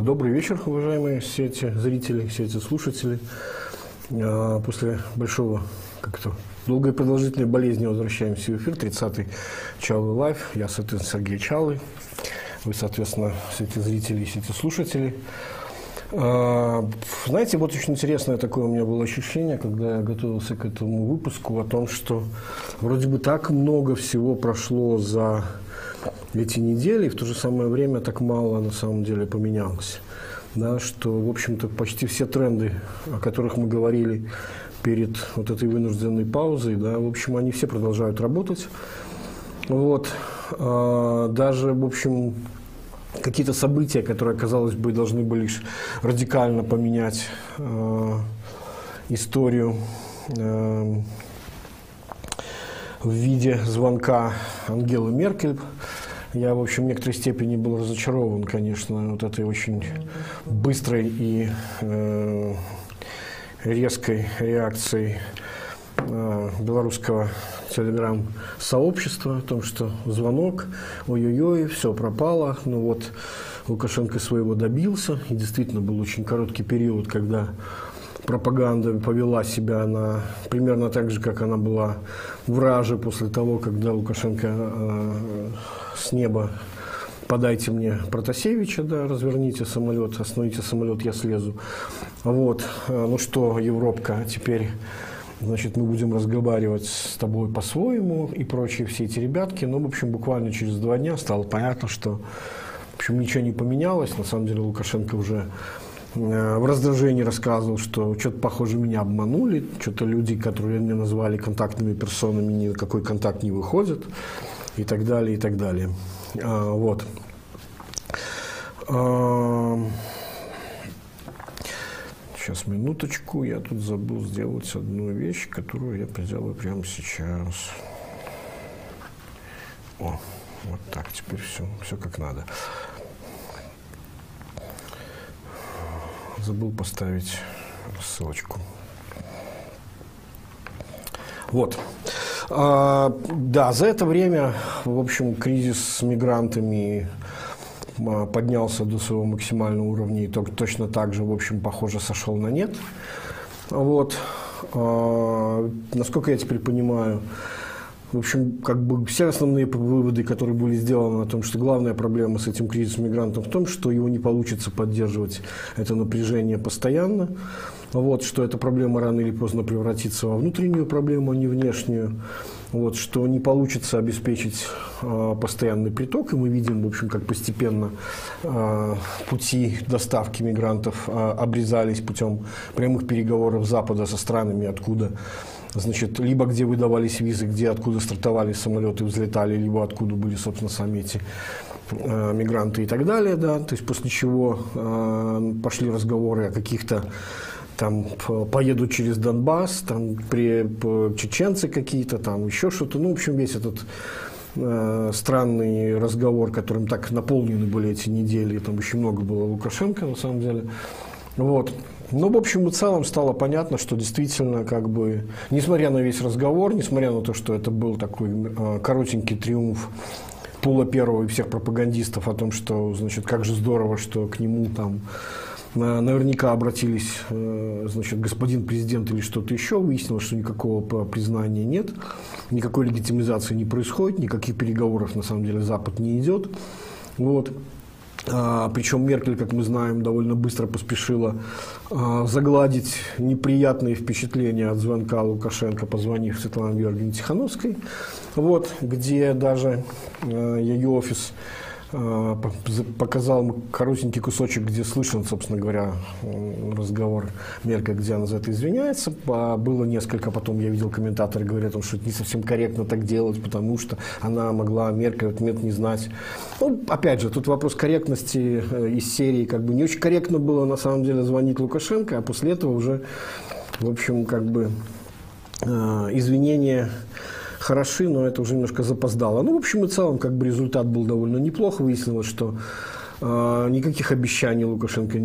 Добрый вечер, уважаемые все эти зрители, все эти слушатели. После большого, как-то долгой и продолжительной болезни возвращаемся в эфир. 30-й Чалы Лайв. Я, соответственно, Сергей Чалы. Вы, соответственно, все эти зрители и все эти слушатели. Знаете, вот очень интересное такое у меня было ощущение, когда я готовился к этому выпуску, о том, что вроде бы так много всего прошло за эти недели, и в то же самое время так мало на самом деле поменялось. Да, что, в общем-то, почти все тренды, о которых мы говорили перед вот этой вынужденной паузой, да, в общем, они все продолжают работать. Вот. Даже, в общем, какие-то события, которые, казалось бы, должны были лишь радикально поменять историю в виде звонка Ангелы Меркель. Я, в общем, в некоторой степени был разочарован, конечно, вот этой очень быстрой и резкой реакцией белорусского телеграм-сообщества о том, что звонок, ой-ой-ой, все пропало. Ну вот, Лукашенко своего добился, и действительно был очень короткий период, когда пропаганда повела себя примерно так же, как она была в Раже после того, когда Лукашенко с неба: подайте мне Протасевича, да, разверните самолет, остановите самолет, я слезу. Вот, ну что, Европка, теперь, значит, мы будем разговаривать с тобой по-своему и прочие все эти ребятки. Ну, в общем, буквально через 2 дня стало понятно, что, в общем, ничего не поменялось. На самом деле Лукашенко уже в раздражении рассказывал, что что-то, похоже, меня обманули, что-то люди, которые меня назвали контактными персонами, ни на какой контакт не выходят, и так далее, и так далее. Вот. Сейчас, минуточку, я тут забыл сделать одну вещь, которую я сделаю прямо сейчас. О, вот так, теперь все как надо. Забыл поставить ссылочку. Вот. Да, за это время, в общем, кризис с мигрантами поднялся до своего максимального уровня и точно так же, в общем, похоже, сошел на нет. Вот. Насколько я теперь понимаю, в общем, как бы все основные выводы, которые были сделаны о том, что главная проблема с этим кризисом мигрантов в том, что его не получится поддерживать это напряжение постоянно. Вот, что эта проблема рано или поздно превратится во внутреннюю проблему, а не внешнюю. Вот, что не получится обеспечить постоянный приток, и мы видим, в общем, как постепенно пути доставки мигрантов обрезались путем прямых переговоров Запада со странами, откуда, значит, либо где выдавались визы, откуда стартовали самолеты, взлетали, либо откуда были, собственно, сами эти мигранты и так далее, да, то есть после чего пошли разговоры о каких-то там поедут через Донбасс, там чеченцы какие-то, там еще что-то. Ну, в общем, весь этот странный разговор, которым так наполнены были эти недели, там очень много было Лукашенко, на самом деле. Вот. Но, в общем и целом, стало понятно, что действительно, как бы, несмотря на весь разговор, несмотря на то, что это был такой коротенький триумф Пула Первого и всех пропагандистов о том, что, значит, как же здорово, что к нему там наверняка обратились, значит, господин президент или что-то еще, выяснилось, что никакого признания нет, никакой легитимизации не происходит, никаких переговоров, на самом деле, Запад не идет. Вот. Причем Меркель, как мы знаем, довольно быстро поспешила загладить неприятные впечатления от звонка Лукашенко, позвонив Светлане Георгиевне Тихановской, вот, где даже ее офис показал коротенький кусочек, где слышен, собственно говоря, разговор Меркель, где она за это извиняется. Было несколько, потом я видел комментаторы говорят, что это не совсем корректно так делать, потому что она могла Меркель в этот момент не знать. Ну, опять же, тут вопрос корректности из серии, как бы не очень корректно было на самом деле звонить Лукашенко, а после этого уже, в общем, как бы извинения хороши, но это уже немножко запоздало. Ну, в общем и целом, как бы результат был довольно неплох. Выяснилось, что никаких обещаний Лукашенко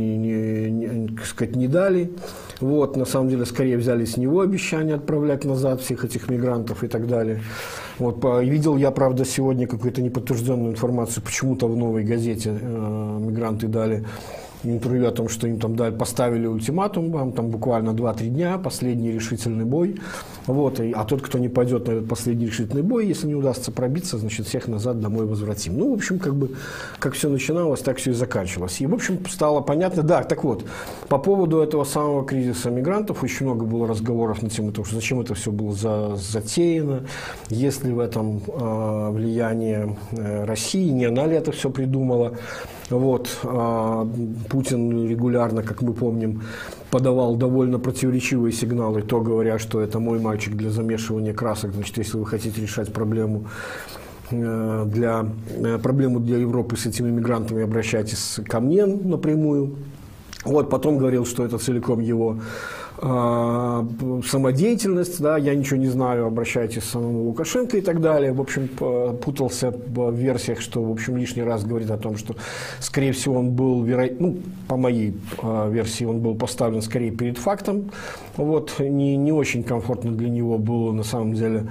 не дали. Вот, на самом деле, скорее взяли с него обещания отправлять назад всех этих мигрантов и так далее. Вот, видел я, правда, сегодня какую-то неподтвержденную информацию, почему-то в «Новой газете» мигранты дали интервью о том, что им там поставили ультиматум, там буквально 2-3 дня, последний решительный бой. Вот, а тот, кто не пойдет на этот последний решительный бой, если не удастся пробиться, значит, всех назад домой возвратим. Ну, в общем, как все начиналось, так все и заканчивалось. И, в общем, стало понятно, да, так вот, по поводу этого самого кризиса мигрантов очень много было разговоров на тему того, что зачем это все было затеяно, есть ли в этом влияние России, не она ли это все придумала. Вот, Путин регулярно, как мы помним, подавал довольно противоречивые сигналы, то говоря, что это мой мальчик для замешивания красок, значит, если вы хотите решать проблему для Европы с этими мигрантами, обращайтесь ко мне напрямую. Вот, потом говорил, что это целиком его самодеятельность, да, я ничего не знаю, обращайтесь к самому Лукашенко и так далее. В общем, путался в версиях, что, в общем, лишний раз говорит о том, что, скорее всего, он был, по моей версии, он был поставлен скорее перед фактом. Вот, не очень комфортно для него было, на самом деле,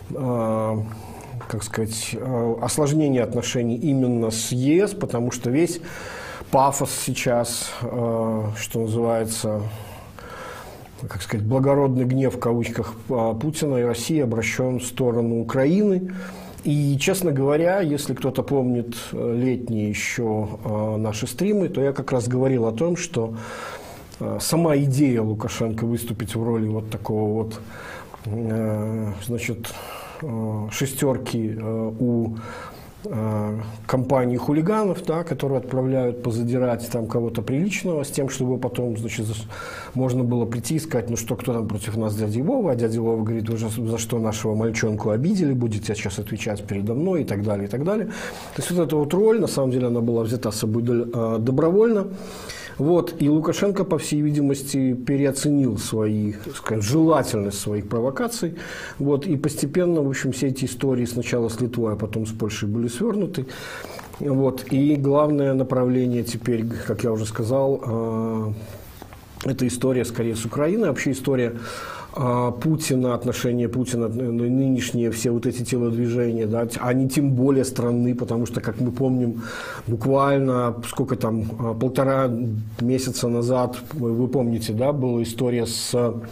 как сказать, осложнение отношений именно с ЕС, потому что весь пафос сейчас, что называется, как сказать, благородный гнев в кавычках Путина и России обращен в сторону Украины. И, честно говоря, если кто-то помнит летние еще наши стримы, то я как раз говорил о том, что сама идея Лукашенко выступить в роли вот такого вот, значит, шестерки у компании хулиганов, да, которые отправляют позадирать там кого-то приличного, с тем, чтобы потом, значит, можно было прийти и сказать, ну что, кто там против нас, дядя Вова, а дядя Вова говорит, вы же за что нашего мальчонку обидели, будете сейчас отвечать передо мной и так далее, и так далее. То есть вот эта вот роль, на самом деле, она была взята с собой добровольно. Вот, и Лукашенко, по всей видимости, переоценил скажем, желательность своих провокаций. Вот, и постепенно, в общем, все эти истории сначала с Литвой, а потом с Польшей были свернуты. Вот, и главное направление теперь, как я уже сказал, это история скорее с Украиной. Вообще история Путина, отношения Путина, нынешние все вот эти телодвижения, да, они тем более странны, потому что, как мы помним, буквально, сколько там, 1,5 месяца назад, вы помните, да, была история с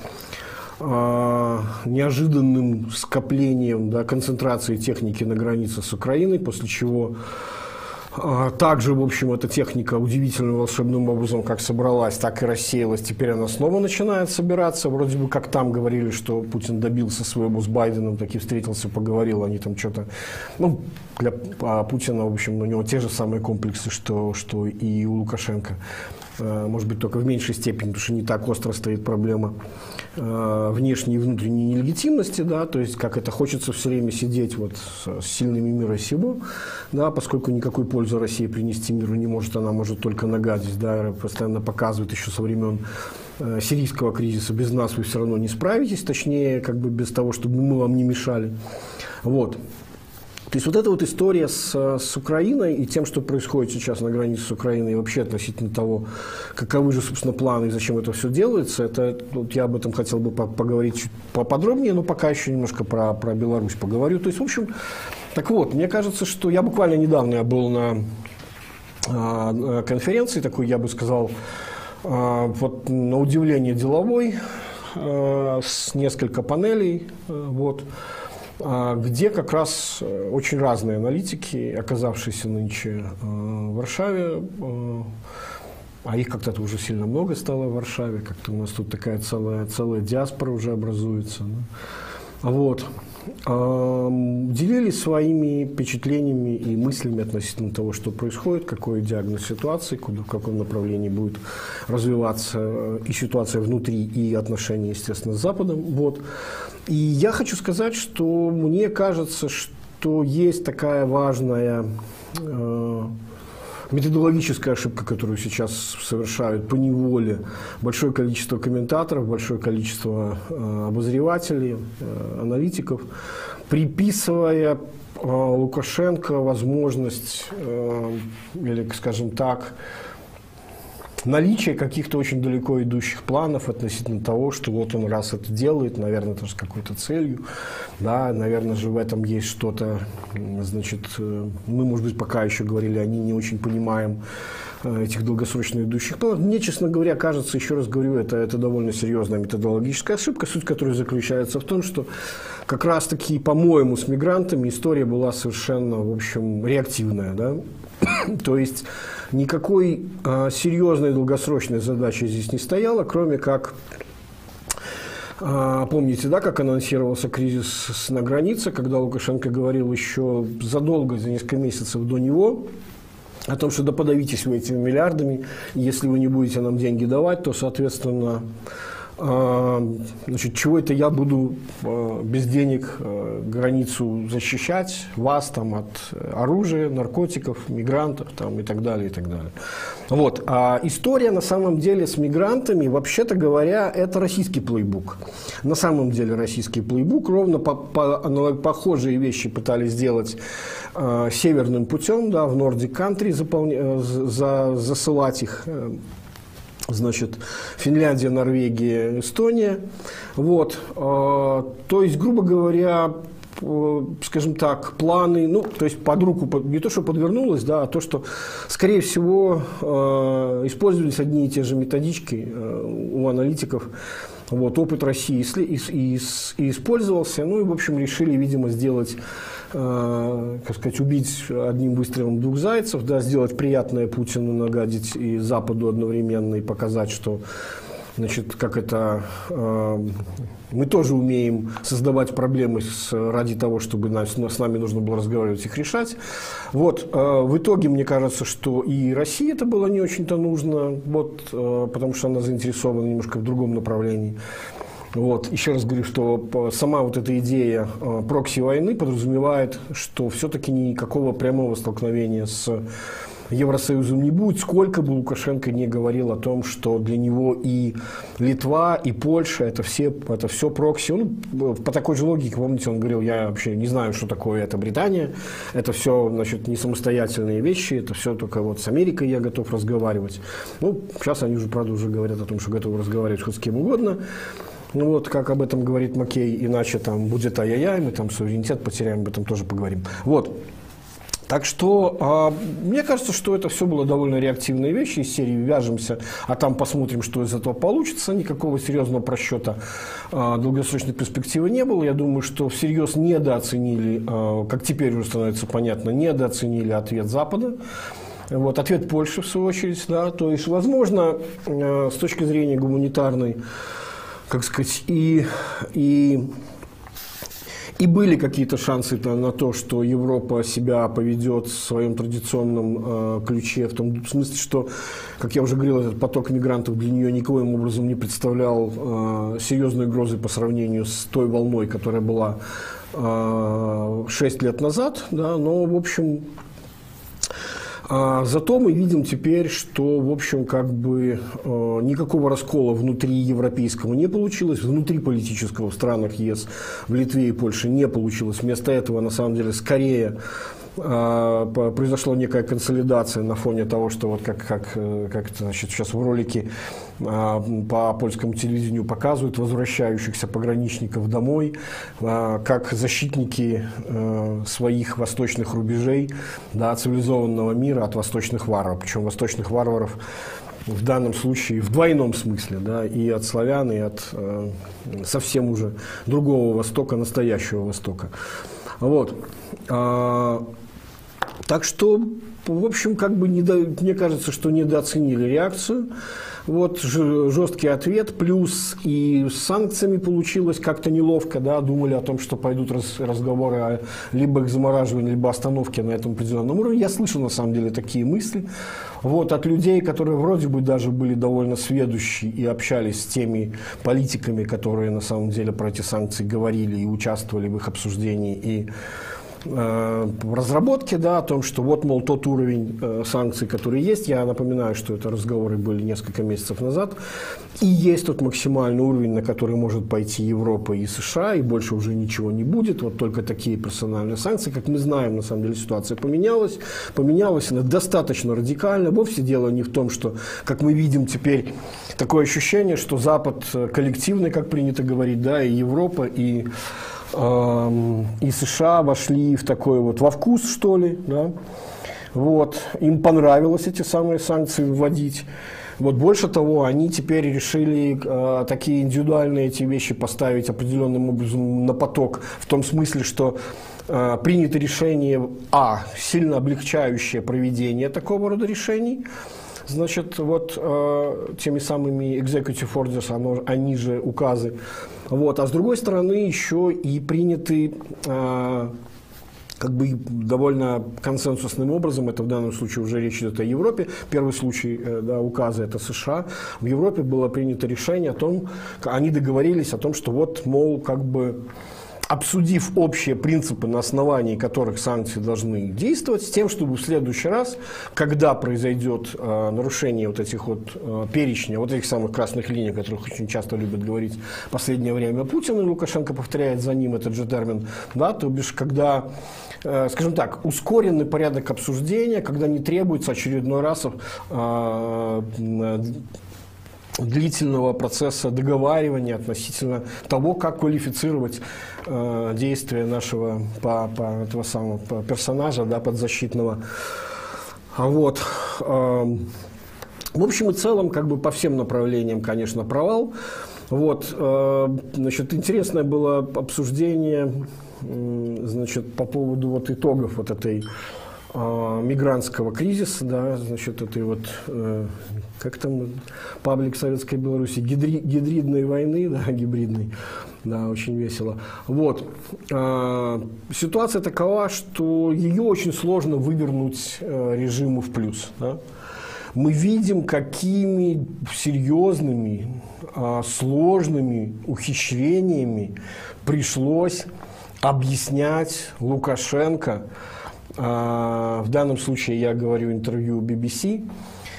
неожиданным скоплением, да, концентрацией техники на границе с Украиной, после чего также, в общем, эта техника удивительным волшебным образом как собралась, так и рассеялась. Теперь она снова начинает собираться. Вроде бы как там говорили, что Путин добился своего с Байденом, таки встретился, поговорил, они там что-то... Ну, для Путина, в общем, у него те же самые комплексы, что и у Лукашенко. Может быть, только в меньшей степени, потому что не так остро стоит проблема внешней и внутренней нелегитимности, да, то есть как это хочется все время сидеть вот с сильными мира сего, да, поскольку никакой пользы России принести миру не может, она может только нагадить, да, постоянно показывает еще со времен сирийского кризиса, без нас вы все равно не справитесь, точнее, как бы без того, чтобы мы вам не мешали, вот. То есть вот эта вот история с Украиной и тем, что происходит сейчас на границе с Украиной, и вообще относительно того, каковы же, собственно, планы и зачем это все делается, это, вот я об этом хотел бы поговорить чуть поподробнее, но пока еще немножко про Беларусь поговорю. То есть, в общем, так вот, мне кажется, что я буквально недавно был на конференции, такой, я бы сказал, вот на удивление деловой, с несколько панелей, вот, где как раз очень разные аналитики, оказавшиеся нынче в Варшаве, а их как-то уже сильно много стало в Варшаве, как-то у нас тут такая целая диаспора уже образуется. Да? Вот. Делились своими впечатлениями и мыслями относительно того, что происходит, какой диагноз ситуации, в каком направлении будет развиваться и ситуация внутри, и отношения, естественно, с Западом. Вот. И я хочу сказать, что мне кажется, что есть такая важная методологическая ошибка, которую сейчас совершают поневоле большое количество комментаторов, большое количество обозревателей, аналитиков, приписывая Лукашенко возможность, или, скажем так, наличие каких-то очень далеко идущих планов относительно того, что вот он раз это делает, наверное, это с какой-то целью, да, наверное же в этом есть что-то, значит, мы, может быть, пока еще говорили, они не очень понимаем этих долгосрочно идущих планов. Мне, честно говоря, кажется, еще раз говорю, это довольно серьезная методологическая ошибка, суть которой заключается в том, что как раз-таки, по-моему, с мигрантами история была совершенно, в общем, реактивная, да? То есть никакой серьезной долгосрочной задачи здесь не стояло, кроме как, помните, да, как анонсировался кризис на границе, когда Лукашенко говорил еще задолго, за несколько месяцев до него, о том, что да подавитесь вы этими миллиардами, если вы не будете нам деньги давать, то, соответственно, значит, чего это я буду без денег границу защищать, вас там от оружия, наркотиков, мигрантов там, и так далее, и так далее. Вот. А история на самом деле с мигрантами, вообще-то говоря, это российский плейбук. На самом деле российский плейбук. Ровно похожие вещи пытались сделать северным путем, да, в Nordic Country, засылать их. Значит, Финляндия, Норвегия, Эстония. Вот. То есть, грубо говоря, скажем так, планы, ну, то есть под руку, не то, что подвернулось, да, а то, что, скорее всего, использовались одни и те же методички у аналитиков. Вот, опыт России и использовался, ну и, в общем, решили, видимо, сделать, как сказать, убить одним выстрелом двух зайцев, да, сделать приятное Путину, нагадить и Западу одновременно, и показать, что, значит, как это, мы тоже умеем создавать проблемы ради того, чтобы с нами нужно было разговаривать, их решать. Вот, в итоге, мне кажется, что и России это было не очень-то нужно, вот, потому что она заинтересована немножко в другом направлении. Вот. Еще раз говорю, что сама вот эта идея прокси-войны подразумевает, что все-таки никакого прямого столкновения с Евросоюзом не будет, сколько бы Лукашенко не говорил о том, что для него и Литва, и Польша это все прокси. Ну, по такой же логике, помните, он говорил, я вообще не знаю, что такое это Британия, это все, значит, не самостоятельные вещи, это все только вот с Америкой я готов разговаривать. Ну, сейчас они уже, правда, уже говорят о том, что готовы разговаривать хоть с кем угодно. Ну вот, как об этом говорит Маккей, иначе там будет ай-яй-яй, мы там суверенитет потеряем, об этом тоже поговорим. Вот. Так что, мне кажется, что это все было довольно реактивные вещи из серии «Вяжемся, а там посмотрим, что из этого получится». Никакого серьезного просчета долгосрочной перспективы не было. Я думаю, что всерьез недооценили, как теперь уже становится понятно, недооценили ответ Запада. Вот, ответ Польши, в свою очередь. Да, то есть, возможно, с точки зрения гуманитарной, как сказать, и были какие-то шансы на то, что Европа себя поведет в своем традиционном ключе, в том смысле, что, как я уже говорил, этот поток мигрантов для нее никоим образом не представлял серьезной угрозы по сравнению с той волной, которая была 6 лет назад. Да, но, в общем, зато мы видим теперь, что, в общем, как бы никакого раскола внутри европейского не получилось, внутри политического в странах ЕС, в Литве и Польше не получилось. Вместо этого, на самом деле, скорее произошла некая консолидация на фоне того, что вот как значит, сейчас в ролике по польскому телевидению показывают возвращающихся пограничников домой, как защитники своих восточных рубежей, да, цивилизованного мира от восточных варваров. Причем восточных варваров в данном случае в двойном смысле, да, и от славян, и от совсем уже другого Востока, настоящего Востока. Вот. Так что, в общем, как бы мне кажется, что недооценили реакцию. Вот жесткий ответ, плюс и с санкциями получилось как-то неловко, да, думали о том, что пойдут разговоры о либо их замораживании, либо остановке на этом определенном уровне. Я слышал, на самом деле, такие мысли вот, от людей, которые вроде бы даже были довольно сведущи и общались с теми политиками, которые на самом деле про эти санкции говорили и участвовали в их обсуждении и разработки, да, о том, что вот, мол, тот уровень санкций, который есть, я напоминаю, что это разговоры были несколько месяцев назад, и есть тот максимальный уровень, на который может пойти Европа и США, и больше уже ничего не будет, вот только такие персональные санкции. Как мы знаем, на самом деле ситуация поменялась она достаточно радикально. Вовсе дело не в том, что, как мы видим теперь, такое ощущение, что Запад коллективный, как принято говорить, да, и Европа, и США вошли в такой вот во вкус, что ли, да. Вот. Им понравилось эти самые санкции вводить. Вот больше того, они теперь решили такие индивидуальные эти вещи поставить определенным образом на поток, в том смысле, что принято решение, сильно облегчающее проведение такого рода решений, значит, вот теми самыми executive orders, они же указы. Вот. А с другой стороны, еще и приняты как бы довольно консенсусным образом, это в данном случае уже речь идет о Европе, первый случай, да, указа это США, в Европе было принято решение о том, они договорились о том, что вот, мол, как бы обсудив общие принципы, на основании которых санкции должны действовать, с тем, чтобы в следующий раз, когда произойдет нарушение вот этих вот перечня, вот этих самых красных линий, о которых очень часто любят говорить в последнее время Путин, и Лукашенко повторяет за ним этот же термин, да, то бишь, когда, скажем так, ускоренный порядок обсуждения, когда не требуется очередной раз длительного процесса договаривания относительно того, как квалифицировать действия нашего этого самого персонажа, да, подзащитного. Вот. В общем и целом, как бы по всем направлениям, конечно, провал. Вот. Значит, интересное было обсуждение, значит, по поводу вот итогов вот этой мигрантского кризиса, да, значит, этой вот, как там, паблик Советской Беларуси, гибридной войны, да, гибридной, да, очень весело. Вот. Ситуация такова, что ее очень сложно вывернуть режиму в плюс, да. Мы видим, какими серьезными, сложными ухищрениями пришлось объяснять Лукашенко. В данном случае я говорю интервью BBC,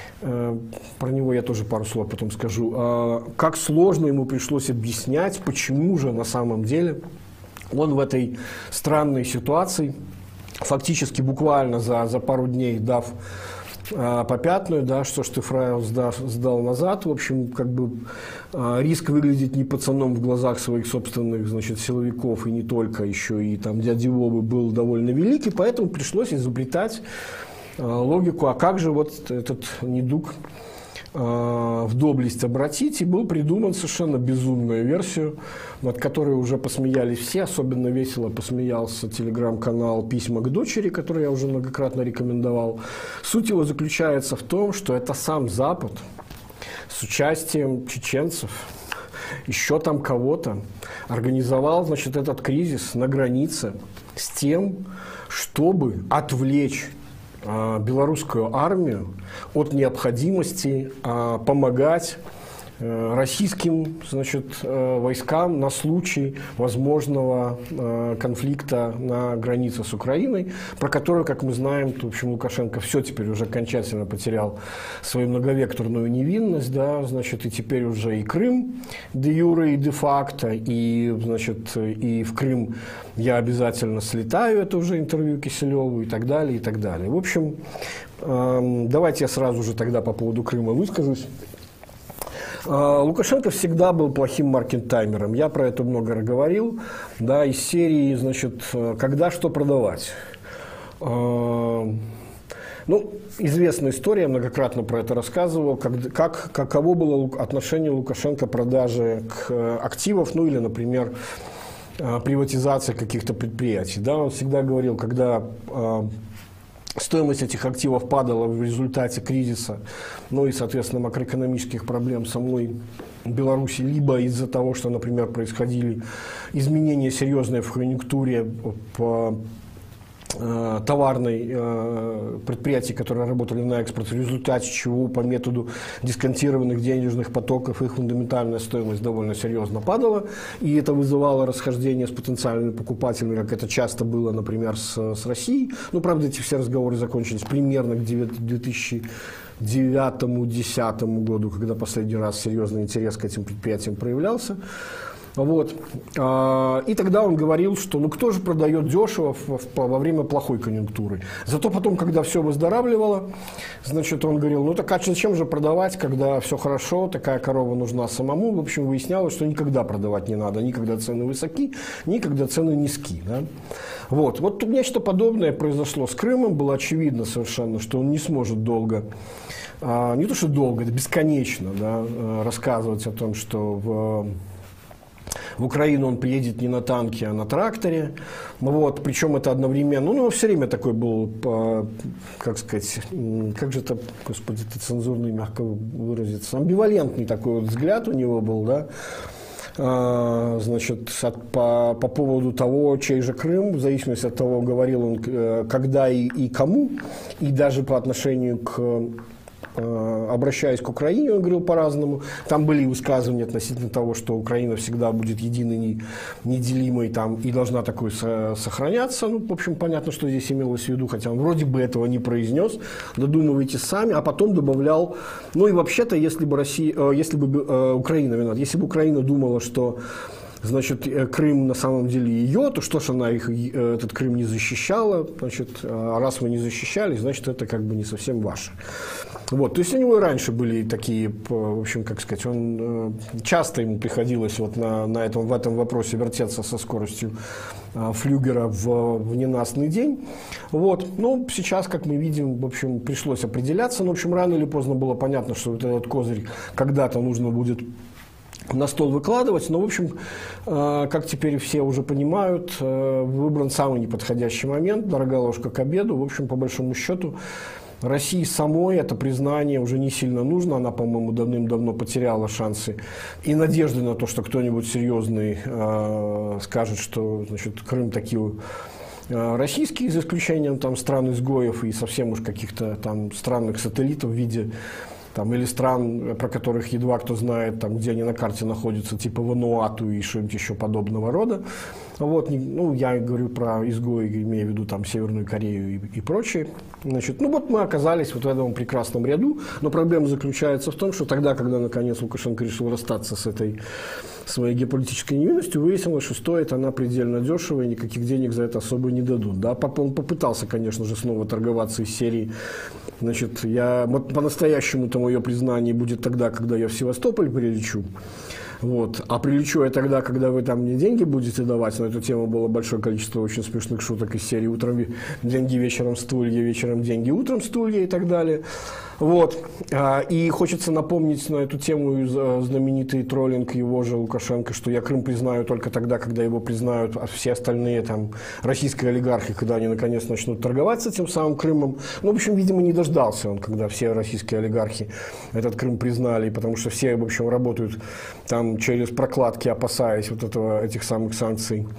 про него я тоже пару слов потом скажу. Как сложно ему пришлось объяснять, почему же на самом деле он в этой странной ситуации, фактически буквально за пару дней дав попятную, да, что ж ты, фраер, сдал назад, в общем, как бы риск выглядеть не пацаном в глазах своих собственных, значит, силовиков, и не только, еще и там дяди Вовы был довольно великий, поэтому пришлось изобретать логику, а как же вот этот недуг в доблесть обратить, и был придуман совершенно безумную версию, над которой уже посмеялись все, особенно весело посмеялся телеграм-канал «Письма к дочери», который я уже многократно рекомендовал. Суть его заключается в том, что это сам Запад с участием чеченцев, еще там кого-то, организовал, значит, этот кризис на границе с тем, чтобы отвлечь белорусскую армию от необходимости помогать российским, значит, войскам на случай возможного конфликта на границе с Украиной, про который, как мы знаем, в общем, Лукашенко все теперь уже окончательно потерял свою многовекторную невинность, да, значит, и теперь уже и Крым де юре и де факто, и, значит, и в Крым я обязательно слетаю, это уже интервью Киселеву, и так далее, и так далее. В общем, давайте я сразу же тогда по поводу Крыма выскажусь. Лукашенко всегда был плохим маркетаймером. Я про это много говорил. Да, из серии, значит, когда что продавать. Ну, известная история, я многократно про это рассказывал, каково было отношение Лукашенко к продаже активов, ну или, например, приватизации каких-то предприятий. Да, он всегда говорил, когда стоимость этих активов падала в результате кризиса, ну и, соответственно, макроэкономических проблем самой Беларуси, либо из-за того, что, например, происходили изменения серьезные в конъюнктуре по товарной предприятий, которые работали на экспорт, в результате чего по методу дисконтированных денежных потоков их фундаментальная стоимость довольно серьезно падала, и это вызывало расхождение с потенциальными покупателями, как это часто было, например, с Россией. Ну, правда, эти все разговоры закончились примерно к 2009-2010 году, когда последний раз серьезный интерес к этим предприятиям проявлялся. Вот. И тогда он говорил, что ну кто же продает дешево во время плохой конъюнктуры. Зато потом, когда все выздоравливало, значит, он говорил, ну так а зачем же продавать, когда все хорошо, такая корова нужна самому. В общем, выяснялось, что никогда продавать не надо, ни когда цены высоки, ни когда цены низки. Да? Вот нечто подобное произошло с Крымом. Было очевидно совершенно, что он не сможет долго, не то что долго, это бесконечно, да, рассказывать о том, что в Украину он приедет не на танке, а на тракторе. Вот, причем это одновременно, ну, все время такой был, как сказать, как же это, господи, это цензурно и мягко выразиться, амбивалентный такой вот взгляд у него был, да, значит, по поводу того, чей же Крым, в зависимости от того, говорил он, когда и кому, и даже по отношению к... обращаясь к Украине, он говорил по-разному. Там были высказывания относительно того, что Украина всегда будет единой, неделимой там, и должна такой сохраняться. Ну, в общем, понятно, что здесь имелось в виду, хотя он вроде бы этого не произнес. Додумывайте сами, а потом добавлял, ну и вообще-то, если бы Украина виновата, если бы Украина думала, что значит, Крым на самом деле ее, то что ж она этот Крым не защищала, значит, а раз вы не защищали, значит, это как бы не совсем ваше. Вот, то есть у него и раньше были такие, в общем, как сказать, часто ему приходилось вот в этом вопросе вертеться со скоростью флюгера в ненастный день. Вот, но сейчас, как мы видим, в общем, пришлось определяться, но, в общем, рано или поздно было понятно, что вот этот козырь когда-то нужно будет на стол выкладывать, но, в общем, как теперь все уже понимают, выбран самый неподходящий момент, дорогая ложка к обеду. В общем, по большому счету, России самой это признание уже не сильно нужно, она, по-моему, давным-давно потеряла шансы и надежды на то, что кто-нибудь серьезный скажет, что, значит, Крым такие российские, за исключением там стран-изгоев и совсем уж каких-то там странных сателлитов в виде там, или стран, про которых едва кто знает, там, где они на карте находятся, типа Вануату и что-нибудь еще подобного рода. Вот, ну, я говорю про изгои, имея в виду там Северную Корею и прочее. Значит, ну вот мы оказались вот в этом прекрасном ряду, но проблема заключается в том, что тогда, когда наконец Лукашенко решил расстаться с этой своей геополитической невинностью, выяснилось, что стоит она предельно дешево и никаких денег за это особо не дадут. Да? Он попытался, конечно же, снова торговаться из серии. Значит, по-настоящему-то мое признание будет тогда, когда я в Севастополь прилечу. Вот. А прилечу я тогда, когда вы там мне деньги будете давать. На эту тему было большое количество очень смешных шуток из серии «Утром деньги, вечером стулья, вечером деньги, утром стулья» и так далее. Вот. И хочется напомнить на эту тему знаменитый троллинг его же Лукашенко, что я Крым признаю только тогда, когда его признают все остальные там российские олигархи, когда они наконец начнут торговаться тем самым Крымом. Ну, в общем, видимо, не дождался он, когда все российские олигархи этот Крым признали, потому что все, в общем, работают там через прокладки, опасаясь вот этих самых санкций,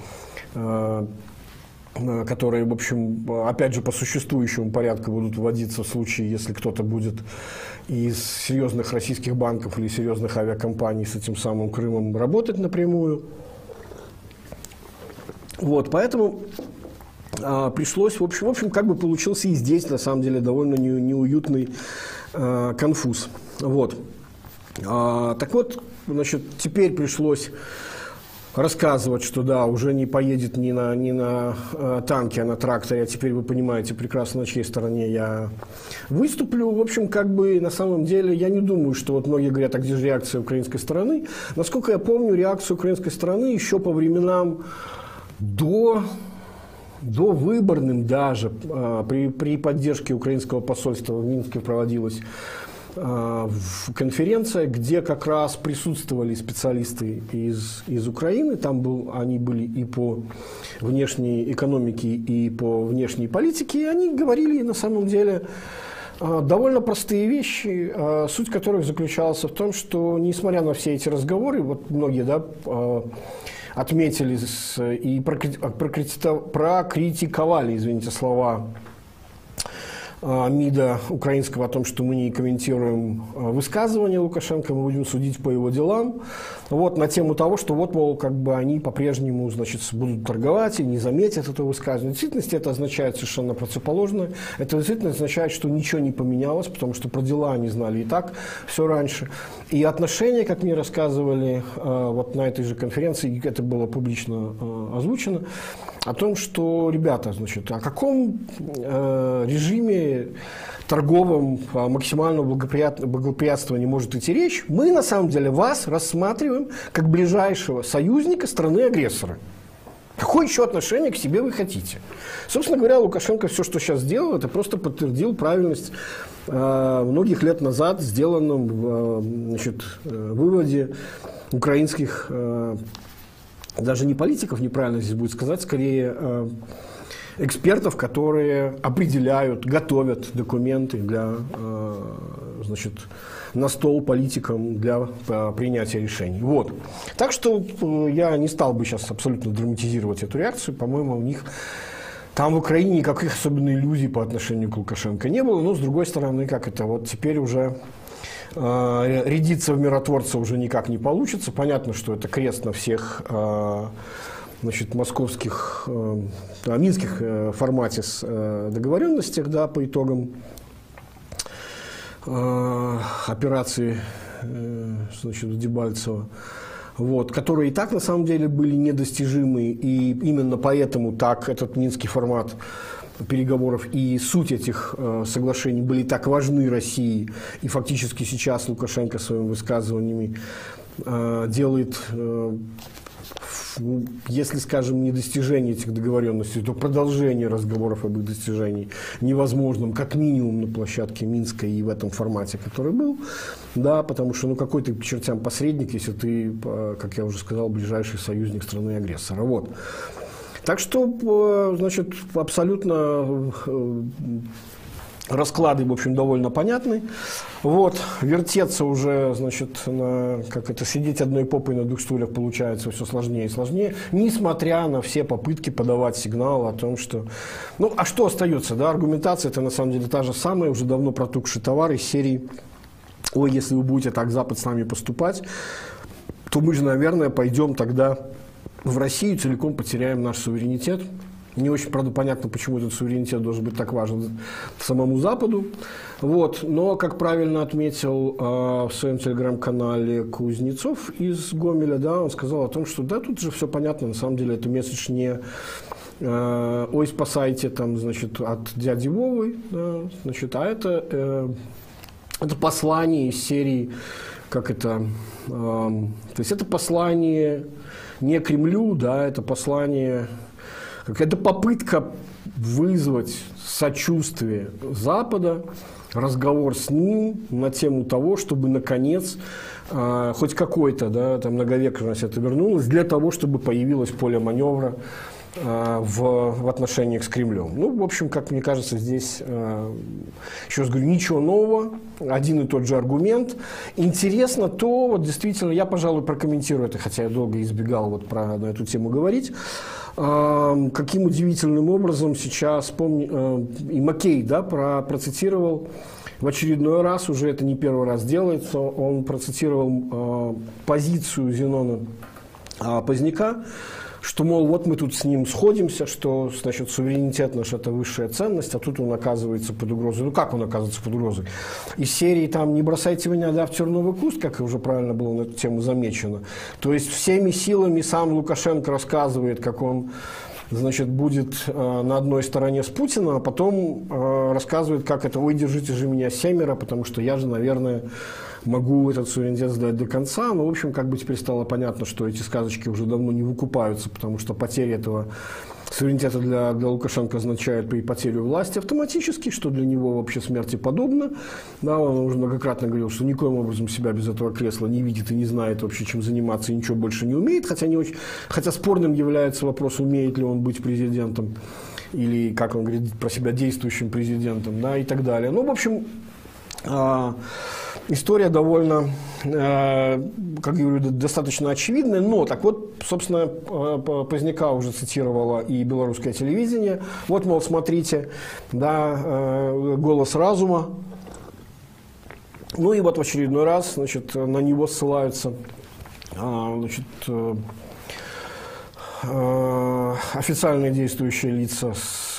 которые, в общем, опять же, по существующему порядку будут вводиться в случае, если кто-то будет из серьезных российских банков или серьезных авиакомпаний с этим самым Крымом работать напрямую. Вот, поэтому пришлось, в общем, как бы получился и здесь, на самом деле, довольно неуютный конфуз. Вот. Так вот, значит, теперь пришлось рассказывать, что да, уже не поедет не на танке, а на тракторе, а теперь вы понимаете прекрасно, на чьей стороне я выступлю. В общем, как бы на самом деле я не думаю, что вот многие говорят, а где же реакция украинской стороны? Насколько я помню, реакция украинской стороны еще по временам до выборным даже при поддержке украинского посольства в Минске проводилась конференция, где как раз присутствовали специалисты из Украины. Там они были и по внешней экономике, и по внешней политике. И они говорили на самом деле довольно простые вещи, суть которых заключалась в том, что несмотря на все эти разговоры, вот многие, да, отметили и прокритиковали, извините, слова МИДа украинского о том, что мы не комментируем высказывания Лукашенко, мы будем судить по его делам. вот, на тему того, что вот, мол, как бы они по-прежнему, значит, будут торговать и не заметят этого высказывания. В действительности это означает совершенно противоположное. Это действительно означает, что ничего не поменялось, потому что про дела они знали и так все раньше. И отношения, как мне рассказывали вот на этой же конференции, это было публично озвучено, о том, что, ребята, значит, о каком режиме торговом максимального благоприятствования может идти речь, мы на самом деле вас рассматриваем как ближайшего союзника страны-агрессора. Какое еще отношение к себе вы хотите? Собственно говоря, Лукашенко все, что сейчас сделал, это просто подтвердил правильность многих лет назад сделанном выводе украинских, даже не политиков, неправильно здесь будет сказать, скорее экспертов, которые определяют, готовят документы для, значит, на стол политикам для принятия решений. Вот. Так что я не стал бы сейчас абсолютно драматизировать эту реакцию. По-моему, у них там в Украине никаких особенных иллюзий по отношению к Лукашенко не было. Но, с другой стороны, как это вот теперь уже рядиться в миротворца уже никак не получится. Понятно, что это крест на всех значит, московских, минских формате с договоренностях, да, по итогам операции, значит, Дебальцева, вот, которые и так на самом деле были недостижимы, и именно поэтому так этот минский формат переговоров и суть этих соглашений были так важны России, и фактически сейчас Лукашенко своими высказываниями делает, если, скажем, не достижение этих договоренностей, то продолжение разговоров об их достижении невозможным, как минимум на площадке Минской и в этом формате, который был, да, потому что, ну, какой ты к чертям посредник, если ты, как я уже сказал, ближайший союзник страны-агрессора, вот. Так что, значит, абсолютно расклады, в общем, довольно понятны. Вот, вертеться уже, значит, как это, сидеть одной попой на двух стульях получается все сложнее и сложнее, несмотря на все попытки подавать сигнал о том, что... Ну, а что остается, да, аргументация это на самом деле та же самая, уже давно протухший товар из серии «Ой, если вы будете так Запад с нами поступать, то мы же, наверное, пойдем тогда в Россию, целиком потеряем наш суверенитет». Не очень, правда, понятно, почему этот суверенитет должен быть так важен самому Западу. Вот. Но, как правильно отметил в своем телеграм-канале Кузнецов из Гомеля, да, он сказал о том, что да, тут же все понятно, на самом деле это месседж не «Ой, спасайте», там, значит, от дяди Вовы, да, значит, а это послание из серии, как это, то есть это послание не Кремлю, да, это послание... Это попытка вызвать сочувствие Запада, разговор с ним на тему того, чтобы, наконец, хоть какой-то, да, там многовековность это вернулось, для того, чтобы появилось поле маневра в отношениях с Кремлем. Ну, в общем, как мне кажется, здесь, еще раз говорю, ничего нового, один и тот же аргумент. Интересно то, вот действительно, я, пожалуй, прокомментирую это, хотя я долго избегал вот на эту тему говорить, каким удивительным образом сейчас, и Маккей, да, процитировал в очередной раз, уже это не первый раз делается, он процитировал позицию Зенона Поздняка, что, мол, вот мы тут с ним сходимся, что, значит, суверенитет наш – это высшая ценность, а тут он оказывается под угрозой. Ну, как он оказывается под угрозой? Из серии там «Не бросайте меня, да, в терновый куст», как уже правильно было на эту тему замечено. То есть всеми силами сам Лукашенко рассказывает, как он, значит, будет на одной стороне с Путиным, а потом рассказывает, как это «Ой, держите же меня семеро, потому что я же, наверное, могу этот суверенитет сдать до конца». Но, в общем, как бы теперь стало понятно, что эти сказочки уже давно не выкупаются, потому что потеря этого суверенитета для Лукашенко означает и потерю власти автоматически, что для него вообще смерти подобно. Да, он уже многократно говорил, что никоим образом себя без этого кресла не видит и не знает вообще, чем заниматься, и ничего больше не умеет, хотя спорным является вопрос, умеет ли он быть президентом или, как он говорит про себя, действующим президентом, да, и так далее. Ну, в общем, история довольно, как я говорю, достаточно очевидная, но так вот, собственно, Поздняка уже цитировала и белорусское телевидение. Вот, мол, смотрите, да, «Голос разума». Ну и вот в очередной раз, значит, на него ссылаются значит, официальные действующие лица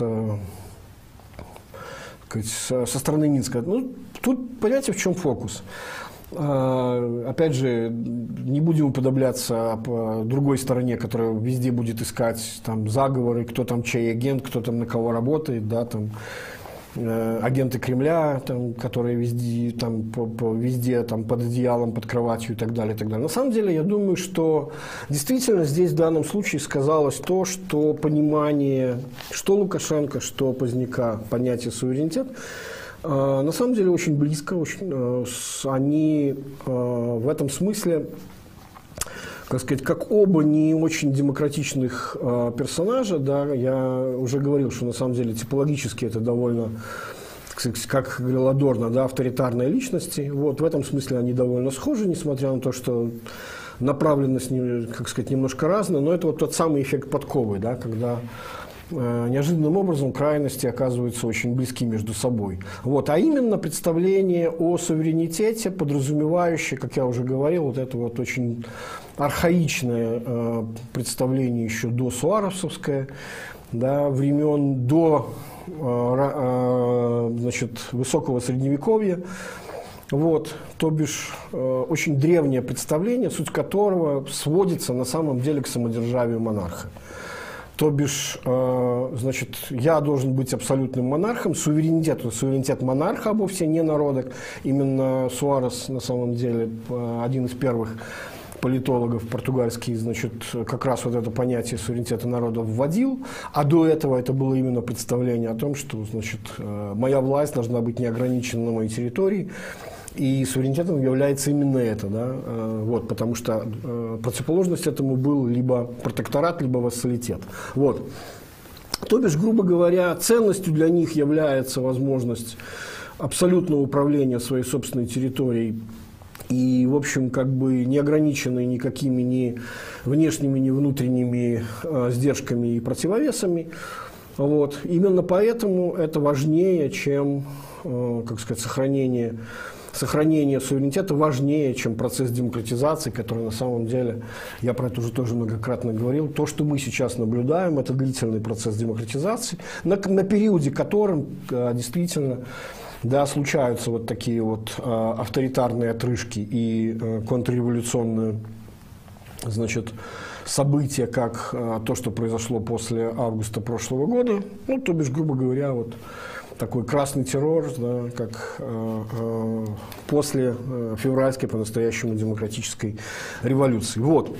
со стороны Минска. Ну, тут, понимаете, в чем фокус? Опять же, не будем уподобляться по другой стороне, которая везде будет искать там заговоры, кто там чей агент, кто там на кого работает, да, там агенты Кремля, там, которые везде, там, везде там, под одеялом, под кроватью и так далее, и так далее. На самом деле, я думаю, что действительно здесь в данном случае сказалось то, что понимание, что Лукашенко, что Поздняка, понятие суверенитет, на самом деле очень близко. Они в этом смысле, как сказать, как оба не очень демократичных персонажа, да, я уже говорил, что на самом деле типологически это довольно, как говорил Адорно, да, авторитарные личности. Вот, в этом смысле они довольно схожи, несмотря на то, что направленность, как сказать, немножко разная, но это вот тот самый эффект подковы, да, когда неожиданным образом крайности оказываются очень близки между собой. Вот. А именно представление о суверенитете, подразумевающее, как я уже говорил, вот это вот очень архаичное представление еще до суаровцевское, да, времен до значит, высокого средневековья. Вот, то бишь, очень древнее представление, суть которого сводится на самом деле к самодержавию монарха. То бишь, значит, я должен быть абсолютным монархом, суверенитет монарха, а вовсе не народа. Именно Суарес, на самом деле, один из первых политологов португальский, значит, как раз вот это понятие суверенитета народа вводил, а до этого это было именно представление о том, что, значит, моя власть должна быть неограничена на моей территории, и суверенитетом является именно это, да, вот, потому что противоположность этому был либо протекторат, либо вассалитет. Вот. То бишь, грубо говоря, ценностью для них является возможность абсолютного управления своей собственной территорией и, в общем, как бы не ограниченной никакими ни внешними, ни внутренними сдержками и противовесами. Вот. Именно поэтому это важнее, чем, как сказать, сохранение суверенитета важнее, чем процесс демократизации, который на самом деле, я про это уже тоже многократно говорил, то, что мы сейчас наблюдаем, это длительный процесс демократизации, на периоде которым действительно, да, случаются вот такие вот авторитарные отрыжки и контрреволюционные, значит, события, как то, что произошло после августа прошлого года, ну, то бишь, грубо говоря, вот такой красный террор, да, как после февральской по-настоящему демократической революции. Вот.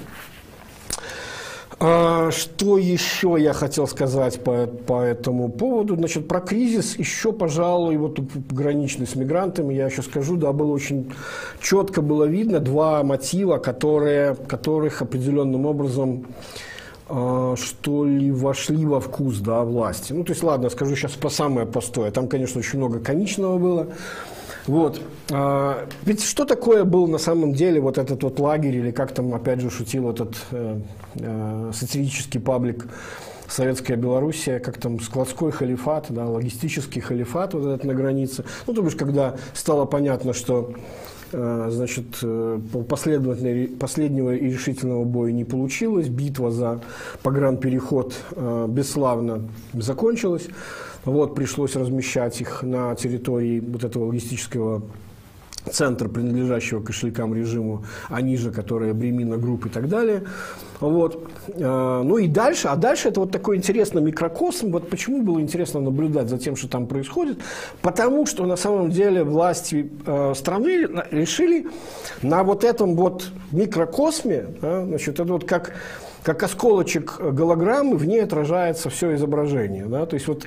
Что еще я хотел сказать по этому поводу? Значит, про кризис еще, пожалуй, вот граничный с мигрантами, я еще скажу, да, было очень четко было видно два мотива, которых определенным образом что ли, вошли во вкус, да, власти. Ну, то есть, ладно, скажу сейчас по самое простое. Там, конечно, очень много комичного было. Вот. Ведь что такое был на самом деле вот этот вот лагерь, или как там, опять же, шутил этот сатирический паблик «Советская Белоруссия», как там складской халифат, да, логистический халифат вот этот на границе. Ну, то бишь, когда стало понятно, что значит, последнего и решительного боя не получилось, битва за погранпереход бесславно закончилась, вот, пришлось размещать их на территории вот этого логистического центра, принадлежащего кошелькам режиму, они же, которые Бремина Групп и так далее. Вот. Ну и дальше, это вот такой интересный микрокосм. Вот почему было интересно наблюдать за тем, что там происходит? Потому что на самом деле власти страны решили на вот этом вот микрокосме, да, значит, это вот как осколочек голограммы, в ней отражается все изображение. Да, то есть вот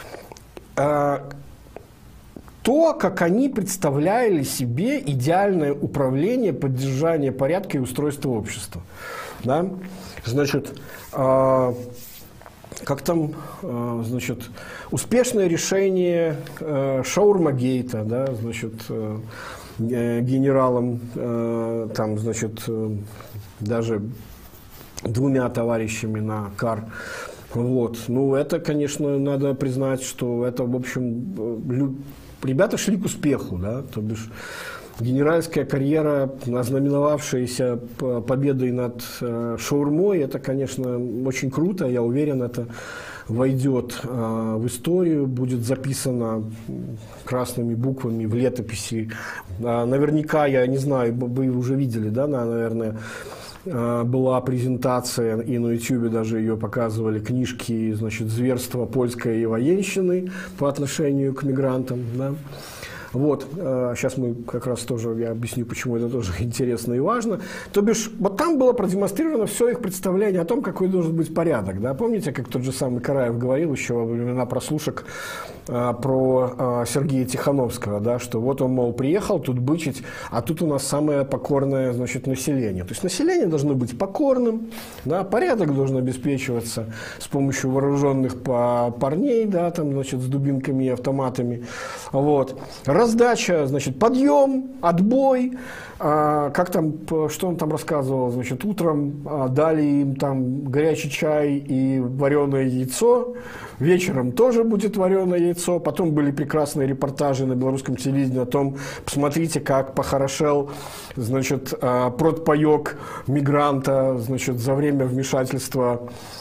то, как они представляли себе идеальное управление, поддержание порядка и устройство общества. Да? Значит, как там, значит, успешное решение Шаурмагейта, да, значит, генералом, там, значит, даже двумя товарищами на КАР. Вот. Ну, это, конечно, надо признать, что это, в общем, ребята шли к успеху, да, то бишь, генеральская карьера, ознаменовавшаяся победой над шаурмой, это, конечно, очень круто, я уверен, это войдет в историю, будет записано красными буквами в летописи. Наверняка, я не знаю, вы уже видели, да, наверное, была презентация, и на YouTube даже ее показывали, книжки, значит, «Зверство польской военщины» по отношению к мигрантам, да. Вот, сейчас мы как раз тоже, я объясню, почему это тоже интересно и важно. То бишь, вот там было продемонстрировано все их представление о том, какой должен быть порядок. Да? Помните, как тот же самый Караев говорил еще во времена прослушек про Сергея Тихановского, да, что вот он, мол, приехал тут бычить, а тут у нас самое покорное, значит, население. То есть население должно быть покорным, да, порядок должен обеспечиваться с помощью вооруженных парней, да, там, значит, с дубинками и автоматами. Вот. Раздача, значит, подъем, отбой, как там, что он там рассказывал, значит, утром дали им там горячий чай и вареное яйцо, вечером тоже будет вареное яйцо, потом были прекрасные репортажи на белорусском телевидении о том, посмотрите, как похорошел, значит, продпаёк мигранта, значит, за время вмешательства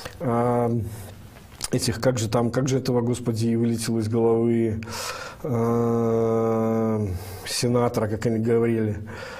этих, как же этого, господи, вылетело из головы сенатора, как они говорили,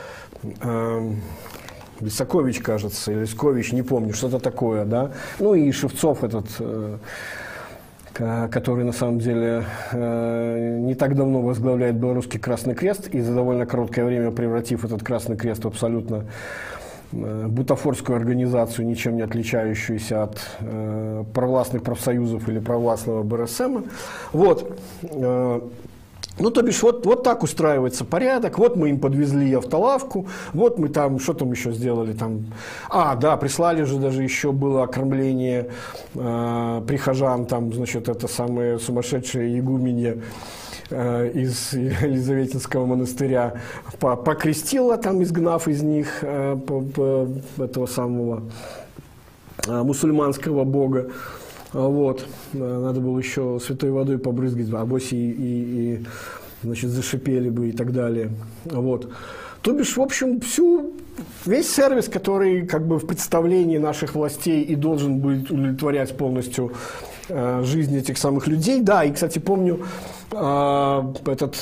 Лисакович, кажется, или Лискович, не помню, что-то такое, да. Ну и Шевцов этот, который на самом деле не так давно возглавляет Белорусский Красный Крест и за довольно короткое время превратив этот Красный Крест в абсолютно бутафорскую организацию, ничем не отличающуюся от провластных профсоюзов или провластного БРСМ. Вот. Ну, то бишь, вот так устраивается порядок, вот мы им подвезли автолавку, вот мы там, что там еще сделали там, да, прислали же, даже еще было окормление прихожан, там, значит, это самое сумасшедшее игуменье из Елизаветинского монастыря покрестила, там, изгнав из них этого самого мусульманского бога. Вот. Надо было еще святой водой побрызгать, авось и значит, зашипели бы и так далее. Вот. То бишь, в общем, весь сервис, который как бы в представлении наших властей и должен будет удовлетворять полностью жизнь этих самых людей. Да, и, кстати, помню, как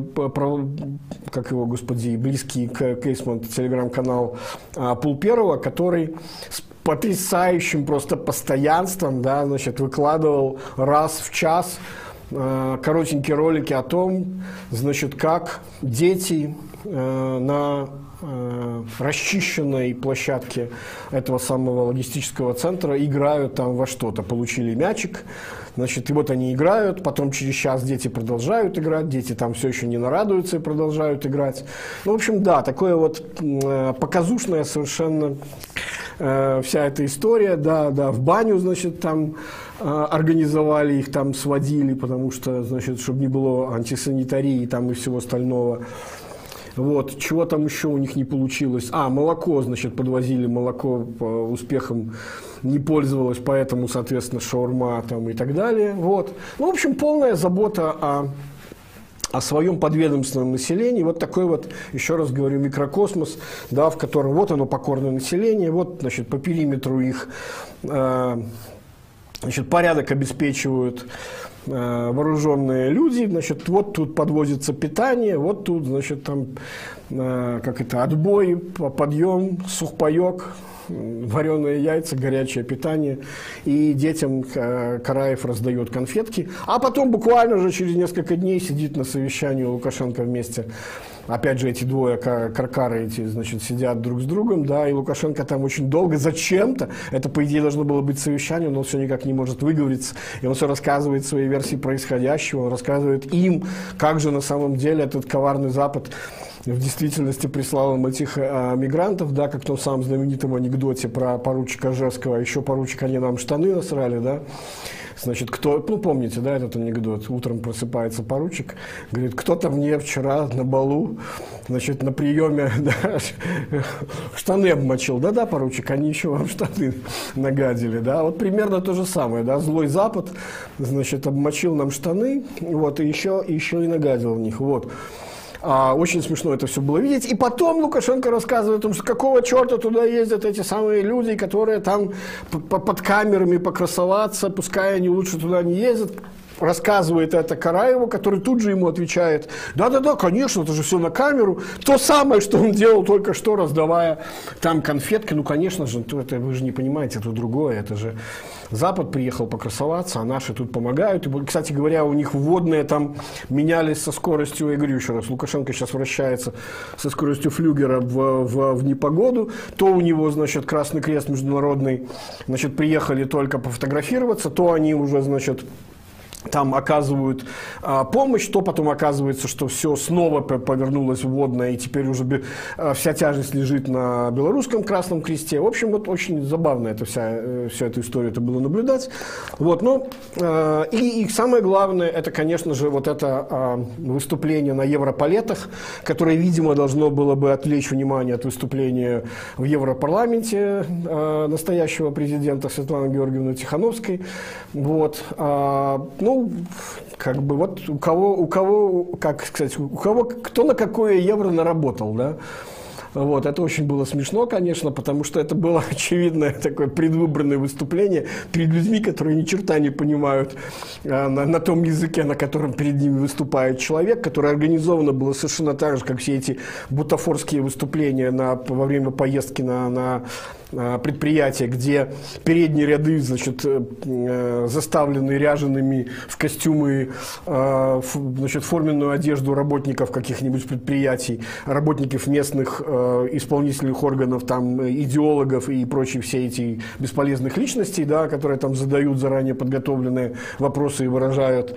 его, господи, близкий к Кейсмонту телеграм-канал Пул Первого, который потрясающим просто постоянством, да, значит, выкладывал раз в час коротенькие ролики о том, значит, как дети на расчищенной площадке этого самого логистического центра играют там во что-то. Получили мячик, значит, и вот они играют, потом через час дети продолжают играть, дети там все еще не нарадуются и продолжают играть. Ну, в общем, да, такое вот показушная совершенно вся эта история, да, в баню, значит, там организовали, их там сводили, потому что, значит, чтобы не было антисанитарии там и всего остального. Вот, чего там еще у них не получилось? Молоко, значит, подвозили, молоко по успехам не пользовалось, поэтому, соответственно, шаурма там и так далее. Вот. Ну, в общем, полная забота о своем подведомственном населении. Вот такой вот, еще раз говорю, микрокосмос, да, в котором вот оно покорное население, вот, значит, по периметру их, значит, порядок обеспечивают вооруженные люди, значит, вот тут подвозится питание, вот тут, значит, там, отбой, подъем, сухпайок, вареные яйца, горячее питание, и детям Караев раздает конфетки, а потом буквально же через несколько дней сидит на совещании Лукашенко вместе. Опять же, эти двое каркары эти, значит, сидят друг с другом, да, и Лукашенко там очень долго зачем-то, это, по идее, должно было быть совещание, но он все никак не может выговориться, и он все рассказывает свои версии происходящего, он рассказывает им, как же на самом деле этот коварный Запад в действительности прислал им этих мигрантов, да, как в том самом знаменитом анекдоте про поручика Жевского, еще поручик, они нам штаны насрали, да. Значит, помните, да, этот анекдот? Утром просыпается поручик, говорит, кто-то мне вчера на балу, значит, на приеме, да, штаны обмочил. Да-да, поручик, они еще вам штаны нагадили, да. Вот примерно то же самое, да, злой Запад, значит, обмочил нам штаны, вот, и еще и нагадил в них, вот. Очень смешно это все было видеть. И потом Лукашенко рассказывает о том, что какого черта туда ездят эти самые люди, которые там под камерами покрасоваться, пускай они лучше туда не ездят. Рассказывает это Караеву, который тут же ему отвечает: да-да-да, конечно, это же все на камеру. То самое, что он делал только что, раздавая там конфетки. Ну, конечно же, это, вы же не понимаете, это другое. Это же Запад приехал покрасоваться, а наши тут помогают. И, кстати говоря, у них вводные там менялись со скоростью, я говорю еще раз, Лукашенко сейчас вращается со скоростью флюгера в непогоду. То у него, значит, Красный Крест международный, значит, приехали только пофотографироваться, то они уже, значит, там оказывают помощь, то потом оказывается, что все снова повернулось вводное, и теперь уже вся тяжесть лежит на белорусском Красном Кресте. В общем, вот очень забавно это всю эту историю это было наблюдать. Вот, ну, и самое главное, это, конечно же, вот это выступление на Европалетах, которое, видимо, должно было бы отвлечь внимание от выступления в Европарламенте настоящего президента Светланы Георгиевны Тихановской. Вот, ну, как бы вот у кого, как сказать, кто на какое евро наработал, да? Вот, это очень было смешно, конечно, потому что это было очевидное такое предвыборное выступление перед людьми, которые ни черта не понимают на том языке, на котором перед ними выступает человек, которое организовано было совершенно так же, как все эти бутафорские выступления во время поездки на предприятия, где передние ряды, значит, заставлены ряжеными в костюмы, значит, форменную одежду работников каких-нибудь предприятий, работников местных исполнительных органов, там, идеологов и прочие все эти бесполезных личностей, да, которые там задают заранее подготовленные вопросы и выражают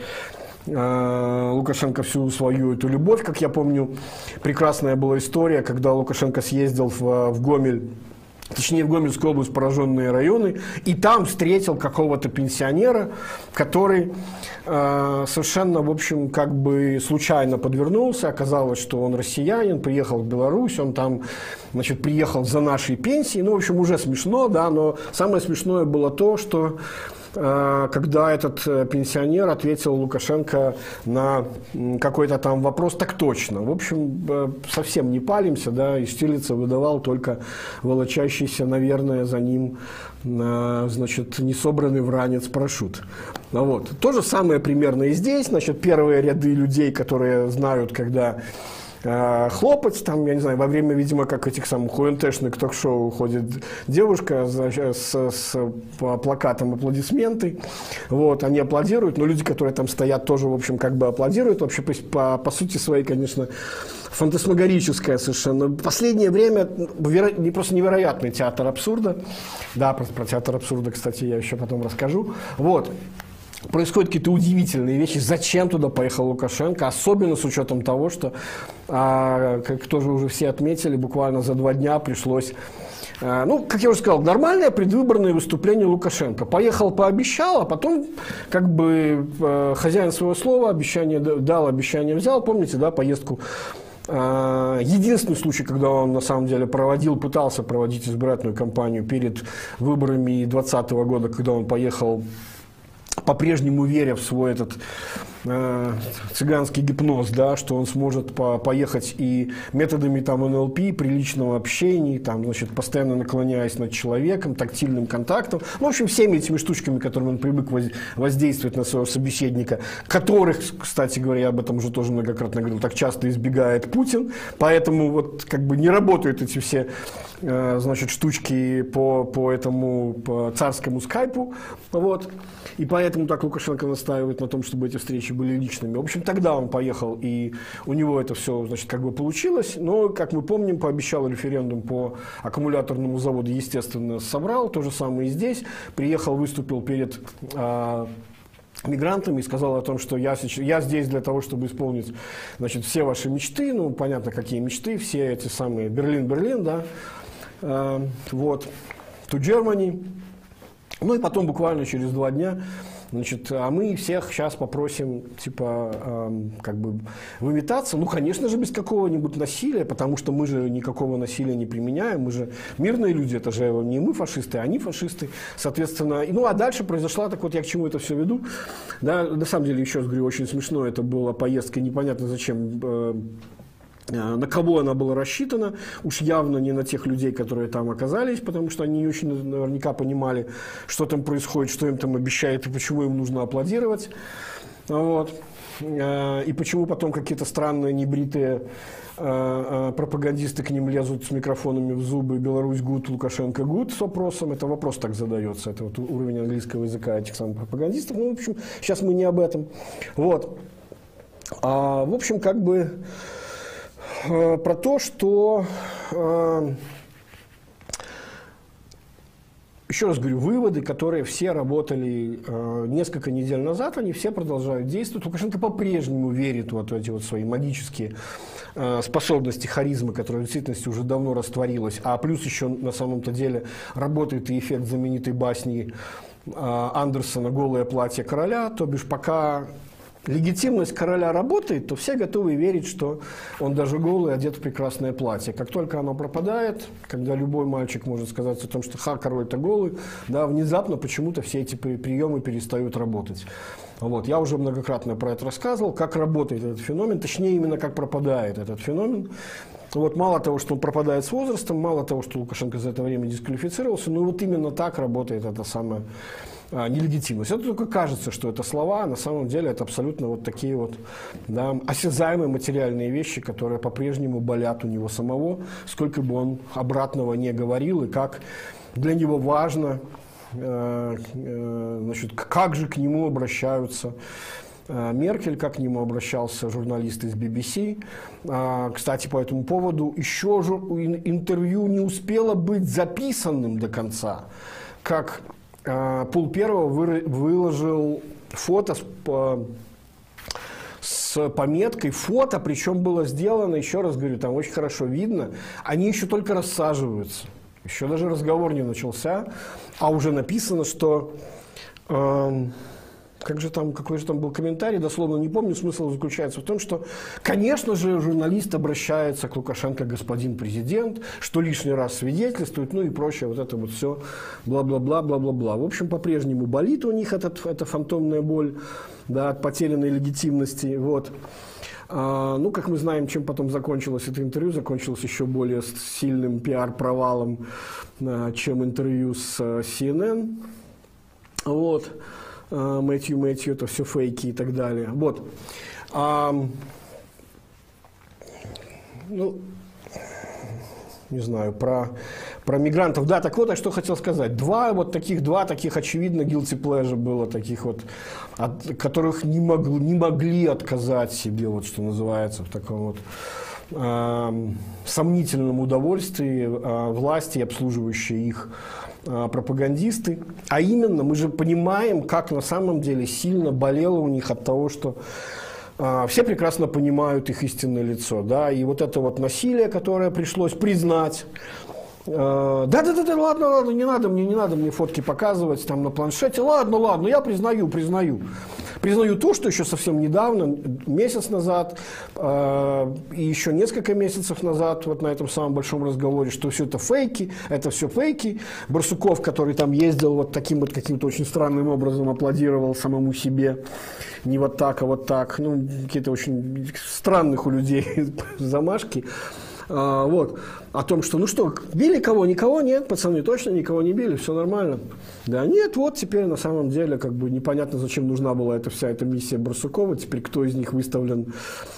Лукашенко всю свою эту любовь. Как я помню, прекрасная была история, когда Лукашенко съездил в Гомель, точнее, в Гомельскую область, пораженные районы, и там встретил какого-то пенсионера, который совершенно, в общем, как бы случайно подвернулся. Оказалось, что он россиянин, приехал в Беларусь, он там, значит, приехал за нашей пенсией. Ну, в общем, уже смешно, да, но самое смешное было то, что когда этот пенсионер ответил Лукашенко на какой-то там вопрос, так точно. В общем, совсем не палимся, да, и Штирлица выдавал только волочащийся, наверное, за ним, значит, несобранный в ранец парашют. Вот. То же самое примерно и здесь. Значит, первые ряды людей, которые знают, когда хлопать, там, я не знаю, во время, видимо, как этих самых ОНТшных ток-шоу ходит девушка с плакатом «Аплодисменты», вот, они аплодируют, но люди, которые там стоят, тоже, в общем, как бы аплодируют, вообще, по сути своей, конечно, фантасмагорическое совершенно. В последнее время просто невероятный театр абсурда, да, про театр абсурда, кстати, я еще потом расскажу, вот. Происходят какие-то удивительные вещи. Зачем туда поехал Лукашенко? Особенно с учетом того, что, как тоже уже все отметили, буквально за 2 дня пришлось, ну, как я уже сказал, нормальное предвыборное выступление Лукашенко. Поехал, пообещал, а потом как бы хозяин своего слова, обещание дал, обещание взял. Помните, да, поездку? Единственный случай, когда он на самом деле пытался проводить избирательную кампанию перед выборами 2020 года, когда он поехал, по-прежнему веря в свой этот цыганский гипноз, да, что он сможет поехать и методами там НЛП, приличного общения, там, значит, постоянно наклоняясь над человеком, тактильным контактом, ну, в общем, всеми этими штучками, которыми он привык воздействовать на своего собеседника, которых, кстати говоря, я об этом уже тоже многократно говорил, так часто избегает Путин, поэтому вот как бы не работают эти все, значит, штучки по царскому скайпу, вот. И поэтому так Лукашенко настаивает на том, чтобы эти встречи были личными. В общем, тогда он поехал, и у него это все, значит, как бы получилось. Но, как мы помним, пообещал референдум по аккумуляторному заводу, естественно, собрал. То же самое и здесь. Приехал, выступил перед мигрантами и сказал о том, что я здесь для того, чтобы исполнить, значит, все ваши мечты. Ну, понятно, какие мечты. Все эти самые Берлин, да. Вот. To Germany. Ну и потом буквально через 2 дня, значит, а мы всех сейчас попросим, типа, как бы выметаться. Ну, конечно же, без какого-нибудь насилия, потому что мы же никакого насилия не применяем, мы же мирные люди, это же не мы фашисты, а они фашисты, соответственно. Ну, а дальше произошла, так вот я к чему это все веду. Да, на самом деле, еще раз говорю, очень смешно, это была поездка, непонятно зачем На кого она была рассчитана, уж явно не на тех людей, которые там оказались, потому что они не очень наверняка понимали, что там происходит, что им там обещают и почему им нужно аплодировать. Вот. И почему потом какие-то странные, небритые пропагандисты к ним лезут с микрофонами в зубы: «Беларусь гуд, Лукашенко гуд» с вопросом. Это вопрос так задается. Это вот уровень английского языка этих самых пропагандистов. Ну, в общем, сейчас мы не об этом. Вот. В общем, как бы про то, что, еще раз говорю, выводы, которые все работали несколько недель назад, они все продолжают действовать. Лукашенко по-прежнему верит в вот эти вот свои магические способности, харизмы, которая в действительности уже давно растворилась, а плюс еще на самом-то деле работает и эффект знаменитой басни Андерсона «Голое платье короля», то бишь пока легитимность короля работает, то все готовы верить, что он даже голый, одет в прекрасное платье. Как только оно пропадает, когда любой мальчик может сказать о том, что король-то голый, да, внезапно почему-то все эти приемы перестают работать. Вот. Я уже многократно про это рассказывал, как работает этот феномен, точнее именно как пропадает этот феномен. Вот, мало того, что он пропадает с возрастом, мало того, что Лукашенко за это время дисквалифицировался, но вот именно так работает эта самая нелегитимность. Это только кажется, что это слова, а на самом деле это абсолютно вот такие вот, да, осязаемые материальные вещи, которые по-прежнему болят у него самого, сколько бы он обратного не говорил, и как для него важно, значит, как же к нему обращаются Меркель, как к нему обращался журналист из BBC. Кстати, по этому поводу еще интервью не успело быть записанным до конца, как Пул Первого выложил фото с пометкой «фото», причем было сделано, еще раз говорю, там очень хорошо видно, они еще только рассаживаются, еще даже разговор не начался, а уже написано, что какой же там был комментарий, дословно не помню, смысл заключается в том, что, конечно же, журналист обращается к Лукашенко господин президент, что лишний раз свидетельствует, ну и прочее, вот это вот все, бла-бла-бла, бла-бла-бла. В общем, по-прежнему болит у них эта фантомная боль, да, от потерянной легитимности, вот. Ну, как мы знаем, чем потом закончилось это интервью, закончилось еще более сильным пиар-провалом, чем интервью с CNN, вот. Мэтью, это все фейки и так далее. Вот. Ну, не знаю, про мигрантов. Да, так вот, я что хотел сказать. Два таких очевидно guilty pleasure было, таких вот, от которых не могли отказать себе, вот что называется, в таком вот сомнительном удовольствии власти, обслуживающие их пропагандисты. А именно, мы же понимаем, как на самом деле сильно болело у них от того, что все прекрасно понимают их истинное лицо. Да? И вот это вот насилие, которое пришлось признать. Ладно, не надо мне фотки показывать там на планшете. Ладно, я признаю. Признаю то, что еще совсем недавно, месяц назад и еще несколько месяцев назад, вот на этом самом большом разговоре, что все это все фейки. Барсуков, который там ездил вот таким вот каким-то очень странным образом, аплодировал самому себе. Не вот так, а вот так. Ну, какие-то очень странных у людей замашки. Вот, о том, что, ну что, били кого? Никого нет, пацаны точно никого не били, все нормально. Да нет, вот теперь на самом деле как бы непонятно, зачем нужна была вся эта миссия Барсукова, теперь кто из них выставлен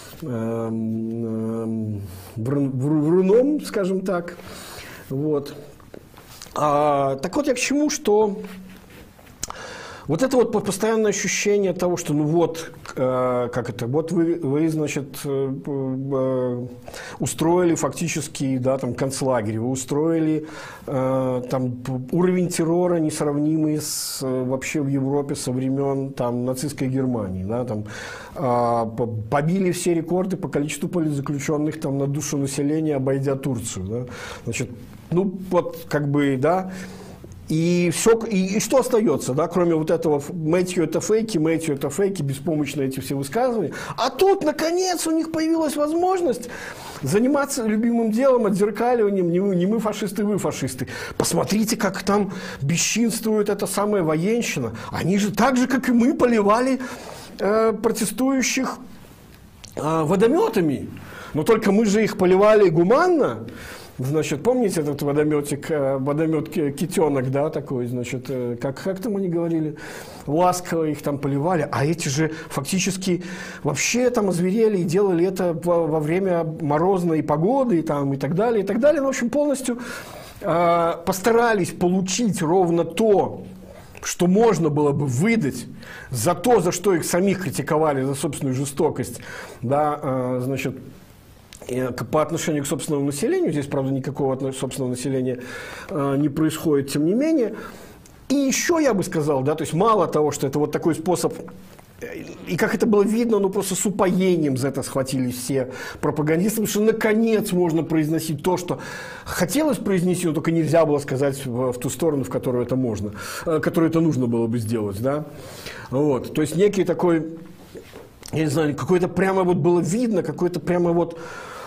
вруном, скажем так. Вот. Так вот я к чему, что вот это вот постоянное ощущение того, что ну вот, вот вы значит, устроили фактически, да, там, концлагерь, вы устроили там уровень террора, несравнимый вообще в Европе со времен там нацистской Германии, да, там, побили все рекорды по количеству политзаключенных там на душу населения, обойдя Турцию, да, значит, ну вот как бы, да. И что остается, да, кроме вот этого Мэтью это фейки, беспомощные эти все высказывания. А тут, наконец, у них появилась возможность заниматься любимым делом, отзеркаливанием. Не мы фашисты, вы фашисты. Посмотрите, как там бесчинствует эта самая военщина. Они же так же, как и мы, поливали протестующих водометами. Но только мы же их поливали гуманно. Значит, помните этот водомет китенок, да, такой, значит, как там они говорили, ласково их там поливали, а эти же фактически вообще там озверели и делали это во время морозной погоды там, и так далее, и так далее. Ну, в общем, полностью постарались получить ровно то, что можно было бы выдать за то, за что их самих критиковали, за собственную жестокость, да, значит, по отношению к собственному населению. Здесь, правда, никакого собственного населения не происходит, тем не менее. И еще я бы сказал, да, то есть мало того, что это вот такой способ, и как это было видно, ну просто с упоением за это схватились все пропагандисты, потому что наконец можно произносить то, что хотелось произнести, но только нельзя было сказать в ту сторону, в которую это можно, которую это нужно было бы сделать, да. Вот, то есть некий такой, я не знаю, какое-то прямо вот было видно, какое-то прямо вот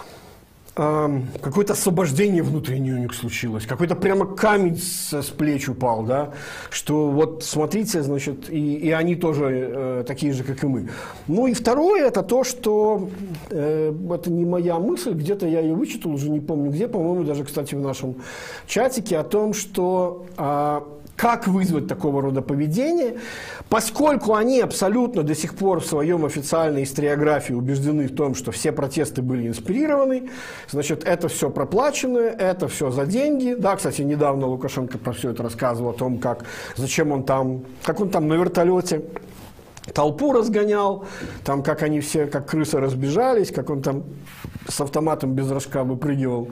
какое-то освобождение внутреннее у них случилось, какой-то прямо камень с плеч упал, да, что вот смотрите, значит, и они тоже такие же, как и мы. Ну и второе, это то, что это не моя мысль, где-то я ее вычитал, уже не помню где, по-моему, даже, кстати, в нашем чатике, о том, что как вызвать такого рода поведение, поскольку они абсолютно до сих пор в своем официальной историографии убеждены в том, что все протесты были инспирированы, значит, это все проплачено, это все за деньги. Да, кстати, недавно Лукашенко про все это рассказывал, о том, как он там на вертолете толпу разгонял, там, как они все, как крысы разбежались, как он там с автоматом без рожка выпрыгивал.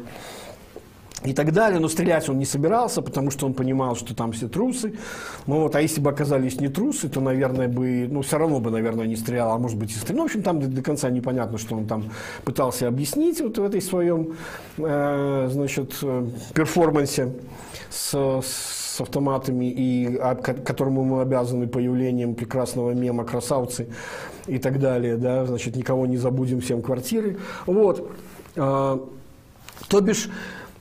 И так далее, но стрелять он не собирался, потому что он понимал, что там все трусы. Ну, вот, а если бы оказались не трусы, то, наверное, все равно бы, наверное, не стрелял, а может быть и стрелял. Ну, в общем, там до конца непонятно, что он там пытался объяснить вот в этой своем, значит, перформансе с автоматами, и которому мы обязаны появлением прекрасного мема «Красавцы» и так далее, да, значит, никого не забудем, всем квартиры. Вот. То бишь,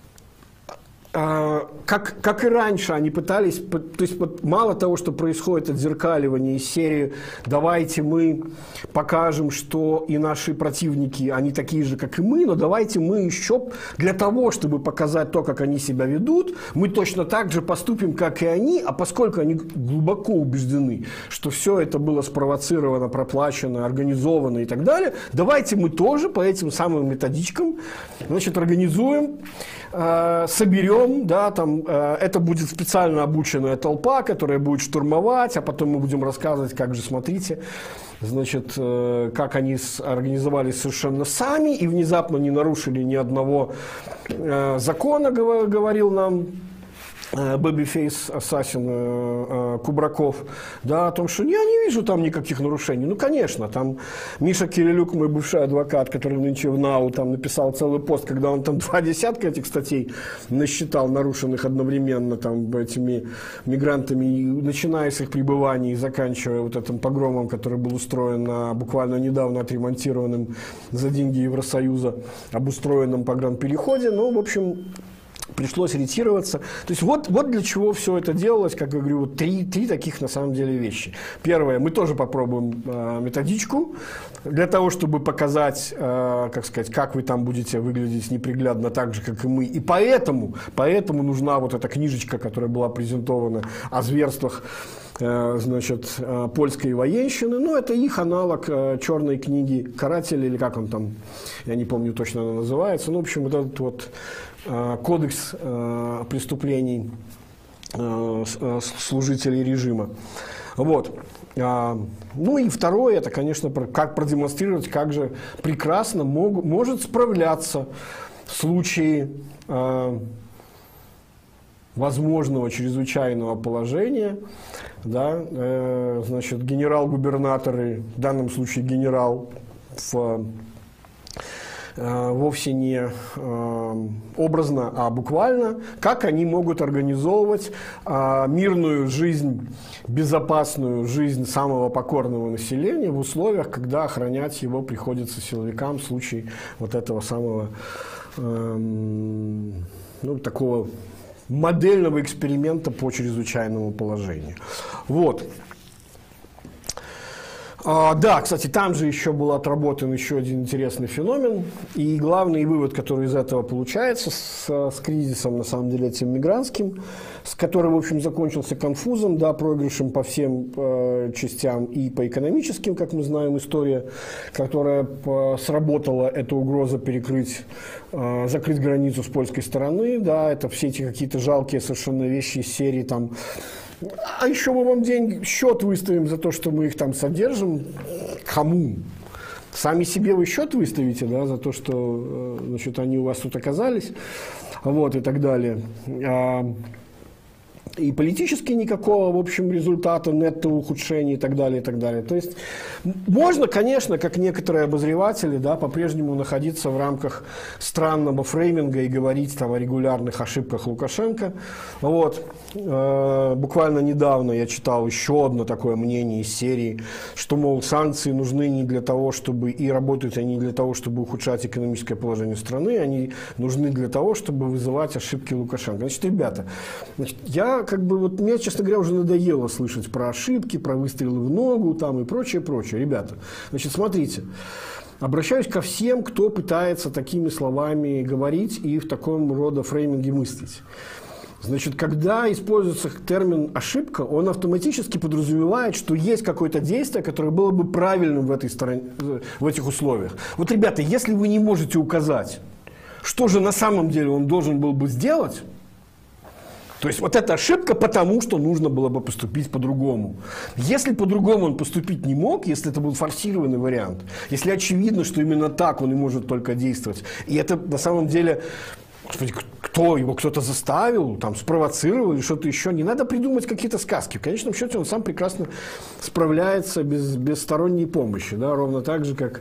как и раньше они пытались, то есть вот мало того, что происходит отзеркаливание из серии «давайте мы покажем, что и наши противники, они такие же, как и мы, но давайте мы еще для того, чтобы показать то, как они себя ведут, мы точно так же поступим, как и они, а поскольку они глубоко убеждены, что все это было спровоцировано, проплачено, организовано и так далее, давайте мы тоже по этим самым методичкам, значит, организуем, соберем, да, там, это будет специально обученная толпа, которая будет штурмовать, а потом мы будем рассказывать, как же, смотрите, значит, как они организовались совершенно сами и внезапно не нарушили ни одного закона, говорил нам Babyface Assassin Кубраков, да, о том, что я не вижу там никаких нарушений. Ну, конечно, там Миша Кирилюк, мой бывший адвокат, который нынче в НАУ, там написал целый пост, когда он там 20 этих статей насчитал, нарушенных одновременно там этими мигрантами, начиная с их пребывания и заканчивая вот этим погромом, который был устроен на буквально недавно отремонтированном за деньги Евросоюза обустроенном погранпереходе. Ну, в общем, пришлось ретироваться. То есть вот для чего все это делалось, как я говорю, вот три таких на самом деле вещи. Первое, мы тоже попробуем методичку для того, чтобы показать, как сказать, как вы там будете выглядеть неприглядно так же, как и мы. И поэтому нужна вот эта книжечка, которая была презентована о зверствах, значит, польской военщины. Ну, это их аналог черной книги «Каратель», или как он там, я не помню точно она называется. Ну, в общем, вот этот вот кодекс преступлений служителей режима. Вот. Ну и второе, это, конечно, как продемонстрировать, как же прекрасно может справляться в случае возможного чрезвычайного положения, да, значит, генерал-губернаторы, в данном случае генерал, вовсе не образно, а буквально, как они могут организовывать мирную жизнь, безопасную жизнь самого покорного населения в условиях, когда охранять его приходится силовикам в случае вот этого самого, ну, такого модельного эксперимента по чрезвычайному положению. Вот. Да, кстати, там же еще был отработан еще один интересный феномен. И главный вывод, который из этого получается с кризисом, на самом деле, этим мигрантским, с которым, в общем, закончился конфузом, да, проигрышем по всем частям и по экономическим, как мы знаем, история, которая сработала, эта угроза перекрыть, закрыть границу с польской стороны, да, это все эти какие-то жалкие совершенно вещи из серии там. А еще мы вам счет выставим за то, что мы их там содержим. Кому? Сами себе вы счет выставите, да, за то, что, значит, они у вас тут оказались, вот, и так далее. И политически никакого, в общем, результата, нетто ухудшения и так далее, и так далее. То есть можно, конечно, как некоторые обозреватели, да, по-прежнему находиться в рамках странного фрейминга и говорить там о регулярных ошибках Лукашенко. Вот. Буквально недавно я читал еще одно такое мнение из серии, что, мол, санкции нужны не для того, чтобы, и работают они не для того, чтобы ухудшать экономическое положение страны, они нужны для того, чтобы вызывать ошибки Лукашенко. Значит, ребята, мне, честно говоря, уже надоело слышать про ошибки, про выстрелы в ногу там и прочее, прочее. Ребята, значит, смотрите, обращаюсь ко всем, кто пытается такими словами говорить и в таком рода фрейминге мыслить. Значит, когда используется термин «ошибка», он автоматически подразумевает, что есть какое-то действие, которое было бы правильным в этих условиях. Вот, ребята, если вы не можете указать, что же на самом деле он должен был бы сделать, то есть вот эта ошибка, потому что нужно было бы поступить по-другому. Если по-другому он поступить не мог, если это был форсированный вариант, если очевидно, что именно так он и может только действовать, и это на самом деле, господи, кто-то заставил, там, спровоцировал или что-то еще, не надо придумать какие-то сказки. В конечном счете он сам прекрасно справляется без сторонней помощи, да, ровно так же, как...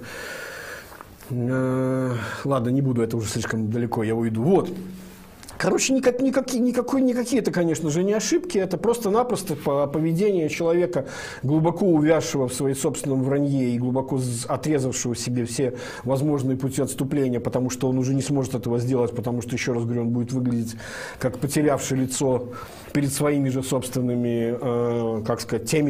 Ладно, не буду, это уже слишком далеко, я уйду. Вот. Короче, никакие это, конечно же, не ошибки, это просто-напросто поведение человека, глубоко увязшего в своем собственном вранье и глубоко отрезавшего себе все возможные пути отступления, потому что он уже не сможет этого сделать, потому что, еще раз говорю, он будет выглядеть как потерявший лицо перед своими же собственными, как сказать, теми,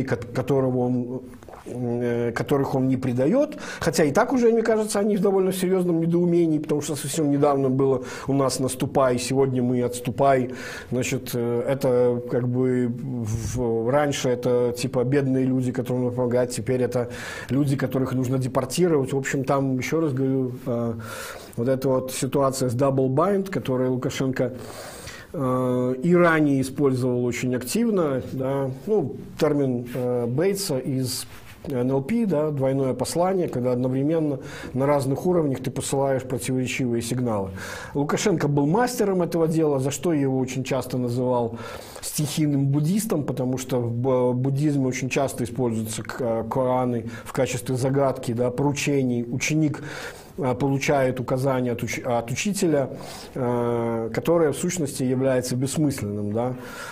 которых он не предает, хотя и так уже, мне кажется, они в довольно серьезном недоумении, потому что совсем недавно было у нас «наступай», сегодня мы «отступай», значит, это как бы раньше это типа бедные люди, которым нужно помогать, теперь это люди, которых нужно депортировать, в общем, там, еще раз говорю, вот эта вот ситуация с double bind, которую Лукашенко и ранее использовал очень активно, да, ну, термин Бейтса из НЛП, да, двойное послание, когда одновременно на разных уровнях ты посылаешь противоречивые сигналы. Лукашенко был мастером этого дела, за что я его очень часто называл стихийным буддистом, потому что в буддизме очень часто используются Кораны в качестве загадки, да, поручений. Ученик получает указания от учителя, которое в сущности является бессмысленным, да.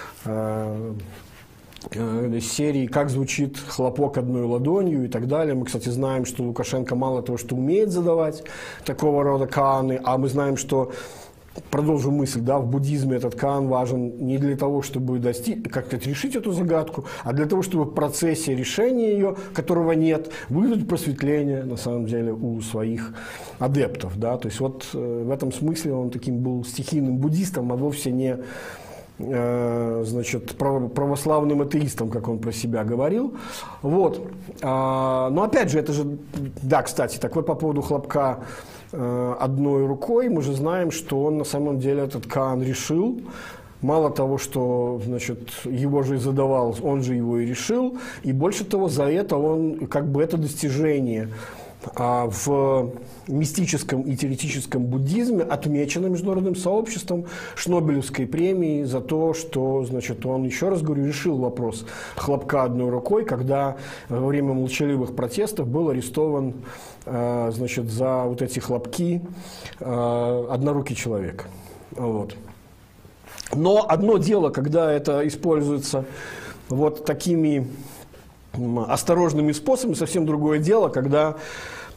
Из серии «Как звучит хлопок одной ладонью» и так далее. Мы, кстати, знаем, что Лукашенко мало того, что умеет задавать такого рода кааны, а мы знаем, что, продолжу мысль, да, в буддизме этот каан важен не для того, чтобы как-то решить эту загадку, а для того, чтобы в процессе решения ее, которого нет, вызвать просветление, на самом деле, у своих адептов. Да? То есть вот в этом смысле он таким был стихийным буддистом, а вовсе не значит, православным атеистом, как он про себя говорил. Вот. Но опять же, это же, да, кстати, так вот по поводу хлопка одной рукой, мы же знаем, что он на самом деле этот каан решил. Мало того, что, значит, его же и задавал, он же его и решил, и больше того, за это он, как бы, это достижение в мистическом и теоретическом буддизме отмечено международным сообществом Шнобелевской премией за то, что, значит, он, еще раз говорю, решил вопрос хлопка одной рукой, когда во время молчаливых протестов был арестован, значит, за вот эти хлопки однорукий человек. Вот. Но одно дело, когда это используется вот такими осторожными способами, совсем другое дело, когда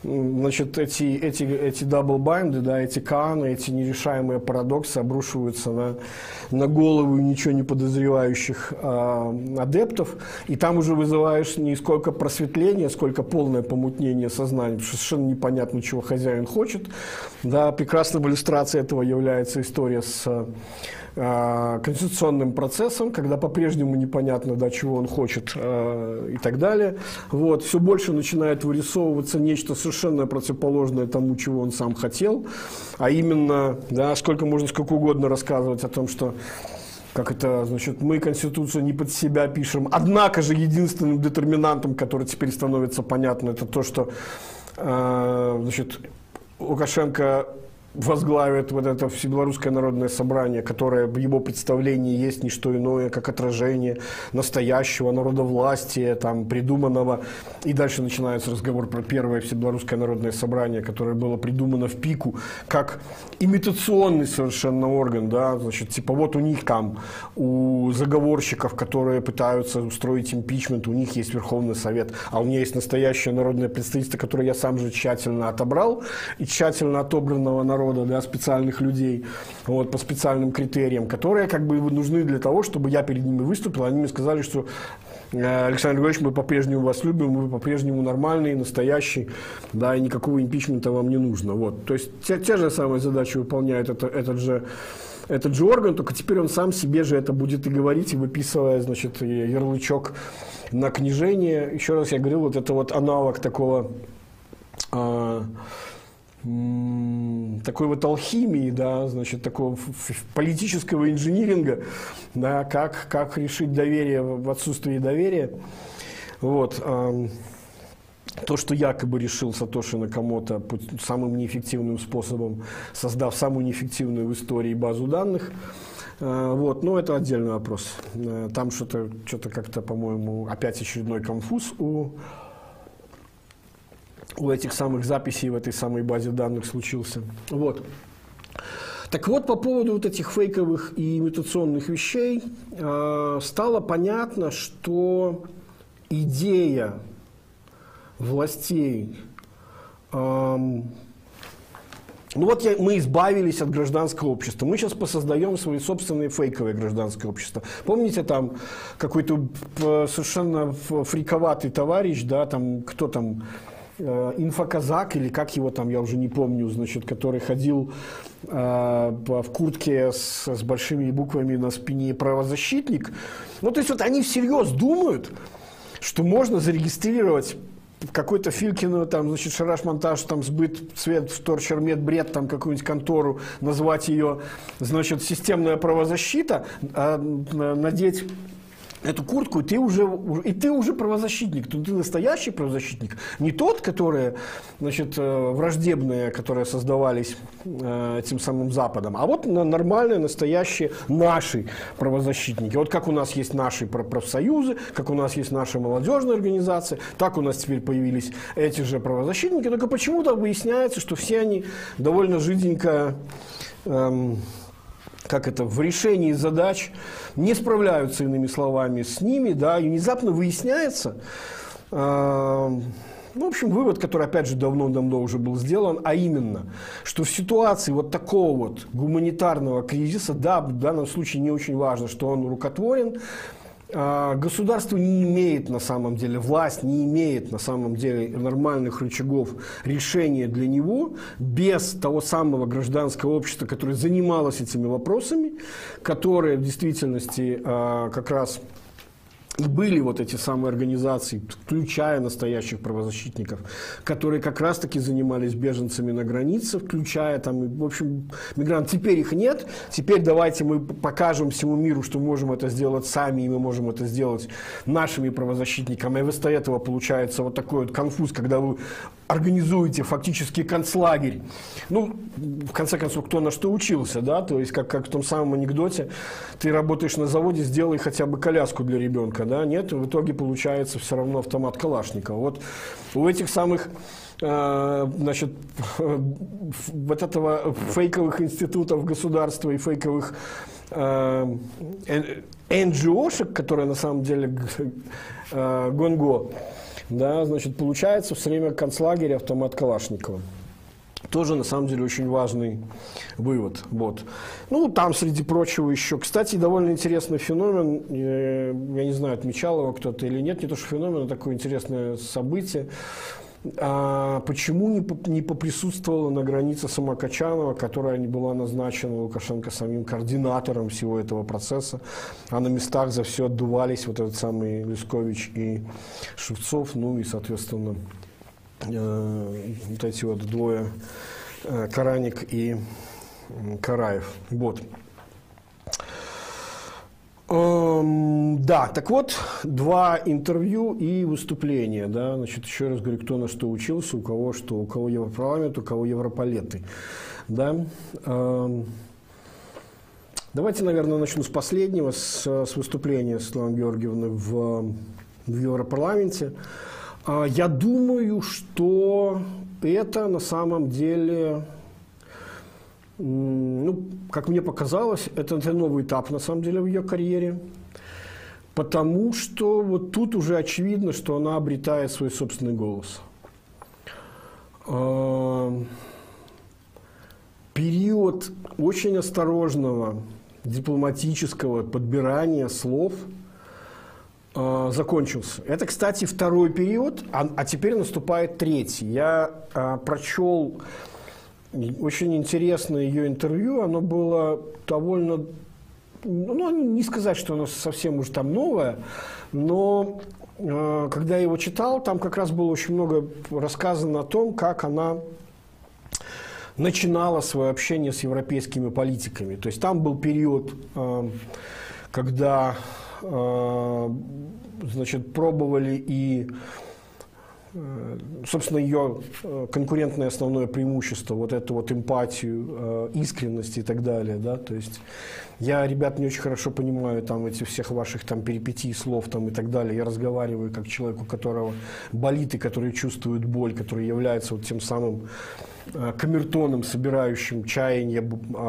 значит, эти даблбайнды, да, эти кааны, эти нерешаемые парадоксы обрушиваются на голову ничего не подозревающих адептов, и там уже вызываешь не сколько просветление, сколько полное помутнение сознания, потому что совершенно непонятно, чего хозяин хочет. Да, прекрасной иллюстрацией этого является история с конституционным процессом, когда по-прежнему непонятно, да, чего он хочет и так далее. Вот. Все больше начинает вырисовываться нечто совершенно противоположное тому, чего он сам хотел, а именно, да, сколько угодно рассказывать о том, что как это, значит, мы Конституцию не под себя пишем, однако же единственным детерминантом, который теперь становится понятно, это то, что значит, Лукашенко возглавит вот это Всебелорусское народное собрание, которое в его представлении есть не что иное, как отражение настоящего народовластия, там, придуманного. И дальше начинается разговор про первое Всебелорусское народное собрание, которое было придумано в пику, как имитационный совершенно орган, да, значит, типа вот у них там, у заговорщиков, которые пытаются устроить импичмент, у них есть Верховный Совет, а у меня есть настоящее народное представительство, которое я сам же тщательно отобрал, и тщательно отобранного народа, да, специальных людей, вот, по специальным критериям, которые как бы нужны для того, чтобы я перед ними выступил. Они мне сказали, что Александр Григорьевич, мы по-прежнему вас любим, вы по-прежнему нормальный, настоящий, да, и никакого импичмента вам не нужно. Вот. То есть те же самые задачи выполняет этот же орган, только теперь он сам себе же это будет и говорить, и выписывая, значит, ярлычок на книжение. Еще раз я говорил, вот это вот аналог такого такой вот алхимии, да, значит, такого политического инжиниринга, да, как решить доверие в отсутствии доверия. Вот. То, что якобы решил Сатоши Накамото самым неэффективным способом, создав самую неэффективную в истории базу данных, вот, но это отдельный вопрос. Там что-то как-то, по-моему, опять очередной конфуз у этих самых записей в этой самой базе данных случился. Вот. Так вот, по поводу вот этих фейковых и имитационных вещей стало понятно, что идея властей... мы избавились от гражданского общества. Мы сейчас посоздаем свои собственные фейковые гражданское общество. Помните, там какой-то совершенно фриковатый товарищ, да, там, кто там... инфоказак, или как его там, я уже не помню, значит, который ходил в куртке с большими буквами на спине, правозащитник. Ну, то есть вот они всерьез думают, что можно зарегистрировать какой-то Филькину, там, значит, шараш-монтаж, там, сбыт, цвет, вторчермет, бред, там, какую-нибудь контору, назвать ее, значит, системная правозащита, надеть эту куртку, и ты уже правозащитник, ты настоящий правозащитник, не тот, которые, значит, враждебные, которые создавались этим самым Западом, а вот нормальные, настоящие наши правозащитники. Вот как у нас есть наши профсоюзы, как у нас есть наши молодежные организации, так у нас теперь появились эти же правозащитники, только почему-то выясняется, что все они довольно жиденько... в решении задач не справляются, иными словами, с ними, да, и внезапно выясняется, в общем, вывод, который, опять же, давно-давно уже был сделан, а именно, что в ситуации вот такого вот гуманитарного кризиса, да, в данном случае не очень важно, что он рукотворен, государство не имеет на самом деле, власть не имеет на самом деле нормальных рычагов решения для него без того самого гражданского общества, которое занималось этими вопросами, которое в действительности как раз и были вот эти самые организации, включая настоящих правозащитников, которые как раз-таки занимались беженцами на границе, включая там, в общем, мигрант. Теперь их нет, теперь давайте мы покажем всему миру, что мы можем это сделать сами, и мы можем это сделать нашими правозащитниками. И вместо этого получается вот такой вот конфуз, когда вы организуете фактически концлагерь. Ну, в конце концов, кто на что учился, да, то есть, как в том самом анекдоте, ты работаешь на заводе, сделай хотя бы коляску для ребенка, да, нет, в итоге получается все равно автомат Калашникова. Вот у этих самых, значит, вот этого фейковых институтов государства и фейковых NGO-шек, которые на самом деле Гонго, Да, значит, получается все время концлагеря автомат Калашникова. Тоже, на самом деле, очень важный вывод. Вот. Ну, там, среди прочего, еще... Кстати, довольно интересный феномен. Я не знаю, отмечал его кто-то или нет. Не то, что феномен, а такое интересное событие. Почему не поприсутствовала на границе сама Качанова, которая не была назначена Лукашенко самим координатором всего этого процесса, а на местах за все отдувались вот этот самый Лескович и Шевцов, ну и, соответственно, вот эти вот двое, Караник и Караев. Вот. Да, так вот, 2 интервью и выступления, да, значит, еще раз говорю, кто на что учился, у кого что, у кого Европарламент, у кого Европолеты, да. Давайте, наверное, начну с последнего, с выступления Светланы Георгиевны в Европарламенте. Я думаю, что это на самом деле... Ну, как мне показалось, это новый этап, на самом деле, в ее карьере, потому что вот тут уже очевидно, что она обретает свой собственный голос. Период очень осторожного дипломатического подбирания слов закончился. Это, кстати, 2-й период, а теперь наступает 3-й. Я прочел... Очень интересное ее интервью, оно было довольно, ну, не сказать, что оно совсем уж там новое, но когда я его читал, там как раз было очень много рассказано о том, как она начинала свое общение с европейскими политиками. То есть там был период, когда, значит, пробовали и... Собственно, ее конкурентное основное преимущество, вот эту вот эмпатию, искренность и так далее, да, то есть я, ребят, не очень хорошо понимаю там эти всех ваших там перипетий, слов там и так далее, я разговариваю как человек, у которого болит и который чувствует боль, который является вот тем самым камертоном, собирающим чаяние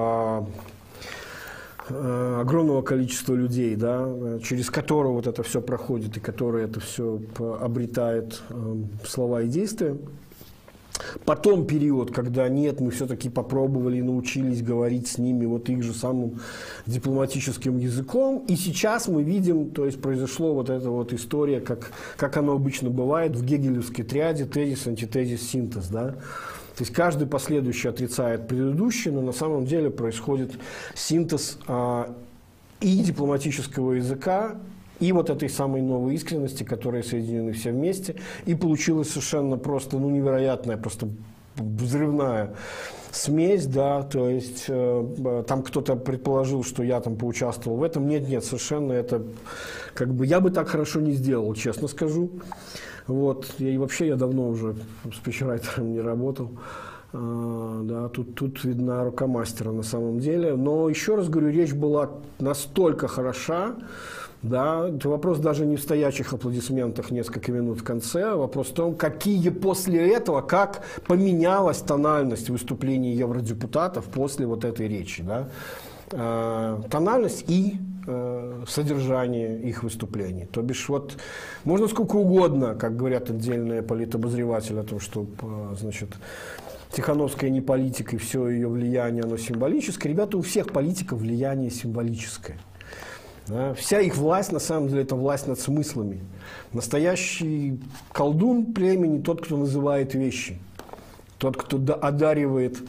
огромного количества людей, да, через которого вот это все проходит и который это все обретает слова и действия. Потом период, когда нет, мы все-таки попробовали и научились говорить с ними вот их же самым дипломатическим языком. И сейчас мы видим, то есть произошло вот эта вот история, как оно обычно бывает в гегелевской триаде: тезис, антитезис, синтез, да. То есть каждый последующий отрицает предыдущий, но на самом деле происходит синтез и дипломатического языка, и вот этой самой новой искренности, которые соединены все вместе. И получилась совершенно просто, ну, невероятная, просто взрывная смесь, да, то есть там кто-то предположил, что я там поучаствовал в этом. Нет, совершенно это, как бы, я бы так хорошо не сделал, честно скажу. Вот, и вообще я давно уже спичрайтером не работал. Да, тут видна рука мастера на самом деле. Но еще раз говорю, речь была настолько хороша, да, это вопрос даже не в стоячих аплодисментах несколько минут в конце, а вопрос в том, какие после этого, как поменялась тональность выступлений евродепутатов после вот этой речи, да. Тональность и содержание их выступлений. То бишь, вот можно сколько угодно, как говорят отдельные политобозреватели, о том, что, значит, Тихановская не политик, и все ее влияние, оно символическое. Ребята, у всех политиков влияние символическое. Да? Вся их власть, на самом деле, это власть над смыслами. Настоящий колдун племени тот, кто называет вещи. Тот, кто одаривает,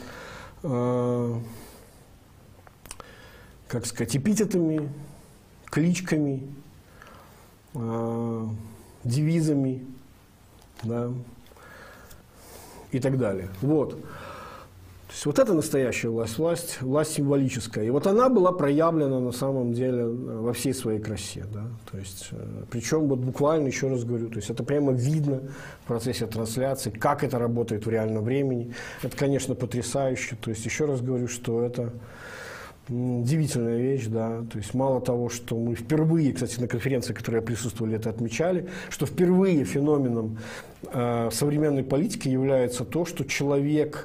как сказать, эпитетами, кличками, девизами, да, и так далее. Вот. То есть вот это настоящая власть символическая. И вот она была проявлена на самом деле во всей своей красе. Да? То есть, причем вот буквально, еще раз говорю, то есть это прямо видно в процессе трансляции, как это работает в реальном времени. Это, конечно, потрясающе. То есть еще раз говорю, что это удивительная вещь, да, то есть мало того, что мы впервые, кстати, на конференции, на которой я присутствовал, это отмечали, что впервые феноменом современной политики является то, что человек,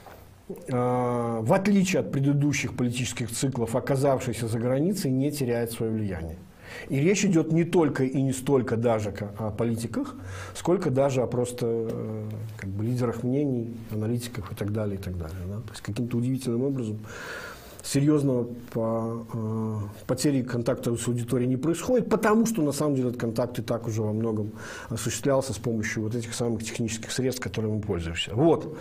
в отличие от предыдущих политических циклов, оказавшийся за границей, не теряет свое влияние. И речь идет не только и не столько даже о политиках, сколько даже о просто как бы лидерах мнений, аналитиках и так далее, и так далее. Да? То есть каким-то удивительным образом серьезного потери контакта с аудиторией не происходит, потому что на самом деле этот контакт и так уже во многом осуществлялся с помощью вот этих самых технических средств, которыми мы пользуемся. Вот.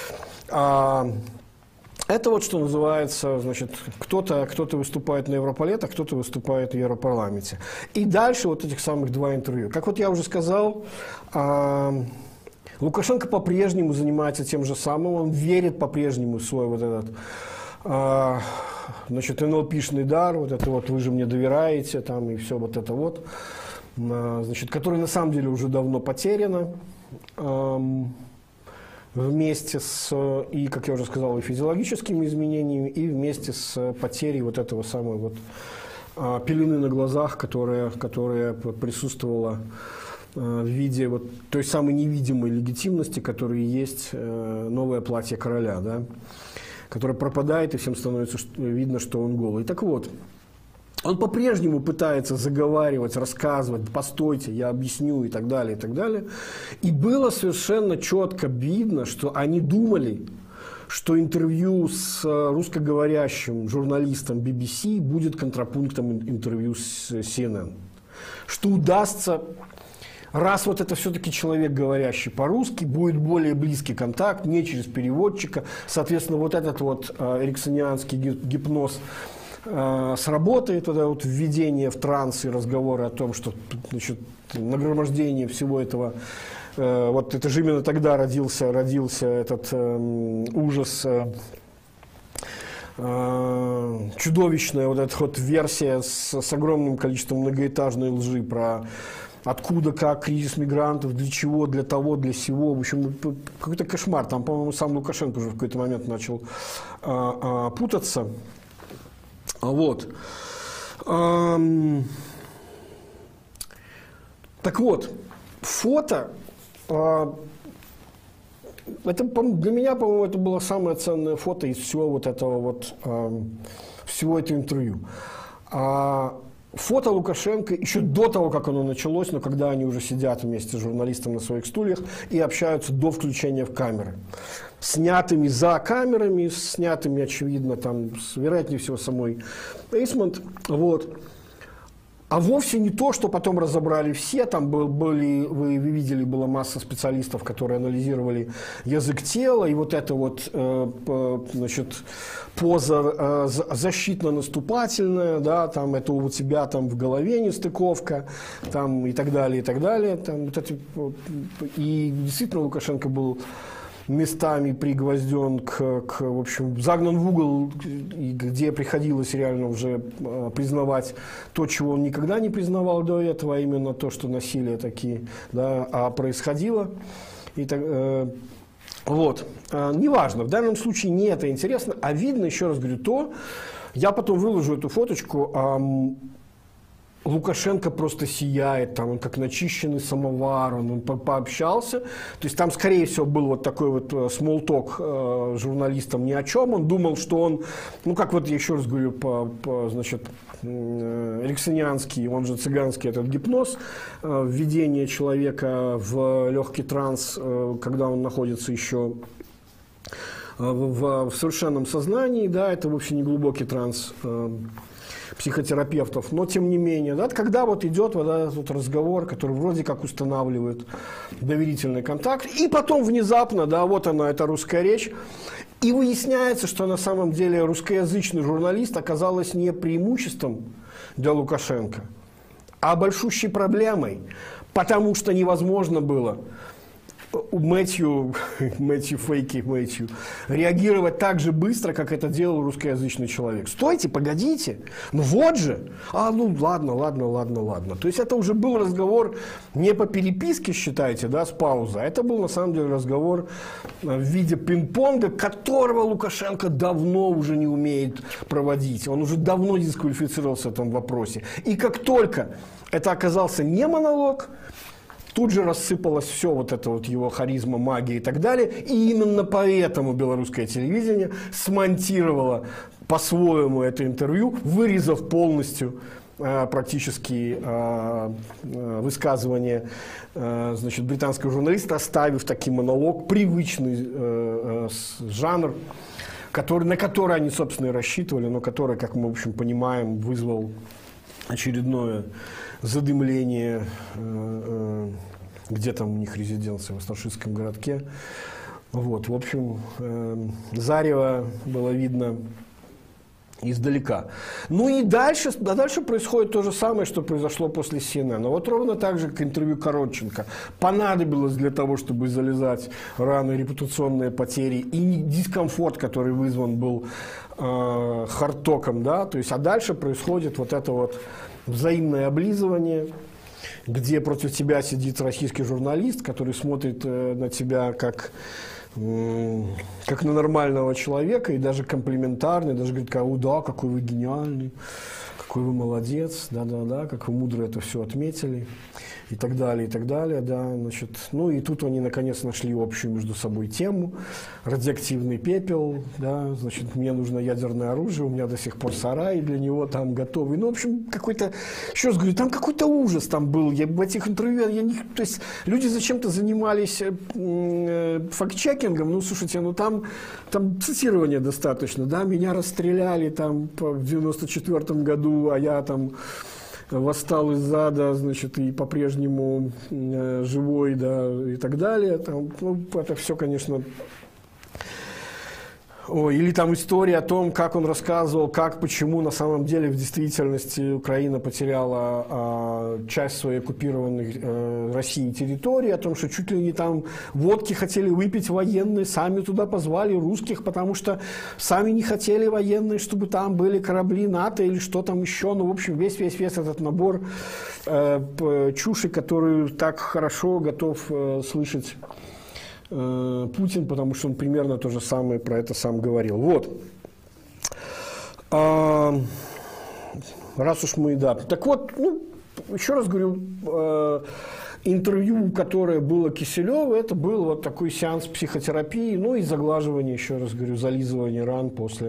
Это вот что называется, значит, кто-то выступает на Европалет, а кто-то выступает в Европарламенте. И дальше вот этих самых два интервью. Как вот я уже сказал, Лукашенко по-прежнему занимается тем же самым, он верит по-прежнему в свой вот этот, значит, НЛПшный дар, вот это вот «вы же мне доверяете», там, и все вот это вот, значит, которое на самом деле уже давно потеряно. Вместе с, и, как я уже сказал, и физиологическими изменениями, и вместе с потерей вот этого самого вот пелены на глазах, которая присутствовала в виде вот той самой невидимой легитимности, которая есть новое платье короля, да, которое пропадает, и всем становится видно, что он голый. Так вот, он по-прежнему пытается заговаривать, рассказывать, постойте, я объясню и так далее, и так далее. И было совершенно четко видно, что они думали, что интервью с русскоговорящим журналистом BBC будет контрапунктом интервью с CNN. Что удастся, раз вот это все-таки человек, говорящий по-русски, будет более близкий контакт, не через переводчика. Соответственно, вот этот вот эриксонианский гипноз сработает, это вот введение в транс и разговоры о том, что, значит, нагромождение всего этого, вот это же именно тогда родился этот ужас, чудовищная вот эта вот версия с огромным количеством многоэтажной лжи про откуда, как, кризис мигрантов, для чего, для того, для сего. В общем, какой-то кошмар. Там, по-моему, сам Лукашенко уже в какой-то момент начал путаться. Вот. Так вот, фото, это, для меня, по-моему, это было самое ценное фото из всего вот этого вот, всего этого интервью. Фото Лукашенко еще до того, как оно началось, но когда они уже сидят вместе с журналистом на своих стульях и общаются до включения в камеры. Снятыми за камерами, снятыми, очевидно, там, вероятнее всего, самой Эйсмонт. Вот. А вовсе не то, что потом разобрали все. Там были, вы видели, была масса специалистов, которые анализировали язык тела. И вот эта вот, значит, поза защитно-наступательная, да, там это у тебя там в голове нестыковка, там и так далее, и так далее. Там, вот эти, и действительно Лукашенко был местами пригвозден в общем, загнан в угол, где приходилось реально уже признавать то, чего он никогда не признавал до этого, а именно то, что насилие такие, да, происходило. И так, вот. Неважно, в данном случае не это интересно, а видно, еще раз говорю, то, я потом выложу эту фоточку, Лукашенко просто сияет, там, он как начищенный самовар, он пообщался. То есть там, скорее всего, был вот такой вот small-talk журналистам ни о чем. Он думал, что он, ну, как вот я еще раз говорю, значит, эриксонианский, он же цыганский этот гипноз, введение человека в легкий транс, когда он находится еще в совершенном сознании, да, это вовсе не глубокий транс психотерапевтов, но тем не менее, да, когда вот идет вот этот вот разговор, который вроде как устанавливает доверительный контакт, и потом внезапно, да, вот она, эта русская речь, и выясняется, что на самом деле русскоязычный журналист оказалась не преимуществом для Лукашенко, а большущей проблемой, потому что невозможно было Мэтью реагировать так же быстро, как это делал русскоязычный человек. Стойте, погодите, ну вот же, ну ладно. То есть это уже был разговор не по переписке, считайте, да, с паузой, а это был на самом деле разговор в виде пинг-понга, которого Лукашенко давно уже не умеет проводить. Он уже давно дисквалифицировался в этом вопросе. И как только это оказался не монолог, тут же рассыпалось все вот это вот его харизма, магия и так далее. И именно поэтому белорусское телевидение смонтировало по-своему это интервью, вырезав полностью практически высказывание значит, британского журналиста, оставив такой монолог, привычный жанр, на который они, собственно, и рассчитывали, но который, как мы, в общем, понимаем, вызвал очередное задымление, где там у них резиденция, в Асташистском городке. Вот, в общем, зарево было видно издалека. Ну и дальше происходит то же самое, что произошло после CNN. Вот ровно так же, как интервью Коробченко, понадобилось для того, чтобы залезать раны, репутационные потери и дискомфорт, который вызван был хардтоком, да, то есть, а дальше происходит вот это вот взаимное облизывание, где против тебя сидит российский журналист, который смотрит на тебя как на нормального человека и даже комплиментарный, даже говорит, да, какой вы гениальный, какой вы молодец, да, как вы мудро это все отметили и так далее, да, значит, ну и тут они наконец нашли общую между собой тему, радиоактивный пепел, да, значит, мне нужно ядерное оружие, у меня до сих пор сарай для него там готовый, ну, в общем, какой-то, еще раз говорю, там какой-то ужас там был, я в этих интервью, то есть люди зачем-то занимались факт-чекингом, ну, слушайте, ну, там цитирования достаточно, да, меня расстреляли там в 94 году, а я там восстал из ада, значит, и по-прежнему живой, да, и так далее. Там, ну, это все, конечно... Или там история о том, как он рассказывал, почему на самом деле в действительности Украина потеряла часть своей оккупированной Россией территории, о том, что чуть ли не там водки хотели выпить военные, сами туда позвали русских, потому что сами не хотели военные, чтобы там были корабли НАТО или что там еще. Ну, в общем, весь этот набор чуши, которую так хорошо готов слышать Путин, потому что он примерно то же самое про это сам говорил. Вот. Раз уж мы, да. Так вот, ну, еще раз говорю, интервью, которое было Киселеву, это был вот такой сеанс психотерапии, ну и заглаживание, еще раз говорю, зализывание ран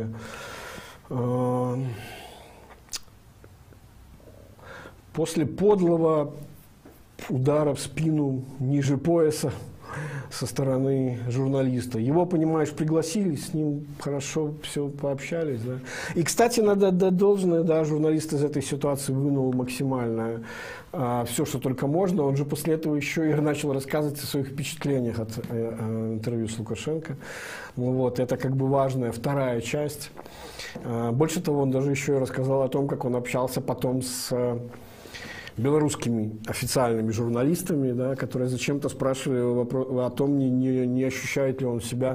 после подлого удара в спину ниже пояса со стороны журналиста. Его, понимаешь, пригласили, с ним хорошо все пообщались. Да? И, кстати, надо отдать должное, да, журналист из этой ситуации вынул максимально все, что только можно. Он же после этого еще и начал рассказывать о своих впечатлениях от интервью с Лукашенко. Ну, вот, это как бы важная вторая часть. Больше того, он даже еще и рассказал о том, как он общался потом с белорусскими официальными журналистами, да, которые зачем-то спрашивали о том, не ощущает ли он себя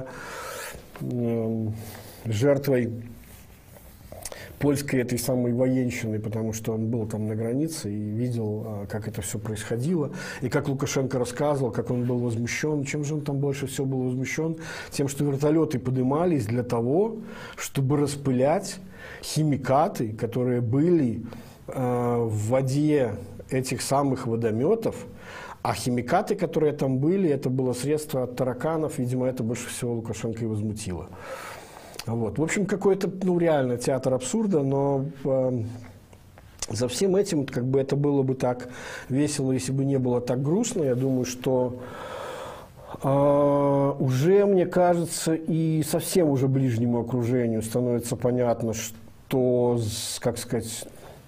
жертвой польской этой самой военщины, потому что он был там на границе и видел, как это все происходило, и как Лукашенко рассказывал, как он был возмущен. Чем же он там больше всего был возмущен? Тем, что вертолеты поднимались для того, чтобы распылять химикаты, которые были в воде этих самых водометов, а химикаты, которые там были, это было средство от тараканов, видимо, это больше всего Лукашенко и возмутило. Вот. В общем, какой-то, ну, реально театр абсурда, но за всем этим, как бы это было бы так весело, если бы не было так грустно. Я думаю, что уже, мне кажется, и совсем уже ближнему окружению становится понятно, что, как сказать,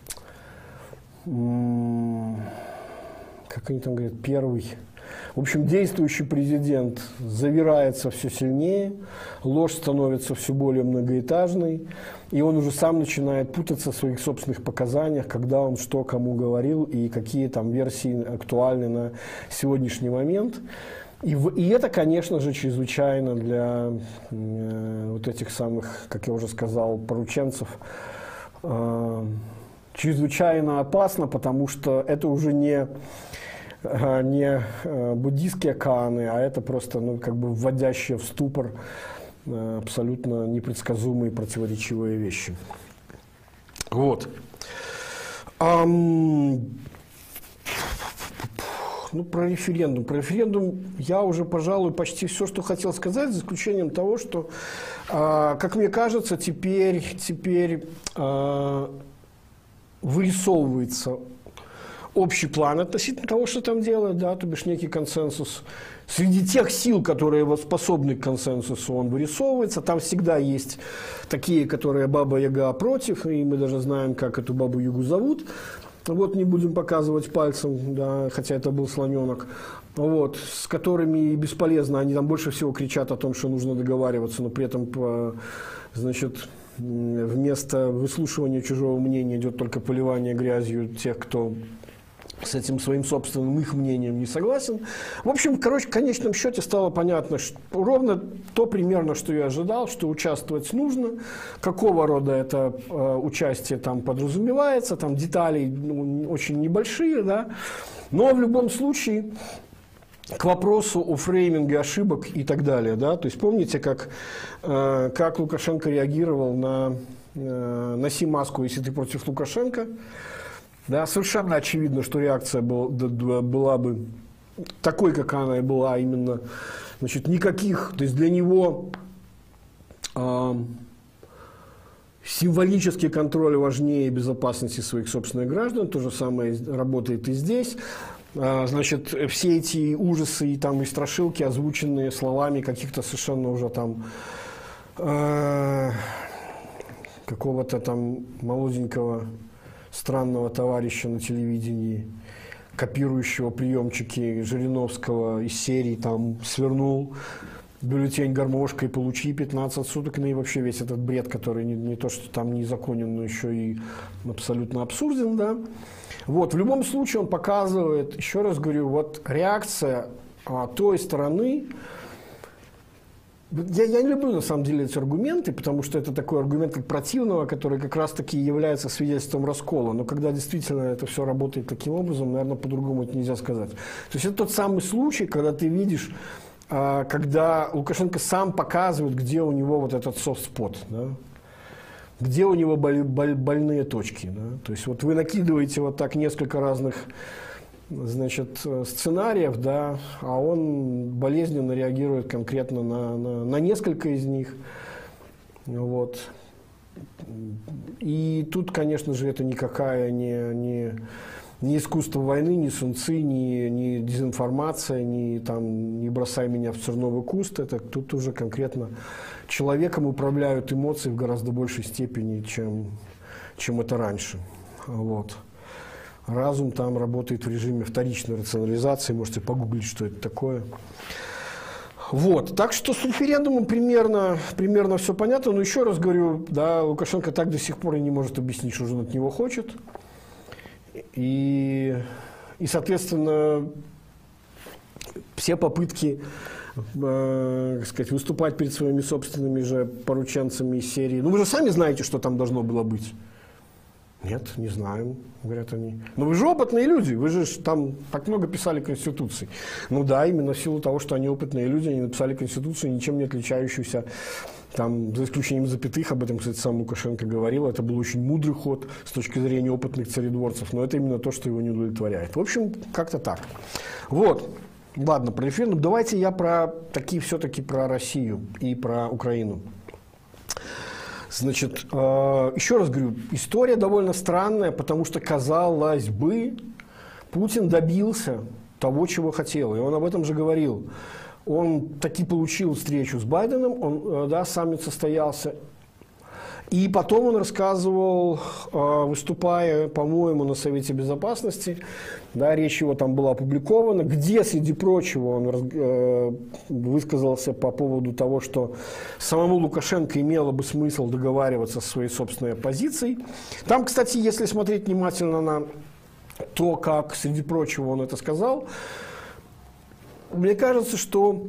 как они там говорят, первый. В общем, действующий президент завирается все сильнее, ложь становится все более многоэтажной, и он уже сам начинает путаться в своих собственных показаниях, когда он что кому говорил и какие там версии актуальны на сегодняшний момент. И это, конечно же, чрезвычайно для вот этих самых, как я уже сказал, порученцев, чрезвычайно опасно, потому что это уже не буддийские кааны, а это просто, ну, как бы вводящие в ступор абсолютно непредсказуемые противоречивые вещи. Вот. Ну, про референдум. Про референдум я уже, пожалуй, почти все, что хотел сказать, за исключением того, что, как мне кажется, теперь вырисовывается общий план относительно того, что там делают, да, то бишь некий консенсус. Среди тех сил, которые вот способны к консенсусу, он вырисовывается. Там всегда есть такие, которые Баба-Яга против, и мы даже знаем, как эту Бабу-Ягу зовут. Вот, не будем показывать пальцем, да, хотя это был слоненок. Вот, с которыми бесполезно, они там больше всего кричат о том, что нужно договариваться, но при этом, значит, вместо выслушивания чужого мнения идет только поливание грязью тех, кто с этим своим собственным их мнением не согласен. В общем, короче, в конечном счете стало понятно, что ровно то примерно, что я ожидал, что участвовать нужно, какого рода это участие там подразумевается, там детали очень небольшие, да, но в любом случае к вопросу о фрейминге ошибок и так далее, да, то есть помните, как Лукашенко реагировал на «Носи маску, если ты против Лукашенко». Да, совершенно очевидно, что реакция была бы такой, как она и была, именно, значит, никаких, то есть для него символический контроль важнее безопасности своих собственных граждан, то же самое работает и здесь. Значит, все эти ужасы и, там, и страшилки, озвученные словами каких-то совершенно уже там какого-то там молоденького странного товарища на телевидении, копирующего приемчики Жириновского из серии, там, свернул бюллетень гармошкой, получи 15 суток, ну и вообще весь этот бред, который не то, что там незаконен, но еще и абсолютно абсурден, да. Вот, в любом случае он показывает, еще раз говорю, вот реакция той стороны. Я не люблю, на самом деле, эти аргументы, потому что это такой аргумент как противного, который как раз-таки является свидетельством раскола. Но когда действительно это все работает таким образом, наверное, по-другому это нельзя сказать. То есть это тот самый случай, когда ты видишь, когда Лукашенко сам показывает, где у него вот этот софт-спот, да? Где у него больные точки. Да? То есть вот вы накидываете вот так несколько разных, значит, сценариев, да, а он болезненно реагирует конкретно на несколько из них. Вот. И тут, конечно же, это никакая не искусство войны, не Сун Цзы, не дезинформация, не бросай меня в церновый куст. Это тут уже конкретно человеком управляют эмоции в гораздо большей степени, чем это раньше. Вот. Разум там работает в режиме вторичной рационализации, можете погуглить, что это такое. Вот. Так что с референдумом примерно все понятно, но еще раз говорю, да, Лукашенко так до сих пор и не может объяснить, что же он от него хочет. И соответственно, все попытки, так сказать, выступать перед своими собственными же порученцами из серии, ну вы же сами знаете, что там должно было быть. Нет, не знаем, говорят они. Но вы же опытные люди, вы же там так много писали Конституций. Ну да, именно в силу того, что они опытные люди, они написали Конституцию, ничем не отличающуюся, там, за исключением запятых, об этом, кстати, сам Лукашенко говорил, это был очень мудрый ход с точки зрения опытных царедворцев, но это именно то, что его не удовлетворяет. В общем, как-то так. Вот, ладно, про референдум. Давайте я все-таки про Россию и про Украину. Значит, еще раз говорю, история довольно странная, потому что, казалось бы, Путин добился того, чего хотел, и он об этом же говорил. Он таки получил встречу с Байденом, да, саммит состоялся. И потом он рассказывал, выступая, по-моему, на Совете Безопасности, да, речь его там была опубликована, где, среди прочего, он высказался по поводу того, что самому Лукашенко имело бы смысл договариваться со своей собственной оппозицией. Там, кстати, если смотреть внимательно на то, как, среди прочего, он это сказал, мне кажется, что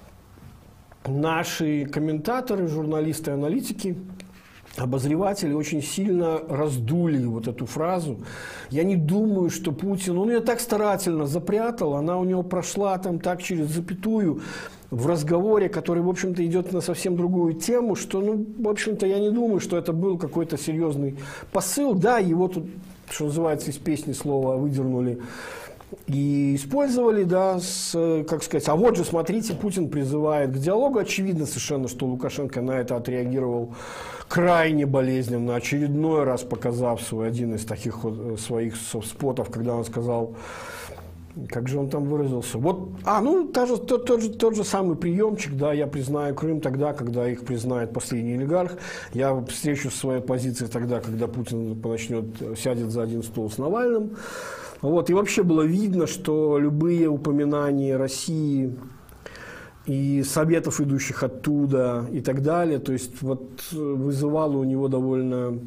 наши комментаторы, журналисты, аналитики, обозреватели очень сильно раздули вот эту фразу. Я не думаю, что Путин, он ее так старательно запрятал, она у него прошла там так через запятую в разговоре, который, в общем-то, идет на совсем другую тему, что, ну, в общем-то, я не думаю, что это был какой-то серьезный посыл. Да, его тут, что называется, из песни слова выдернули И использовали, да, как сказать, а вот же, смотрите, Путин призывает к диалогу. Очевидно совершенно, что Лукашенко на это отреагировал крайне болезненно, очередной раз показав один из таких своих спотов, когда он сказал, как же он там выразился, вот, тот же самый приемчик, да, я признаю Крым тогда, когда их признает последний олигарх, я встречусь со своей позицией тогда, когда Путин сядет за один стол с Навальным. Вот, и вообще было видно, что любые упоминания России и советов, идущих оттуда, и так далее, то есть вот вызывало у него довольно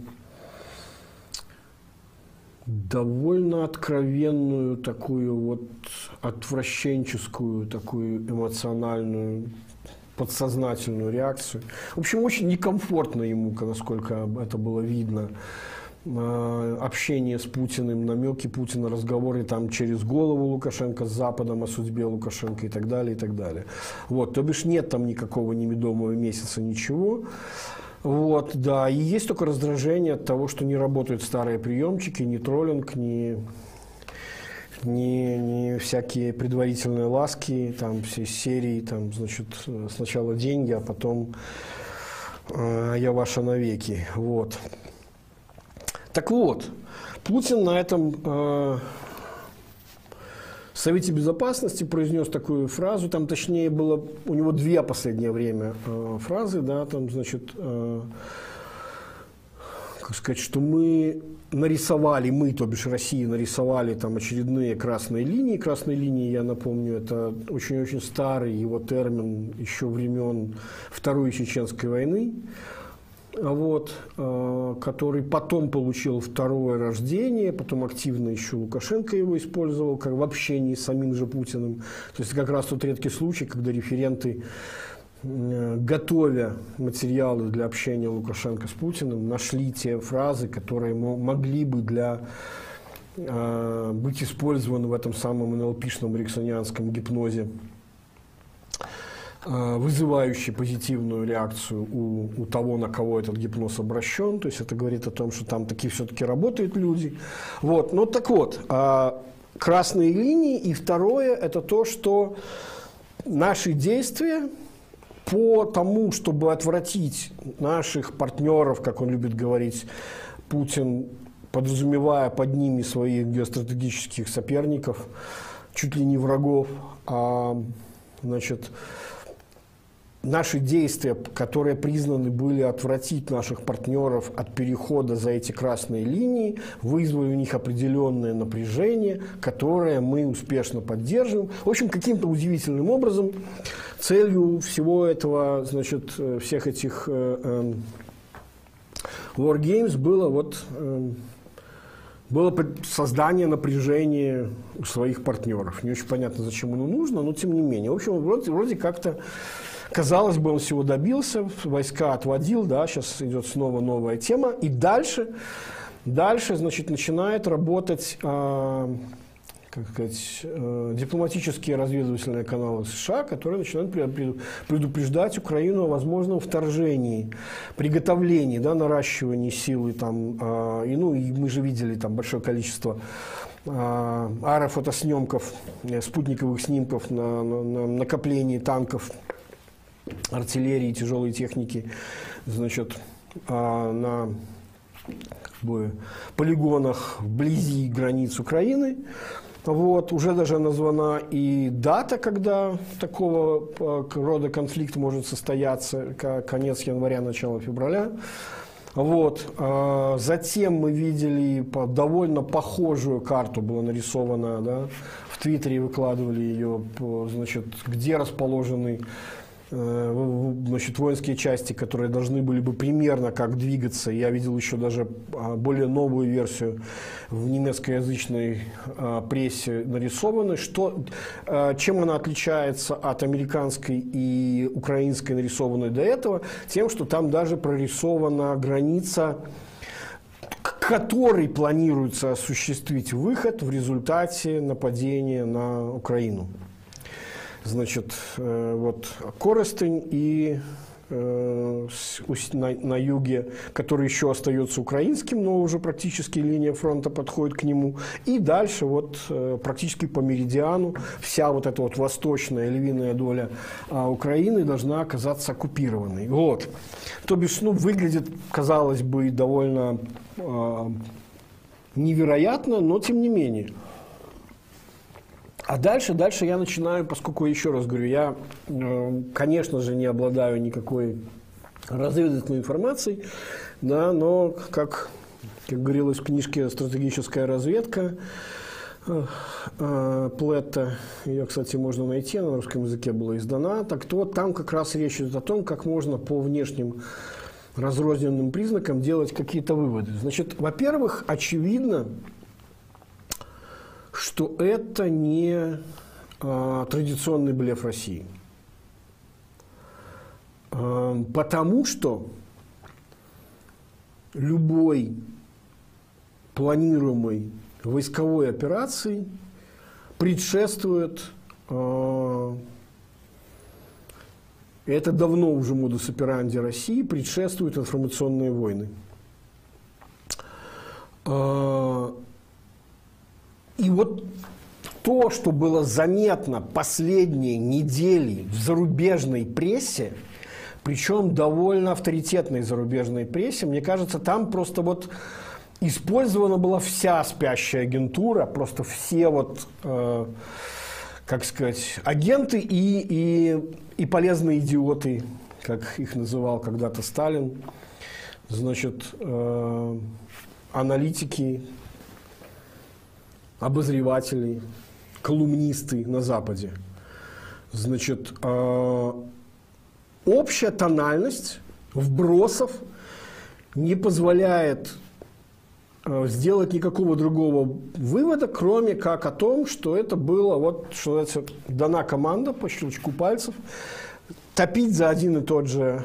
откровенную, такую вот отвращенческую, такую эмоциональную, подсознательную реакцию. В общем, очень некомфортно ему, насколько это было видно. Общение с Путиным, намеки Путина, разговоры там через голову Лукашенко с Западом о судьбе Лукашенко и так далее, и так далее. Вот, то бишь нет там никакого ни медового месяца, ничего. Вот, да, и есть только раздражение от того, что не работают старые приемчики, ни троллинг, ни всякие предварительные ласки, там все серии, там, значит, сначала деньги, а потом я ваша навеки, вот. Так вот, Путин на этом Совете Безопасности произнес такую фразу, там точнее было, у него две последнее время фразы, да, там, значит, как сказать, что мы нарисовали, то бишь Россия нарисовали там очередные красные линии. Красные линии, я напомню, это очень-очень старый его термин еще времен Второй Чеченской войны. Вот, который потом получил второе рождение, потом активно еще Лукашенко его использовал как в общении с самим же Путиным. То есть как раз тот редкий случай, когда референты, готовя материалы для общения Лукашенко с Путиным, нашли те фразы, которые могли бы быть использованы в этом самом НЛПшном эриксонианском гипнозе, вызывающий позитивную реакцию у того, на кого этот гипноз обращен. То есть это говорит о том, что там такие все-таки работают люди. Вот. Ну так вот, красные линии. И второе, это то, что наши действия по тому, чтобы отвратить наших партнеров, как он любит говорить, Путин, подразумевая под ними своих геостратегических соперников, чуть ли не врагов, значит, наши действия, которые признаны были отвратить наших партнеров от перехода за эти красные линии, вызвали у них определенное напряжение, которое мы успешно поддерживаем. В общем, каким-то удивительным образом целью всего этого, значит, всех этих War Games было создание напряжения у своих партнеров. Не очень понятно, зачем оно нужно, но тем не менее. В общем, вроде как-то, казалось бы, он всего добился, войска отводил, да, сейчас идет снова новая тема. И дальше значит, начинает работать, как сказать, дипломатические разведывательные каналы США, которые начинают предупреждать Украину о возможном вторжении, приготовлении, да, наращивании силы. Там, и мы же видели там большое количество аэрофотосъемков, спутниковых снимков на накоплении танков, артиллерии, тяжелой техники, значит, на полигонах вблизи границ Украины. Вот, уже даже названа и дата, когда такого рода конфликт может состояться, конец января, начало февраля. Вот. Затем мы видели довольно похожую карту, была нарисована, да, в Твиттере выкладывали ее, значит, где расположены, значит, воинские части, которые должны были бы примерно как двигаться. Я видел еще даже более новую версию в немецкоязычной прессе нарисованной. Чем она отличается от американской и украинской, нарисованной до этого? Тем, что там даже прорисована граница, к которой планируется осуществить выход в результате нападения на Украину. Значит, вот Коростень и на юге, который еще остается украинским, но уже практически линия фронта подходит к нему. И дальше вот практически по меридиану вся вот эта вот восточная львиная доля Украины должна оказаться оккупированной. Вот. То бишь, ну, выглядит, казалось бы, довольно невероятно, но тем не менее. А дальше я начинаю, поскольку, еще раз говорю, я, конечно же, не обладаю никакой разведывательной информацией, да, но, как говорилось в книжке «Стратегическая разведка» Плетта, ее, кстати, можно найти, она на русском языке была издана, так то там как раз речь идет о том, как можно по внешним разрозненным признакам делать какие-то выводы. Значит, во-первых, очевидно, что это не традиционный блеф России. Потому что любой планируемой войсковой операции предшествует, это давно уже модус операнди России, предшествуют информационные войны. И вот то, что было заметно последние недели в зарубежной прессе, причем довольно авторитетной зарубежной прессе, мне кажется, там просто вот использована была вся спящая агентура, просто все вот, как сказать, агенты и полезные идиоты, как их называл когда-то Сталин, значит, аналитики, обозреватели, колумнисты на Западе. Значит, общая тональность вбросов не позволяет сделать никакого другого вывода, кроме как о том, что это было, вот, что называется, дана команда по щелчку пальцев топить за один и тот же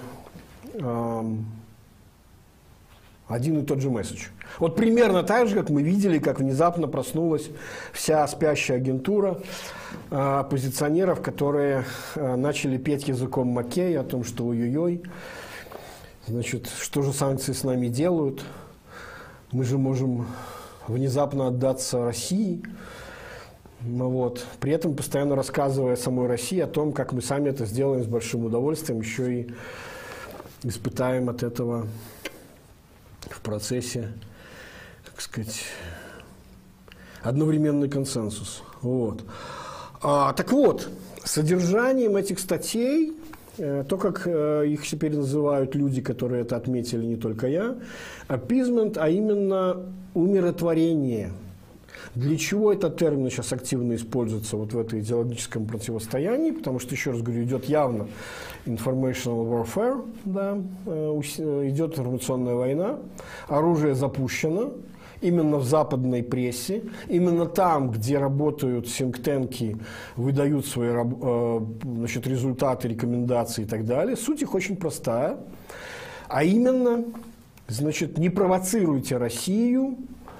месседж. Вот примерно так же, как мы видели, как внезапно проснулась вся спящая агентура оппозиционеров, которые начали петь языком Маккея о том, что ой-ой-ой, значит, что же санкции с нами делают, мы же можем внезапно отдаться России, ну вот. При этом постоянно рассказывая самой России о том, как мы сами это сделаем с большим удовольствием, еще и испытаем от этого в процессе, так сказать, одновременный консенсус. Вот. Так вот, содержанием этих статей, то, как их теперь называют люди, которые это отметили, не только я, appeasement, а именно умиротворение. Для чего этот термин сейчас активно используется вот в этом идеологическом противостоянии? Потому что, еще раз говорю, идет явно informational warfare, да, идет информационная война, оружие запущено, именно в западной прессе, именно там, где работают синктенки, выдают свои значит, результаты, рекомендации и так далее. Суть их очень простая, а именно, значит, не провоцируйте Россию,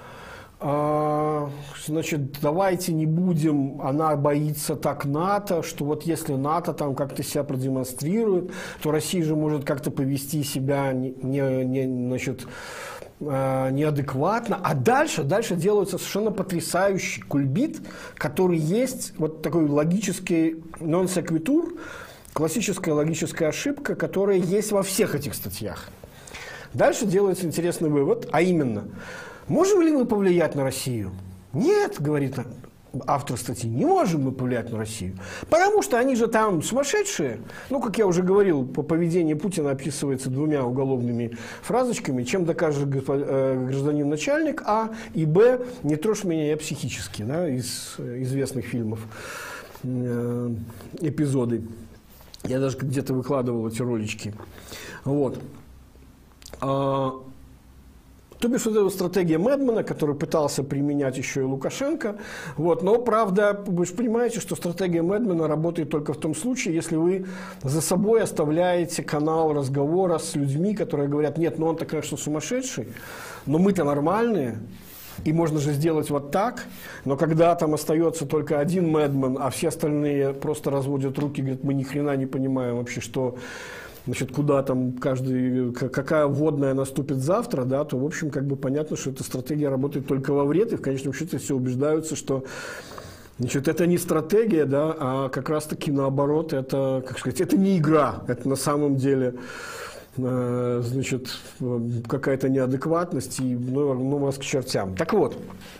значит, давайте не будем, она боится так НАТО, что вот если НАТО там как-то себя продемонстрирует, то Россия же может как-то повести себя значит, неадекватно. А дальше делается совершенно потрясающий кульбит, который есть, вот такой логический non-sequitur, классическая логическая ошибка, которая есть во всех этих статьях. Дальше делается интересный вывод, а именно, можем ли мы повлиять на Россию? Нет, говорит автор статьи, не можем мы повлиять на Россию. Потому что они же там сумасшедшие. Ну, как я уже говорил, по поведению Путина описывается двумя уголовными фразочками. Чем докажет гражданин начальник, А, и Б, не трожь меня, я психически, да, из известных фильмов эпизоды. Я даже где-то выкладывал эти ролички. Вот. То бишь, вот эта стратегия Медмана, которую пытался применять еще и Лукашенко. Вот. Но, правда, вы же понимаете, что стратегия Медмана работает только в том случае, если вы за собой оставляете канал разговора с людьми, которые говорят, нет, ну он-то, конечно, сумасшедший, но мы-то нормальные, и можно же сделать вот так. Но когда там остается только один Медман, а все остальные просто разводят руки, говорят, мы ни хрена не понимаем вообще, что значит, куда там какая вводная наступит завтра, да, то, в общем, как бы понятно, что эта стратегия работает только во вред, и в конечном счете все убеждаются, что, значит, это не стратегия, да, а как раз-таки наоборот, это, как сказать, это не игра, это на самом деле, значит, какая-то неадекватность, и ну вас к чертям. Так вот,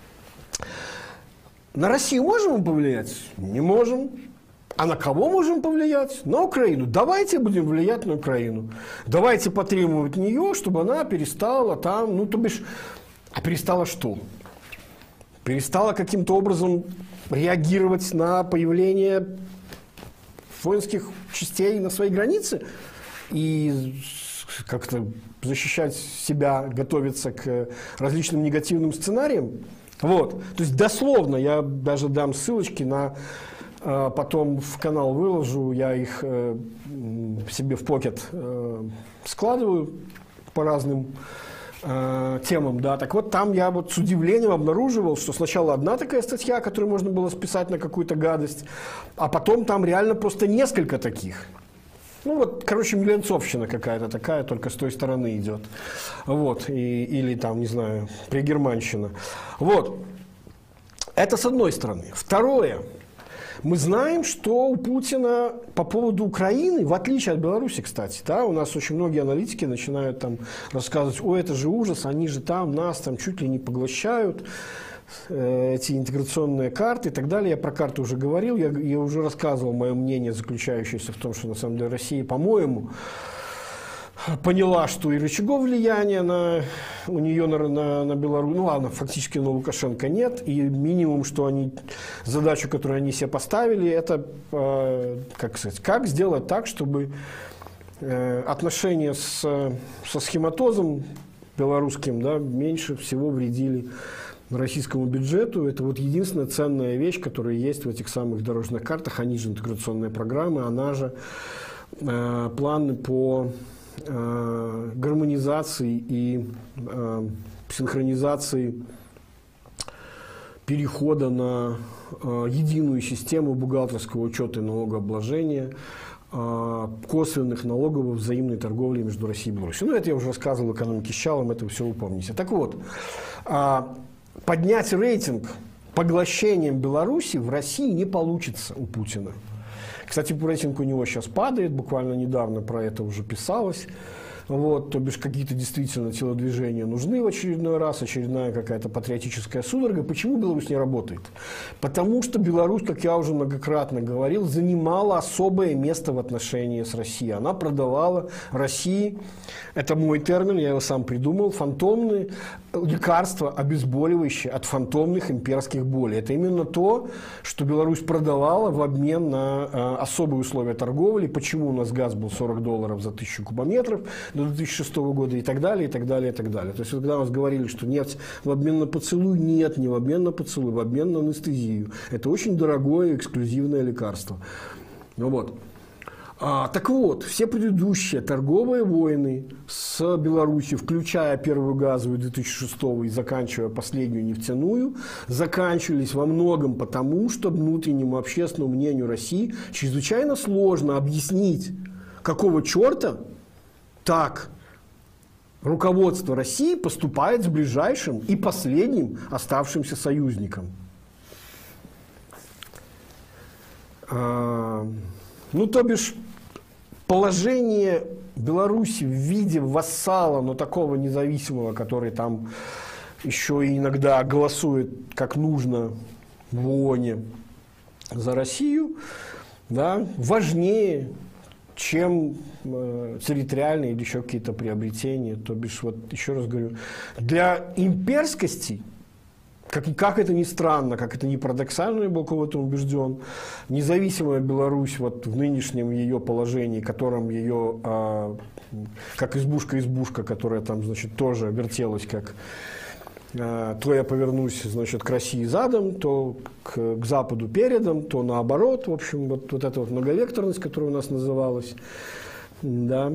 на Россию можем мы повлиять? Не можем. А на кого можем повлиять? На Украину. Давайте будем влиять на Украину. Давайте потребуем от нее, чтобы она перестала там, ну, то бишь, а перестала что? Перестала каким-то образом реагировать на появление воинских частей на своей границе и как-то защищать себя, готовиться к различным негативным сценариям. Вот. То есть дословно, я даже дам ссылочки на... Потом в канал выложу, я их себе в покет складываю по разным темам, да. Так вот, там я вот с удивлением обнаруживал, что сначала одна такая статья, которую можно было списать на какую-то гадость, а потом там реально просто несколько таких. Ну вот, короче, меленцовщина какая-то такая, только с той стороны идет. Вот, или там, не знаю, пригерманщина. Вот. Это с одной стороны. Второе. Мы знаем, что у Путина по поводу Украины, в отличие от Беларуси, кстати, да, у нас очень многие аналитики начинают там рассказывать, ой, это же ужас, они же там нас там чуть ли не поглощают, эти интеграционные карты и так далее. Я про карты уже говорил, я уже рассказывал мое мнение, заключающееся в том, что на самом деле Россия, по-моему, поняла, что и рычагов влияния у нее на Беларусь, ну ладно, фактически на Лукашенко нет, и минимум, что они, задачу, которую они себе поставили, это, как сказать, как сделать так, чтобы отношения со схематозом белорусским, да, меньше всего вредили российскому бюджету. Это вот единственная ценная вещь, которая есть в этих самых дорожных картах, они же интеграционные программы, она же планы по гармонизации и синхронизации перехода на единую систему бухгалтерского учета и налогообложения, косвенных налоговых взаимной торговли между Россией и Беларусью. Ну, это я уже рассказывал в экономике с Чалом, это все вы помните. Так вот, поднять рейтинг поглощением Беларуси в России не получится у Путина. Кстати, рейтинг у него сейчас падает, буквально недавно про это уже писалось. Вот, то бишь какие-то действительно телодвижения нужны в очередной раз, очередная какая-то патриотическая судорога. Почему Беларусь не работает? Потому что Беларусь, как я уже многократно говорил, занимала особое место в отношении с Россией. Она продавала России, это мой термин, я его сам придумал, фантомные лекарства, обезболивающие от фантомных имперских болей. Это именно то, что Беларусь продавала в обмен на особые условия торговли. Почему у нас газ был $40 за 1000 кубометров до 2006 года и так далее, и так далее, и так далее. То есть, когда у нас говорили, что нефть в обмен на поцелуй, нет, не в обмен на поцелуй, в обмен на анестезию. Это очень дорогое эксклюзивное лекарство. Ну вот. Так вот, все предыдущие торговые войны с Беларусью, включая первую газовую 2006 и заканчивая последнюю нефтяную, заканчивались во многом потому, что внутреннему общественному мнению России чрезвычайно сложно объяснить, какого черта так руководство России поступает с ближайшим и последним оставшимся союзником. Ну, то бишь, положение Беларуси в виде вассала, но такого независимого, который там еще и иногда голосует как нужно в ООНе за Россию, да, важнее, чем территориальные или еще какие-то приобретения. То бишь, вот еще раз говорю, для имперскости, как это ни странно, как это ни парадоксально, я глубоко в этом убежден, независимая Беларусь вот в нынешнем ее положении, которым ее, как избушка, которая там, значит, тоже вертелась, как то я повернусь, значит, к России задом, то к Западу передом, то наоборот. В общем, вот эта вот многовекторность, которая у нас называлась, да,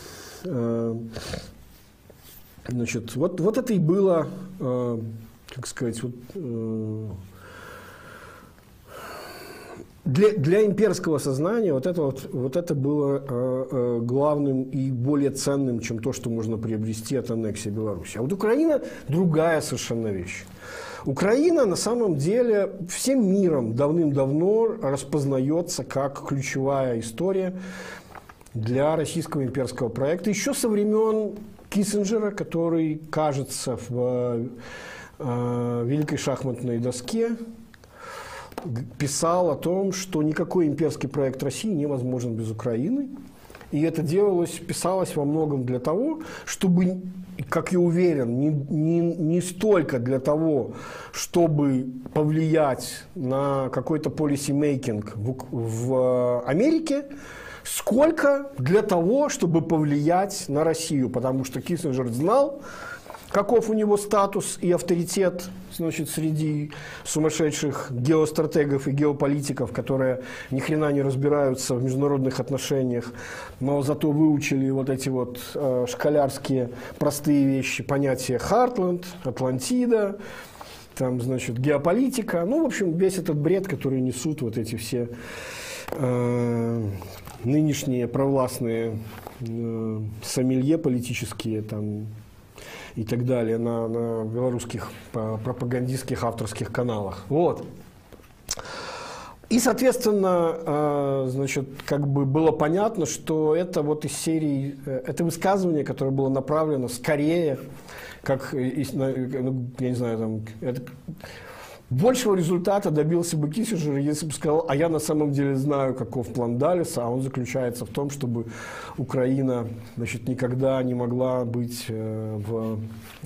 значит, вот это и было, как сказать, вот, Для имперского сознания вот это было главным и более ценным, чем то, что можно приобрести от аннексии Беларуси. А вот Украина – другая совершенно вещь. Украина на самом деле всем миром давным-давно распознается как ключевая история для российского имперского проекта. Еще со времен Киссинджера, который, кажется, в «Великой шахматной доске» писал о том, что никакой имперский проект России невозможен без Украины. И это писалось во многом для того, чтобы, как я уверен, не столько для того, чтобы повлиять на какой-то policy-making в Америке, сколько для того, чтобы повлиять на Россию. Потому что Киссинджер знал, каков у него статус и авторитет, значит, среди сумасшедших геостратегов и геополитиков, которые ни хрена не разбираются в международных отношениях, но зато выучили вот эти вот школярские простые вещи, понятия Хартленд, Атлантида, там, значит, геополитика. Ну, в общем, весь этот бред, который несут вот эти все нынешние провластные сомелье политические, там, и так далее на белорусских пропагандистских авторских каналах. Вот. И, соответственно, значит, как бы было понятно, что это вот из серии, это высказывание, которое было направлено скорее, как, ну, я не знаю, там, это, большего результата добился бы Киссинджер, если бы сказал, а я на самом деле знаю, каков план Даллеса, а он заключается в том, чтобы Украина, значит, никогда не могла быть в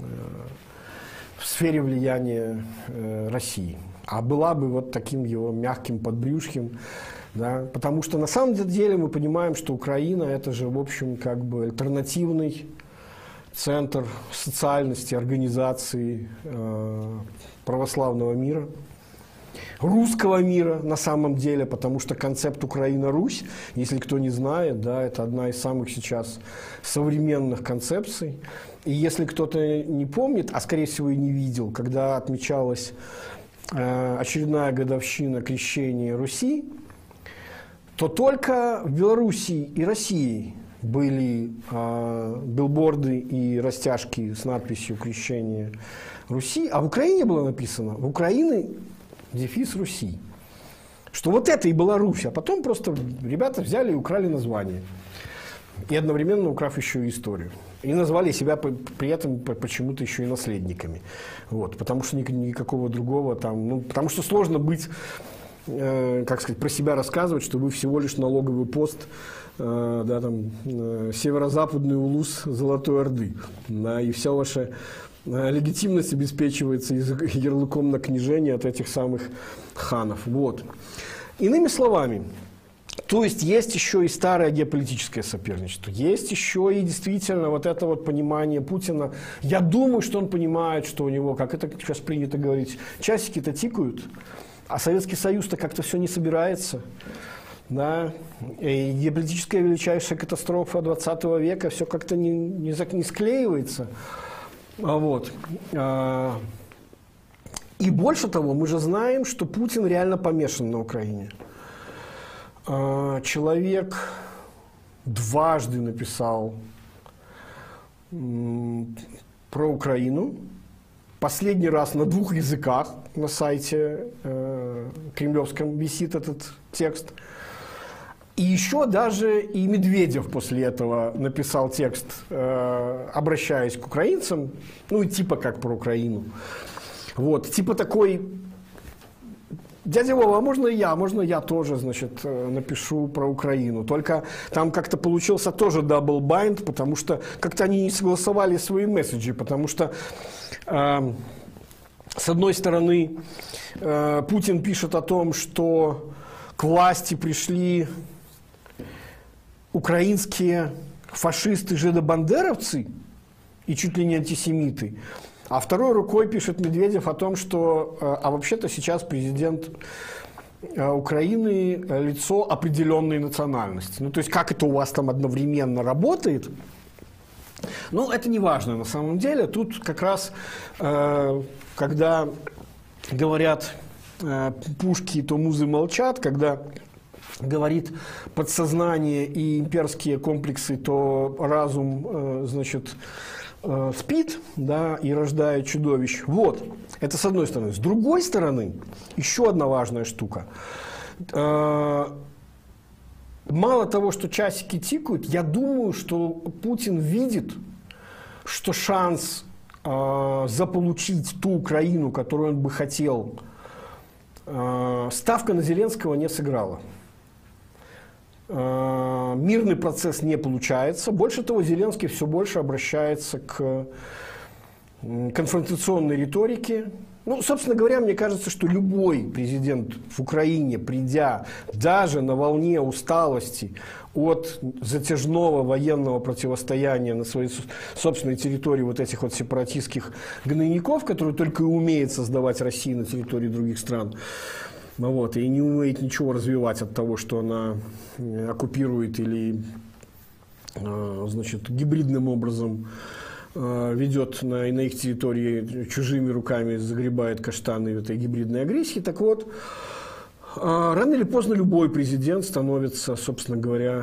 сфере влияния России, а была бы вот таким его мягким подбрюшьем, да, потому что на самом деле мы понимаем, что Украина это же, в общем, как бы альтернативный центр социальности, организации православного мира, русского мира на самом деле, потому что концепт Украина-Русь, если кто не знает, да, это одна из самых сейчас современных концепций. И если кто-то не помнит, а скорее всего и не видел, когда отмечалась очередная годовщина крещения Руси, то только в Белоруссии и России были билборды и растяжки с надписью «Крещение Руси», а в Украине было написано «В Украине дефис Руси». Что вот это и была Русь, а потом просто ребята взяли и украли название. И одновременно украв еще и историю. И назвали себя при этом почему-то еще и наследниками. Вот, потому что никакого другого там... Ну, потому что сложно быть, как сказать, про себя рассказывать, что вы всего лишь налоговый пост, да, там, северо-западный улус Золотой Орды. Да, и вся ваша легитимность обеспечивается ярлыком на княжение от этих самых ханов. Вот. Иными словами, то есть есть еще и старое геополитическое соперничество, есть еще и действительно вот это вот понимание Путина. Я думаю, что он понимает, что у него, как это сейчас принято говорить, часики-то тикают, а Советский Союз-то как-то все не собирается. Да, и геополитическая величайшая катастрофа 20 века все как-то не склеивается. Вот. И больше того, мы же знаем, что Путин реально помешан на Украине. Человек дважды написал про Украину. Последний раз на 2 языках на сайте кремлевском висит этот текст. И еще даже и Медведев после этого написал текст, обращаясь к украинцам, ну и типа как про Украину. Вот, типа такой, дядя Вова, а можно я тоже, значит, напишу про Украину. Только там как-то получился тоже double bind, потому что как-то они не согласовали свои месседжи, потому что с одной стороны Путин пишет о том, что к власти пришли украинские фашисты, жидобандеровцы и чуть ли не антисемиты. А второй рукой пишет Медведев о том, что вообще-то сейчас президент Украины лицо определенной национальности. Ну, то есть, как это у вас там одновременно работает, ну, это не важно на самом деле. Тут как раз, когда говорят пушки, то музы молчат, когда говорит подсознание и имперские комплексы, то разум, значит, спит, да, и рождает чудовищ. Вот, это с одной стороны. С другой стороны, еще одна важная штука. Мало того, что часики тикают, я думаю, что Путин видит, что шанс заполучить ту Украину, которую он бы хотел, ставка на Зеленского не сыграла. Мирный процесс не получается. Больше того, Зеленский все больше обращается к конфронтационной риторике. Ну, собственно говоря, мне кажется, что любой президент в Украине, придя даже на волне усталости от затяжного военного противостояния на своей собственной территории вот этих вот сепаратистских гнойников, которые только и умеет создавать Россия на территории других стран, вот, и не умеет ничего развивать от того, что она оккупирует или, значит, гибридным образом ведет на их территории чужими руками, загребает каштаны этой гибридной агрессии. Так вот, рано или поздно любой президент становится, собственно говоря,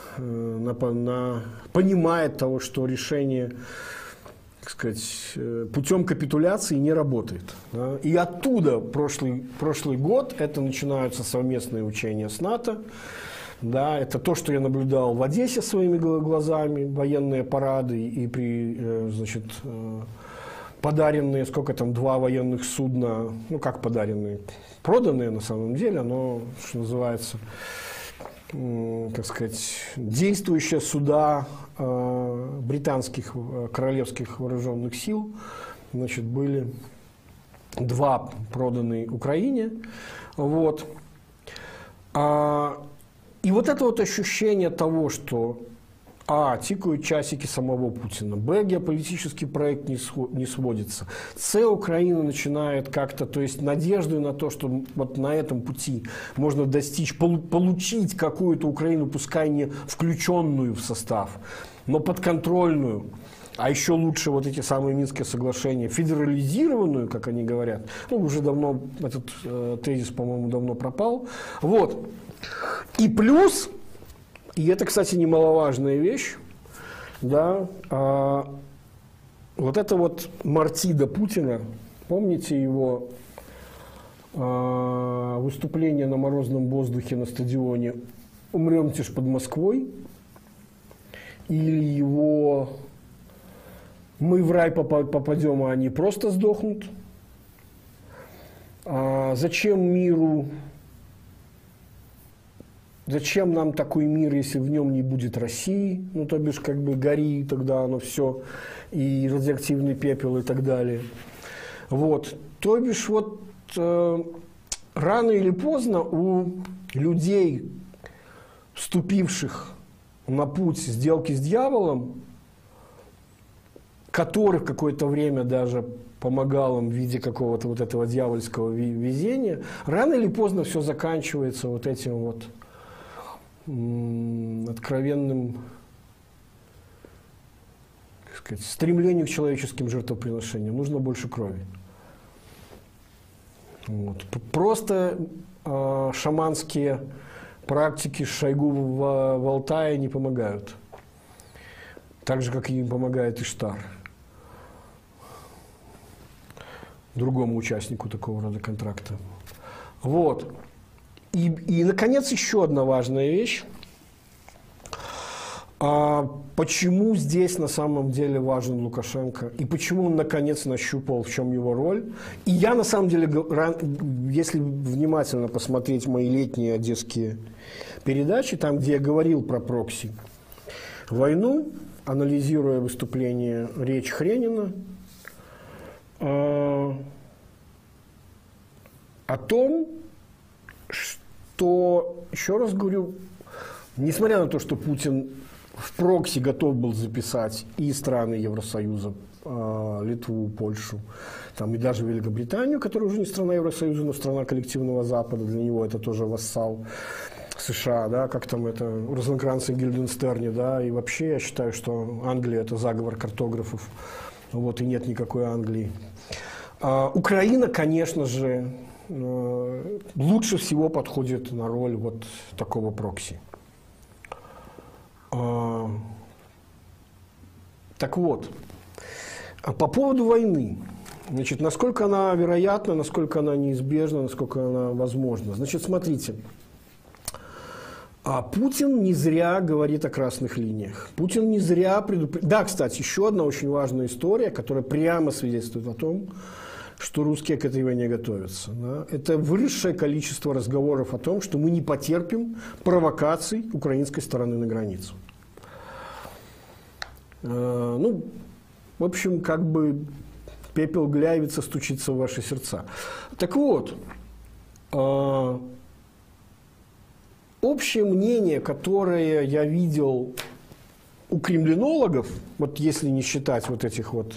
понимает того, что решение, так сказать, путем капитуляции не работает. Да? И оттуда прошлый год это начинаются совместные учения с НАТО. Да, это то, что я наблюдал в Одессе своими глазами, военные парады и значит, подаренные, сколько там, 2 военных судна, ну как подаренные, проданные на самом деле, но, что называется, так сказать, действующие суда британских королевских вооруженных сил, значит, были 2 проданы Украине, вот. И вот это вот ощущение того, что тикают часики самого Путина, геополитический проект не сводится, Украина начинает как-то, то есть надежды на то, что вот на этом пути можно достичь, получить какую-то Украину, пускай не включенную в состав, но подконтрольную, а еще лучше вот эти самые Минские соглашения, федерализированную, как они говорят, ну уже давно, этот тезис, по-моему, давно пропал, вот. И плюс, и это, кстати, немаловажная вещь, да, вот это вот мартида Путина, помните его выступление на морозном воздухе на стадионе «Умрёмте ж под Москвой», или его «Мы в рай попадем, а они просто сдохнут», «Зачем миру... Зачем нам такой мир, если в нем не будет России?» Ну, то бишь, как бы гори, тогда оно все, и радиоактивный пепел, и так далее. Вот. То бишь, вот рано или поздно у людей, вступивших на путь сделки с дьяволом, который какое-то время даже помогал им в виде какого-то вот этого дьявольского везения, рано или поздно все заканчивается вот этим вот откровенным, так сказать, стремлением к человеческим жертвоприношениям. Нужно больше крови. Вот. Просто шаманские практики Шойгу в Алтае не помогают. Так же, как и им помогает Иштар. Другому участнику такого рода контракта. Вот. И, наконец, еще одна важная вещь. Почему здесь на самом деле важен Лукашенко? И почему он, наконец, нащупал, в чем его роль? И я, на самом деле, если внимательно посмотреть мои летние одесские передачи, там, где я говорил про прокси войну, анализируя выступление, речь Хренина, о том, что, еще раз говорю, несмотря на то, что Путин в прокси готов был записать и страны Евросоюза, Литву, Польшу, там, и даже Великобританию, которая уже не страна Евросоюза, но страна коллективного Запада, для него это тоже вассал США, да, как там это, Розенкранц и Гильденстерне, да, и вообще я считаю, что Англия – это заговор картографов, вот, и нет никакой Англии. Украина, конечно же, лучше всего подходит на роль вот такого прокси. Так вот, по поводу войны. Значит, насколько она вероятна, насколько она неизбежна, насколько она возможна. Значит, смотрите. Путин не зря говорит о красных линиях. Путин не зря предупреждает. Да, кстати, еще одна очень важная история, которая прямо свидетельствует о том, что русские к этой войне готовятся. Да? Это выросшее количество разговоров о том, что мы не потерпим провокаций украинской стороны на границу. Ну, в общем, как бы пепел гляйвица стучится в ваши сердца. Так вот, общее мнение, которое я видел у кремлинологов, вот если не считать вот этих вот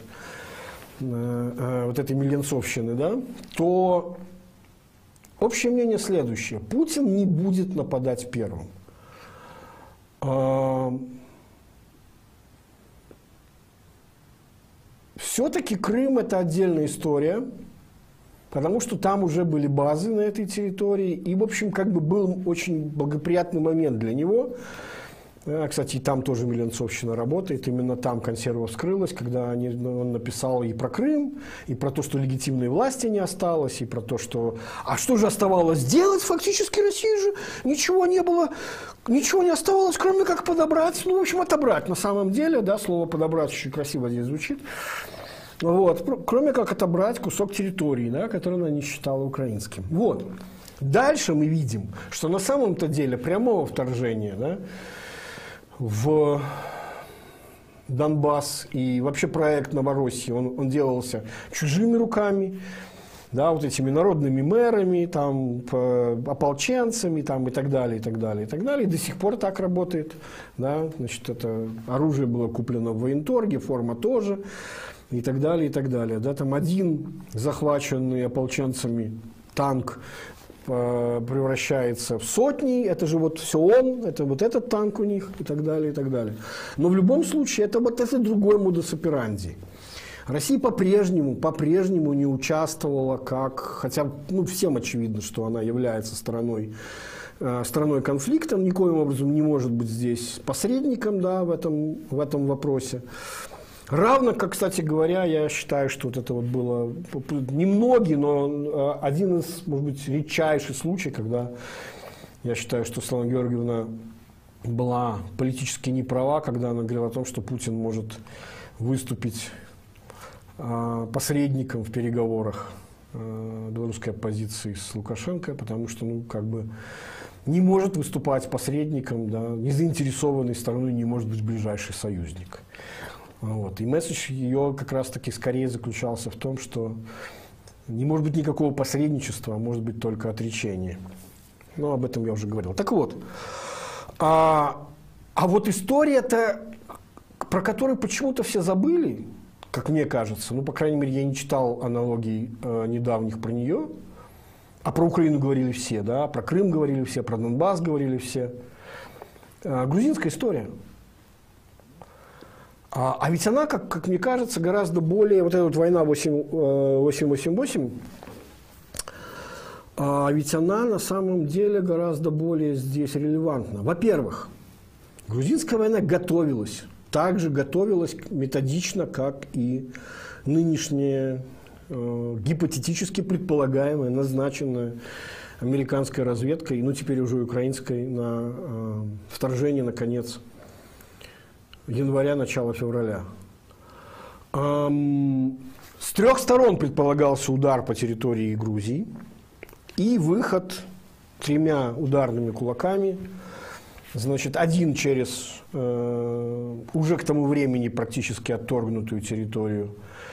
этой миленцовщины, да, то общее мнение следующее. Путин не будет нападать первым. Все-таки Крым – это отдельная история, потому что там уже были базы на этой территории, и, в общем, как бы был очень благоприятный момент для него. Кстати, и там тоже миленцовщина работает, именно там консерва вскрылась, когда он написал и про Крым, и про то, что легитимной власти не осталось, и про то, что… А что же оставалось делать? Фактически России же ничего не было, ничего не оставалось, кроме как подобрать, ну, в общем, отобрать. На самом деле, да, слово «подобрать» очень красиво здесь звучит. Вот. Кроме как отобрать кусок территории, да, который она не считала украинским. Вот. Дальше мы видим, что на самом-то деле прямого вторжения, да, в Донбасс и вообще проект Новороссии, он делался чужими руками, да, вот этими народными мэрами, там, ополченцами там, и так далее, и так далее, и так далее. И до сих пор так работает. Да, значит, это оружие было куплено в военторге, форма тоже, и так далее, и так далее. Да, там один захваченный ополченцами танк превращается в сотни, это же вот все он, это вот этот танк у них, и так далее, и так далее. Но в любом случае, это вот это другой модус операнди. Россия по-прежнему не участвовала как, хотя ну, всем очевидно, что она является стороной конфликта, никоим образом не может быть здесь посредником, да, в этом вопросе. Равно, как, кстати говоря, я считаю, что вот это вот было немногие, но один из, может быть, редчайших случаев, когда я считаю, что Светлана Георгиевна была политически неправа, когда она говорила о том, что Путин может выступить посредником в переговорах белорусской оппозиции с Лукашенко, потому что, ну, как бы не может выступать посредником, да, незаинтересованной стороной не может быть ближайший союзник. Вот. И месседж ее как раз-таки скорее заключался в том, что не может быть никакого посредничества, а может быть только отречение. Но об этом я уже говорил. Так вот, а вот история-то, про которую почему-то все забыли, как мне кажется, ну, по крайней мере, я не читал аналогий недавних про нее, а про Украину говорили все, да, про Крым говорили все, про Донбасс говорили все. Грузинская история. А ведь она, как мне кажется, гораздо более, вот эта вот война 888, ведь она на самом деле гораздо более здесь релевантна. Во-первых, грузинская война готовилась, также готовилась методично, как и нынешняя гипотетически предполагаемая, назначенная американской разведкой, ну теперь уже украинской, на вторжение, наконец, января, начала февраля. С трех сторон предполагался удар по территории Грузии и выход тремя ударными кулаками. Значит, один через уже к тому времени практически отторгнутую территорию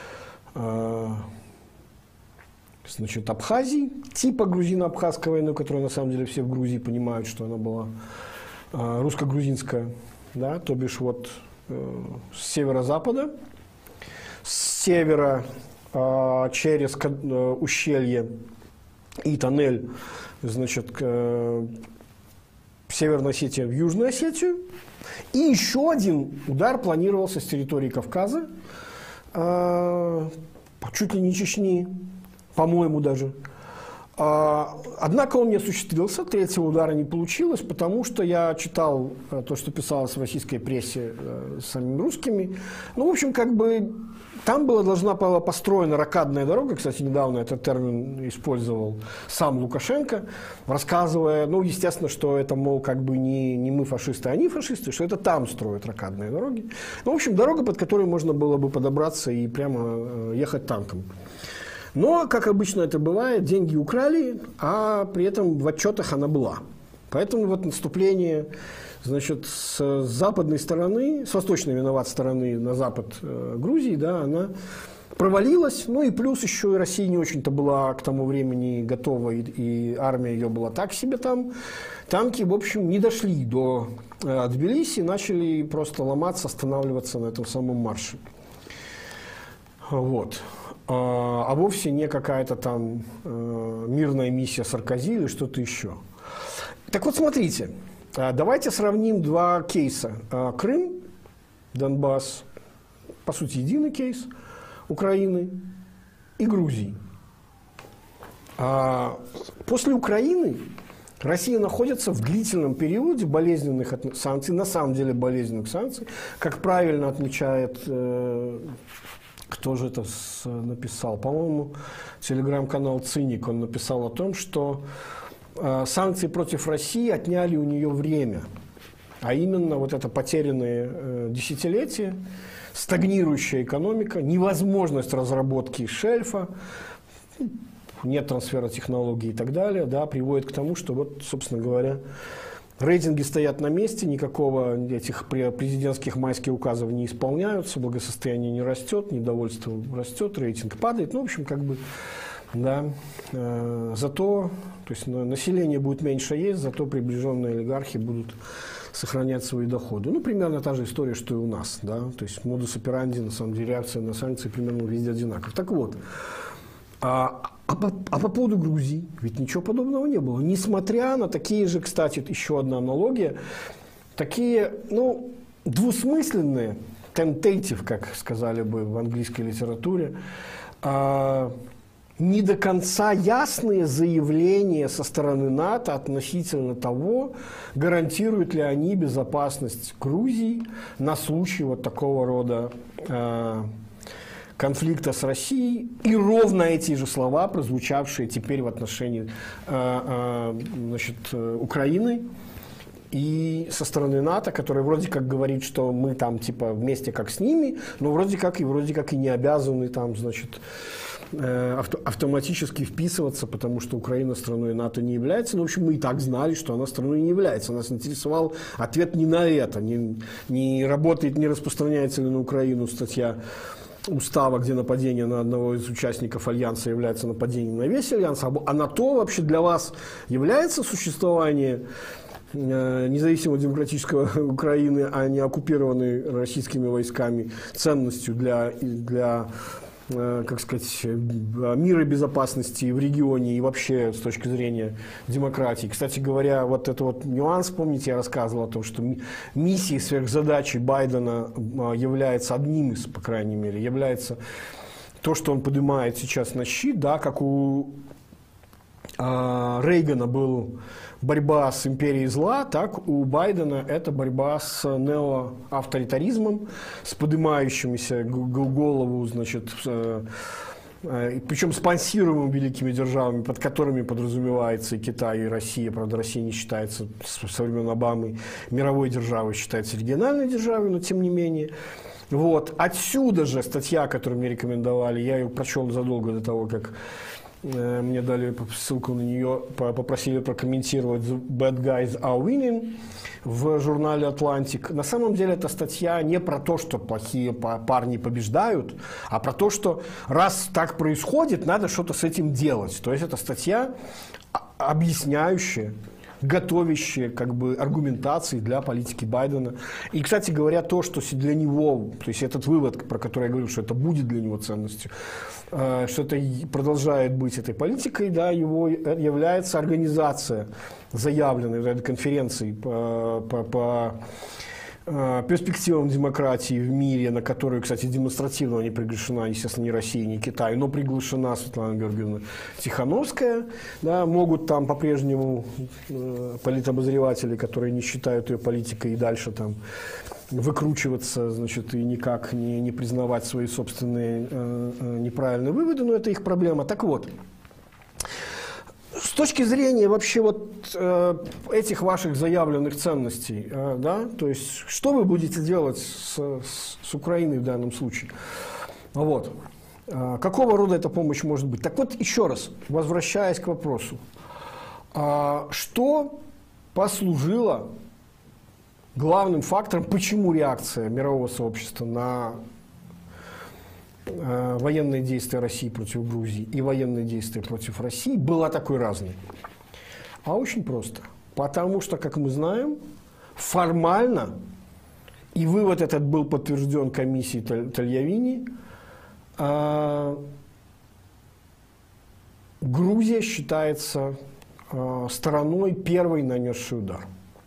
значит, Абхазии, типа грузино-абхазской войны, которая на самом деле все в Грузии понимают, что она была русско-грузинская. Да, то бишь вот с северо-запада, с севера через ущелье и тоннель, значит, в Северной Осетии в Южную Осетию. И еще один удар планировался с территории Кавказа, чуть ли не Чечни, по-моему даже, Однако он не осуществился, третьего удара не получилось, потому что я читал то, что писалось в российской прессе самими русскими. Ну, в общем, как бы там должна была построена рокадная дорога. Кстати, недавно этот термин использовал сам Лукашенко, рассказывая, ну, естественно, что это, мол, как бы не мы фашисты, а они фашисты, что это там строят рокадные дороги. Ну, в общем, дорога, под которой можно было бы подобраться и прямо ехать танком. Но, как обычно это бывает, деньги украли, а при этом в отчетах она была. Поэтому вот наступление, значит, с западной стороны, с восточной, виноват, стороны на запад Грузии, да, она провалилась. Ну и плюс еще и Россия не очень-то была к тому времени готова, и армия ее была так себе там. Танки, в общем, не дошли до Тбилиси, начали просто ломаться, останавливаться на этом самом марше. Вот. А вовсе не какая-то там мирная миссия Саркози или что-то еще. Так вот, смотрите, давайте сравним два кейса. Крым, Донбасс, по сути, единый кейс Украины и Грузии. После Украины Россия находится в длительном периоде болезненных санкций, на самом деле болезненных санкций, как правильно отмечает... Кто же это написал? По-моему, телеграм-канал «Циник», он написал о том, что санкции против России отняли у нее время. А именно вот это потерянные десятилетия, стагнирующая экономика, невозможность разработки шельфа, нет трансфера технологий и так далее, да, приводит к тому, что вот, собственно говоря, рейтинги стоят на месте, никакого этих президентских майских указов не исполняются, благосостояние не растет, недовольство растет, рейтинг падает. Ну, в общем, как бы, да, зато, то есть население будет меньше есть, зато приближенные олигархи будут сохранять свои доходы. Ну, примерно та же история, что и у нас, да, то есть модус операнди, на самом деле, реакция на санкции примерно везде одинаков. Так вот, а по поводу Грузии ведь ничего подобного не было. Несмотря на такие же, кстати, еще одна аналогия, такие, ну, двусмысленные, tentative, как сказали бы в английской литературе, не до конца ясные заявления со стороны НАТО относительно того, гарантируют ли они безопасность Грузии на случай вот такого рода конфликта с Россией, и ровно эти же слова, прозвучавшие теперь в отношении значит, Украины и со стороны НАТО, которая вроде как говорит, что мы там типа вместе как с ними, но вроде как и не обязаны там, значит, автоматически вписываться, потому что Украина страной НАТО не является. Ну, в общем, мы и так знали, что она страной не является. Нас интересовал ответ не на это, не работает, не распространяется ли на Украину статья устава, где нападение на одного из участников Альянса является нападением на весь Альянс, а на то вообще для вас является существование независимой демократической Украины, а не оккупированной российскими войсками, ценностью для как сказать, мира и безопасности в регионе и вообще с точки зрения демократии. Кстати говоря, вот этот вот нюанс, помните, я рассказывал о том, что миссией, сверхзадачей Байдена является одним из, по крайней мере, является то, что он поднимает сейчас на щит, да, как у Рейгана был борьба с империей зла, так у Байдена это борьба с неоавторитаризмом, с поднимающимися голову, значит, причем спонсируемым великими державами, под которыми подразумевается и Китай, и Россия. Правда, Россия не считается со времен Обамы мировой державой, считается региональной державой, но тем не менее. Вот. Отсюда же статья, которую мне рекомендовали, я ее прочел задолго до того, как мне дали ссылку на нее, попросили прокомментировать «The Bad Guys Are Winning» в журнале «Атлантик». На самом деле эта статья не про то, что плохие парни побеждают, а про то, что раз так происходит, надо что-то с этим делать. То есть это статья, объясняющая, готовящие как бы аргументации для политики Байдена. И, кстати говоря, то, что для него, то есть этот вывод, про который я говорил, что это будет для него ценностью, что это продолжает быть этой политикой, да, его является организация заявленной в этой конференции по перспективам демократии в мире, на которую, кстати, демонстративно не приглашена, естественно, ни Россия, ни Китай, но приглашена Светлана Георгиевна Тихановская. Да, могут там по-прежнему политобозреватели, которые не считают ее политикой, и дальше там выкручиваться, значит, и никак не признавать свои собственные неправильные выводы, но это их проблема. Так вот, с точки зрения вообще вот этих ваших заявленных ценностей, да, то есть что вы будете делать с Украиной в данном случае? Вот. Какого рода эта помощь может быть? Так вот, еще раз, возвращаясь к вопросу, что послужило главным фактором, почему реакция мирового сообщества на военные действия России против Грузии и военные действия против России была такой разной? А очень просто. Потому что, как мы знаем, формально, и вывод этот был подтвержден комиссией Тольявини, Грузия считается стороной, первой нанесшей удар.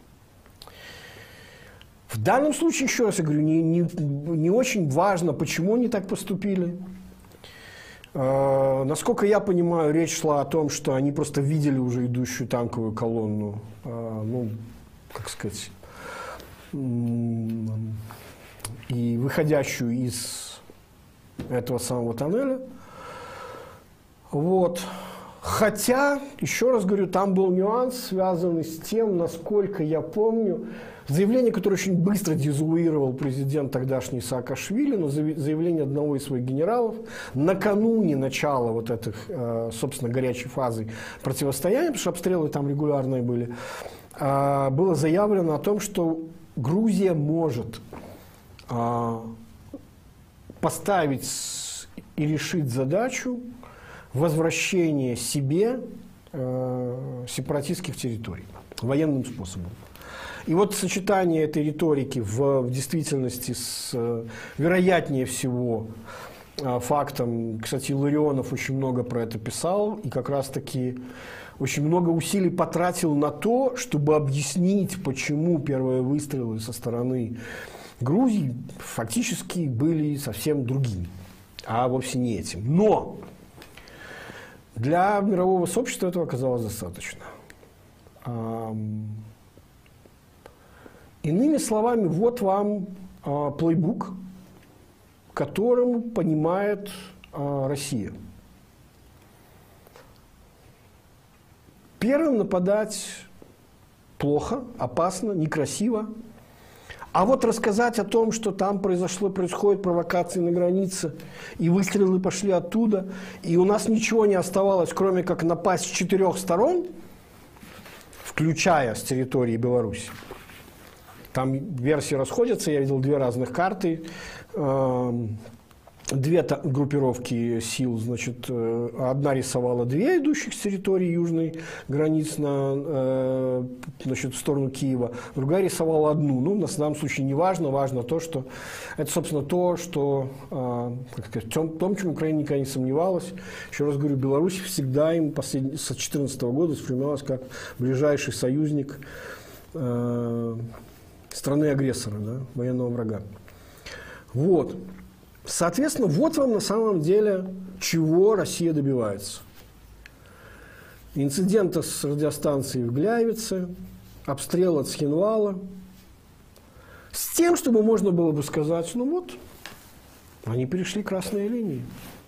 В данном случае, еще раз я говорю, не очень важно, почему они так поступили. Насколько я понимаю, речь шла о том, что они просто видели уже идущую танковую колонну, ну, как сказать, и выходящую из этого самого тоннеля. Вот. Хотя, еще раз говорю, там был нюанс, связанный с тем, насколько я помню, заявление, которое очень быстро дезавуировал президент тогдашний Саакашвили, но заявление одного из своих генералов накануне начала вот этих, собственно, горячей фазы противостояния, потому что обстрелы там регулярные были, было заявлено о том, что Грузия может поставить и решить задачу возвращения себе сепаратистских территорий военным способом. И вот сочетание этой риторики в действительности с, вероятнее всего, фактом, кстати, Илларионов очень много про это писал, и как раз-таки очень много усилий потратил на то, чтобы объяснить, почему первые выстрелы со стороны Грузии фактически были совсем другими, а вовсе не этим. Но для мирового сообщества этого оказалось достаточно. Иными словами, вот вам плейбук, которым понимает Россия. Первым нападать плохо, опасно, некрасиво. А вот рассказать о том, что там происходят провокации на границе, и выстрелы пошли оттуда, и у нас ничего не оставалось, кроме как напасть с 4 сторон, включая с территории Беларуси. Там версии расходятся, я видел 2 разных карты, 2 группировки сил, значит, одна рисовала 2 идущих с территории южной границ значит, в сторону Киева, другая рисовала 1. Ну, на данном случае не важно, важно то, что это, собственно, то, что, как сказать, в том, чем Украина никогда не сомневалась. Еще раз говорю, Беларусь всегда им с 2014 года воспринималась как ближайший союзник страны-агрессора, да, военного врага. Вот. Соответственно, вот вам на самом деле, чего Россия добивается. Инцидента с радиостанцией в Гляевице, обстрел от Схинвала, с тем, чтобы можно было бы сказать, ну вот, они перешли красные линии.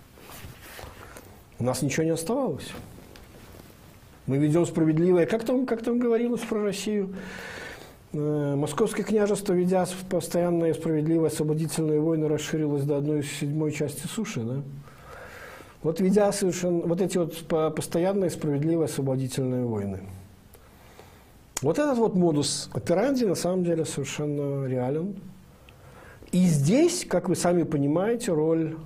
У нас ничего не оставалось. Мы ведем справедливое, как там говорилось про Россию, Московское княжество, ведя постоянные справедливые освободительные войны, расширилось до 1/7 части суши, да? Вот ведя совершенно вот эти вот постоянные справедливые освободительные войны. Вот этот вот модус операнди на самом деле совершенно реален. И здесь, как вы сами понимаете, роль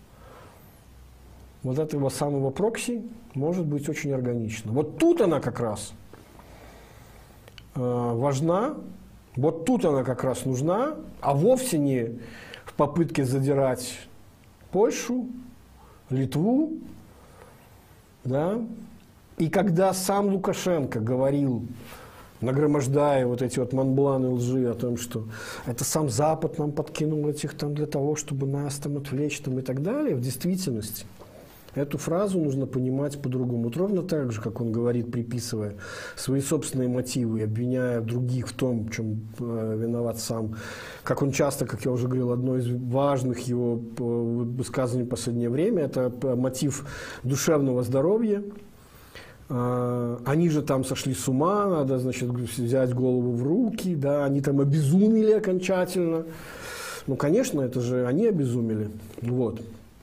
вот этого самого прокси может быть очень органична. Вот тут она как раз важна, вот тут она как раз нужна, а вовсе не в попытке задирать Польшу, Литву, да. И когда сам Лукашенко говорил нагромождая вот эти вот монбланы лжи о том, что это сам Запад нам подкинул этих там для того, чтобы нас там отвлечь там и так далее, в действительности эту фразу нужно понимать по-другому. Вот ровно так же, как он говорит, приписывая свои собственные мотивы, обвиняя других в том, в чем виноват сам. Как он часто, как я уже говорил, одно из важных его высказываний в последнее время – это мотив душевного здоровья. Они же там сошли с ума, надо, значит, взять голову в руки, да, они там обезумели окончательно. Ну, конечно, это же они обезумели. Вот.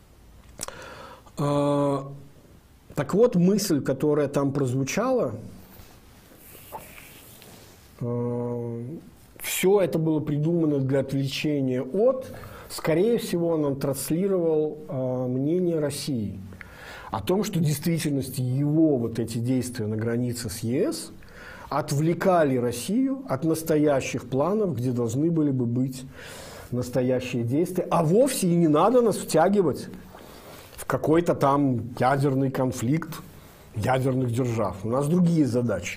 Так вот, мысль, которая там прозвучала, все это было придумано для отвлечения от, скорее всего, он транслировал мнение России о том, что в действительности его вот эти действия на границе с ЕС отвлекали Россию от настоящих планов, где должны были бы быть настоящие действия, а вовсе и не надо нас втягивать в какой-то там ядерный конфликт ядерных держав. У нас другие задачи.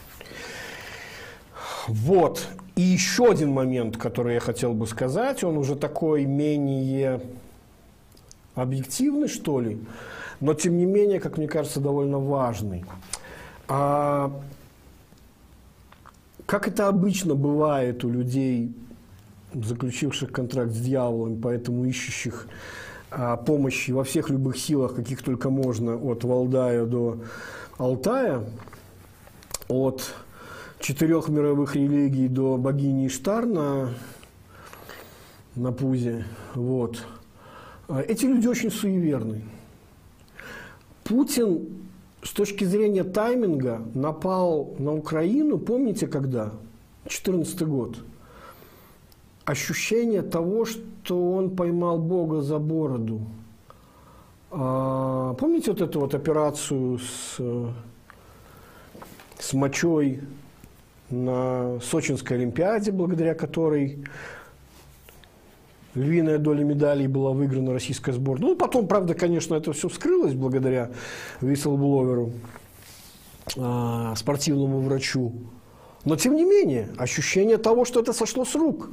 Вот. И еще один момент, который я хотел бы сказать, он уже такой менее объективный, что ли, но тем не менее, как мне кажется, довольно важный. Как это обычно бывает у людей, заключивших контракт с дьяволом, поэтому ищущих помощи во всех любых силах, каких только можно, от Валдая до Алтая, от 4 мировых религий до богини Иштар на пузе. Вот. Эти люди очень суеверны. Путин с точки зрения тайминга напал на Украину, помните когда? 2014 год. Ощущение того, что он поймал Бога за бороду. Помните вот эту вот операцию с мочой на Сочинской Олимпиаде, благодаря которой львиная доля медалей была выиграна российской сборной. Ну, потом, правда, конечно, это все вскрылось благодаря вистлбловеру, спортивному врачу. Но, тем не менее, ощущение того, что это сошло с рук.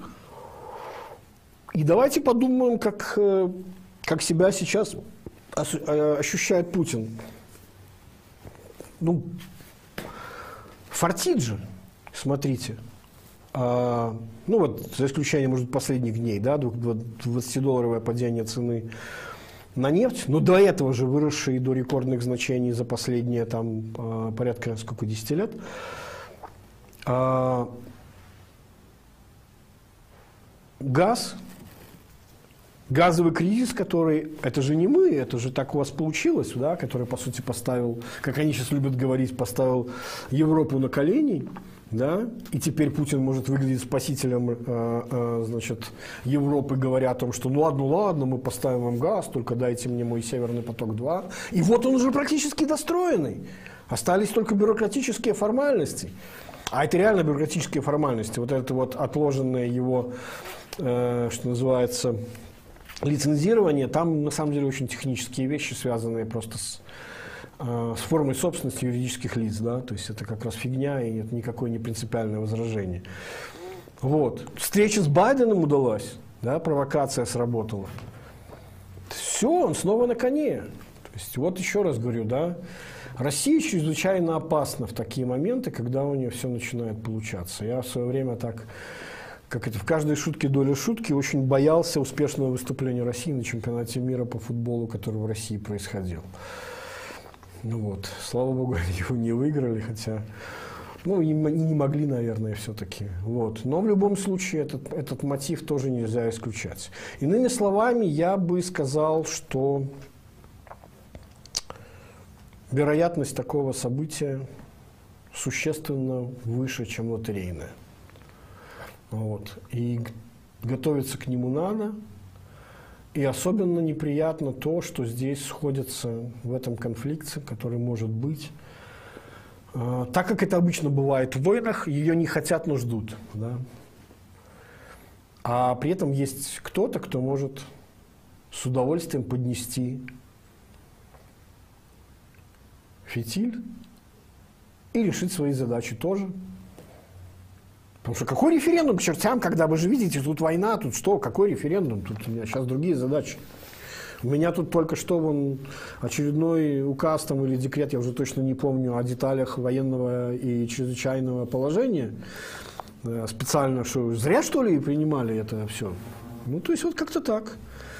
И давайте подумаем, как себя сейчас ощущает Путин. Ну, фартит же, смотрите. Ну вот, за исключением, может быть, последних дней, да, 20-долларовое падение цены на нефть, но до этого же выросшие до рекордных значений за последние там порядка, 10 лет. Газ, газовый кризис, который, это же не мы, это же так у вас получилось, да, который, по сути, поставил, как они сейчас любят говорить, поставил Европу на колени, да, и теперь Путин может выглядеть спасителем, значит, Европы, говоря о том, что ну ладно, мы поставим вам газ, только дайте мне мой Северный поток-2. И вот он уже практически достроенный. Остались только бюрократические формальности. А это реально бюрократические формальности. Вот это вот отложенное его, что называется, лицензирование, там на самом деле очень технические вещи, связанные просто с формой собственности юридических лиц, да, то есть это как раз фигня, и это никакое не принципиальное возражение. Вот. Встреча с Байденом удалась, да, провокация сработала. Все, он снова на коне. То есть вот еще раз говорю, да, Россия чрезвычайно опасна в такие моменты, когда у нее все начинает получаться. Я в свое время так, как это в каждой шутке доля шутки, очень боялся успешного выступления России на чемпионате мира по футболу, который в России происходил. Ну вот, слава богу, его не выиграли, хотя, ну, и не могли, наверное, все-таки. Вот. Но в любом случае этот мотив тоже нельзя исключать. Иными словами, я бы сказал, что вероятность такого события существенно выше, чем лотерейная. Вот. И готовиться к нему надо. И особенно неприятно то, что здесь сходятся в этом конфликте, который может быть. Так как это обычно бывает в войнах, ее не хотят, но ждут. Да? А при этом есть кто-то, кто может с удовольствием поднести фитиль и решить свои задачи тоже. Потому что какой референдум к чертям, когда вы же видите, тут война, тут что, какой референдум, тут у меня сейчас другие задачи. У меня тут только что вон очередной указ там, или декрет, я уже точно не помню, о деталях военного и чрезвычайного положения. Специально, что зря что ли принимали это все? Ну, то есть вот как-то так.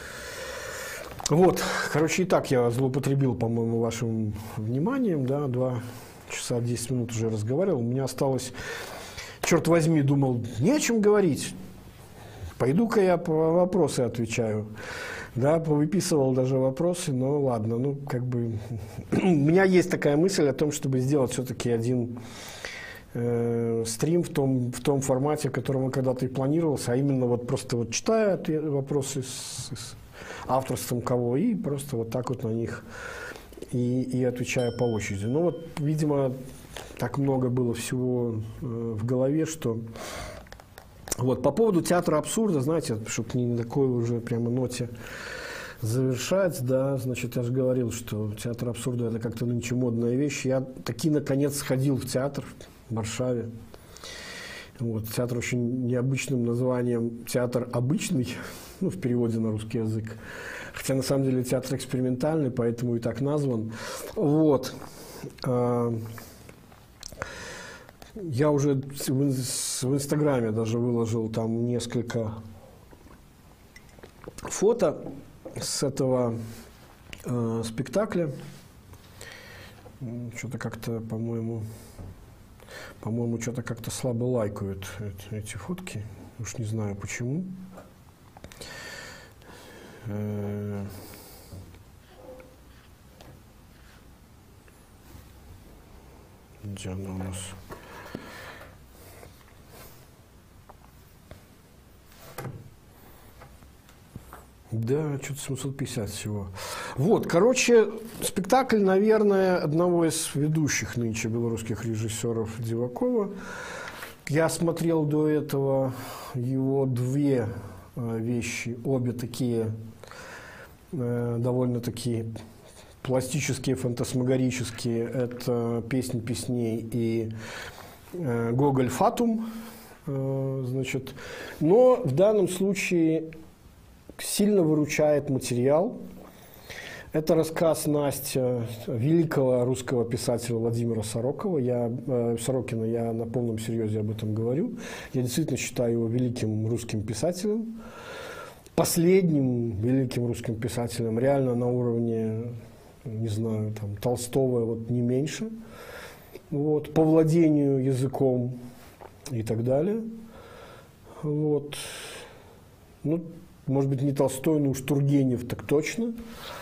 Вот, короче, и так я злоупотребил, по-моему, вашим вниманием, да, 2 часа 10 минут уже разговаривал. У меня осталось, черт возьми, думал, не о чем говорить. Пойду-ка я по вопросы отвечаю. Да, повыписывал даже вопросы, но ладно, ну, как бы... У меня есть такая мысль о том, чтобы сделать все-таки один стрим в том формате, в котором он когда-то и планировался, а именно вот просто вот читая вопросы с авторством кого, и просто вот так вот на них и отвечая по очереди. Ну вот, видимо, так много было всего в голове, что... Вот, по поводу театра абсурда, знаете, чтобы не на такой уже прямо ноте завершать, да, значит, я же говорил, что театр абсурда – это как-то нынче модная вещь. Я таки, наконец, сходил в театр в Варшаве. Вот, театр очень необычным названием «Театр обычный», ну, в переводе на русский язык. Хотя, на самом деле, театр экспериментальный, поэтому и так назван. Вот. Я уже в Инстаграме даже выложил там несколько фото с этого спектакля. Что-то как-то, по-моему, что-то как-то слабо лайкают эти фотки. Уж не знаю почему. Где она у нас? Да, что-то 750 всего. Вот, короче, спектакль, наверное, одного из ведущих нынче белорусских режиссеров Дивакова. Я смотрел до этого его 2 вещи, обе такие довольно такие пластические, фантасмагорические. Это «Песнь песней» и «Гоголь Фатум». Значит, но в данном случае сильно выручает материал. Это рассказ Настя великого русского писателя Владимира Сорокина. Я на полном серьезе об этом говорю. Я действительно считаю его великим русским писателем. Последним великим русским писателем. Реально на уровне, не знаю, там, Толстого, вот не меньше. Вот, по владению языком и так далее. Вот. Ну, может быть, не Толстой, но уж Тургенев так точно.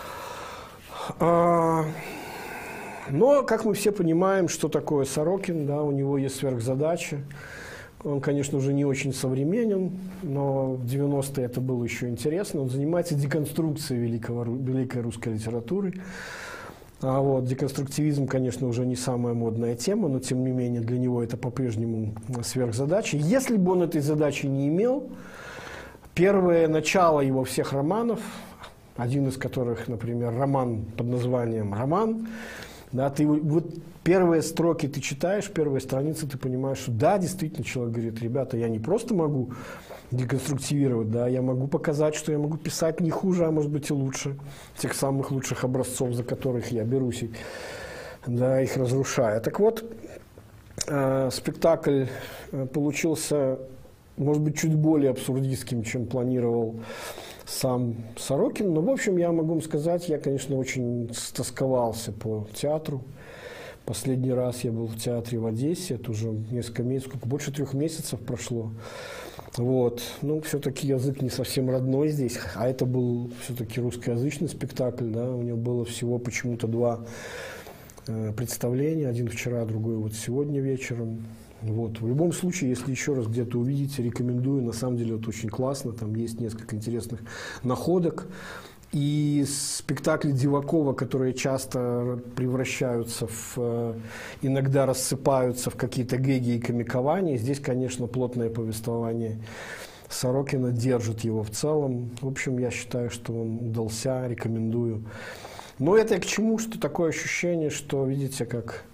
Но, как мы все понимаем, что такое Сорокин, да, у него есть сверхзадача. Он, конечно, уже не очень современен, но в 90-е это было еще интересно. Он занимается деконструкцией великой русской литературы. А вот деконструктивизм, конечно, уже не самая модная тема, но, тем не менее, для него это по-прежнему сверхзадача. Если бы он этой задачи не имел, первое начало его всех романов, один из которых, например, роман под названием «Роман», да, ты вот первые строки ты читаешь, первые страницы, ты понимаешь, что да, действительно, человек говорит, ребята, я не просто могу деконструктивировать, да, я могу показать, что я могу писать не хуже, а может быть и лучше тех самых лучших образцов, за которых я берусь, и, да, их разрушая. Так вот, спектакль получился, может быть, чуть более абсурдистским, чем планировал сам Сорокин. Но, в общем, я могу вам сказать, я, конечно, очень стосковался по театру. Последний раз я был в театре в Одессе, это уже несколько месяцев, больше 3 месяцев прошло. Вот. Ну, все-таки язык не совсем родной здесь, а это был все-таки русскоязычный спектакль, да, у него было всего почему-то 2 представления, один вчера, другой вот сегодня вечером. Вот. В любом случае, если еще раз где-то увидите, рекомендую. На самом деле это очень классно. Там есть несколько интересных находок. И спектакли Дивакова, которые часто превращаются иногда рассыпаются в какие-то гэги и комикования. Здесь, конечно, плотное повествование Сорокина держит его в целом. В общем, я считаю, что он удался, рекомендую. Но это к чему? Что такое ощущение, что, видите, как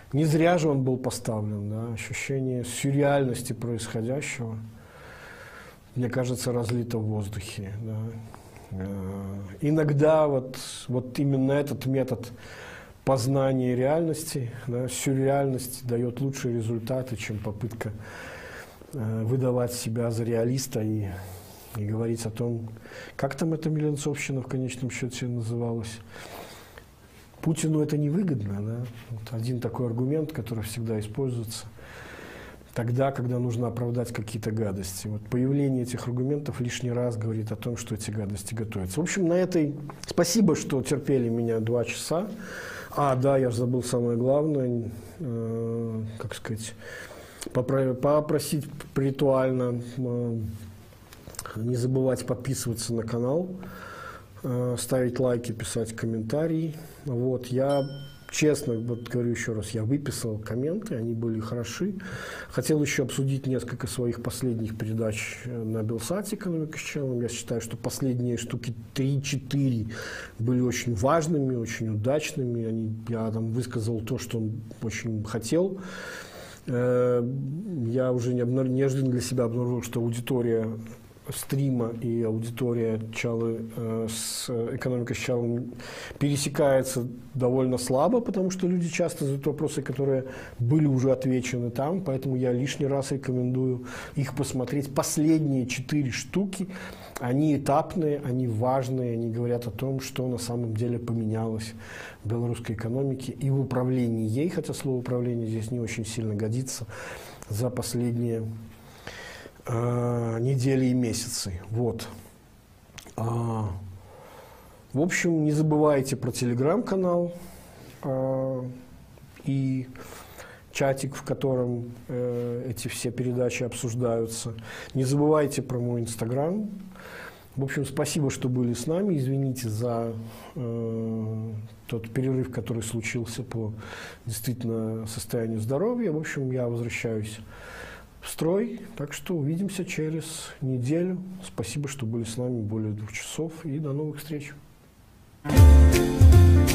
Не зря же он был поставлен, да, ощущение сюрреальности происходящего, мне кажется, разлито в воздухе. Да. Иногда вот именно этот метод познания реальности, да, сюрреальности дает лучшие результаты, чем попытка выдавать себя за реалиста и говорить о том, как там эта меленцовщина в конечном счете называлась. Путину это невыгодно. Да? Вот один такой аргумент, который всегда используется тогда, когда нужно оправдать какие-то гадости. Вот появление этих аргументов лишний раз говорит о том, что эти гадости готовятся. В общем, на этой... Спасибо, что терпели меня 2 часа. Да, я же забыл самое главное, как сказать, попросить ритуально не забывать подписываться на канал, ставить лайки, писать комментарии. Вот, я честно, вот говорю еще раз, я выписал комменты, они были хороши. Хотел еще обсудить несколько своих последних передач на Белсате «Экономика с Чалым». Я считаю, что последние штуки 3-4 были очень важными, очень удачными. Я там высказал то, что он очень хотел. Я уже неожиданно для себя обнаружил, что аудитория стрима и аудитория Чалы с «Экономикой с Чалым» пересекается довольно слабо, потому что люди часто задают вопросы, которые были уже отвечены там, поэтому я лишний раз рекомендую их посмотреть. Последние 4 штуки, они этапные, они важные, они говорят о том, что на самом деле поменялось в белорусской экономике и в управлении ей, хотя слово «управление» здесь не очень сильно годится, за последние недели и месяцы. Вот. В общем, не забывайте про телеграм-канал и чатик, в котором эти все передачи обсуждаются. Не забывайте про мой инстаграм. В общем, спасибо, что были с нами. Извините за тот перерыв, который случился по действительно состоянию здоровья. В общем, я возвращаюсь в строй. Так что увидимся через неделю. Спасибо, что были с нами более 2 часов. И до новых встреч.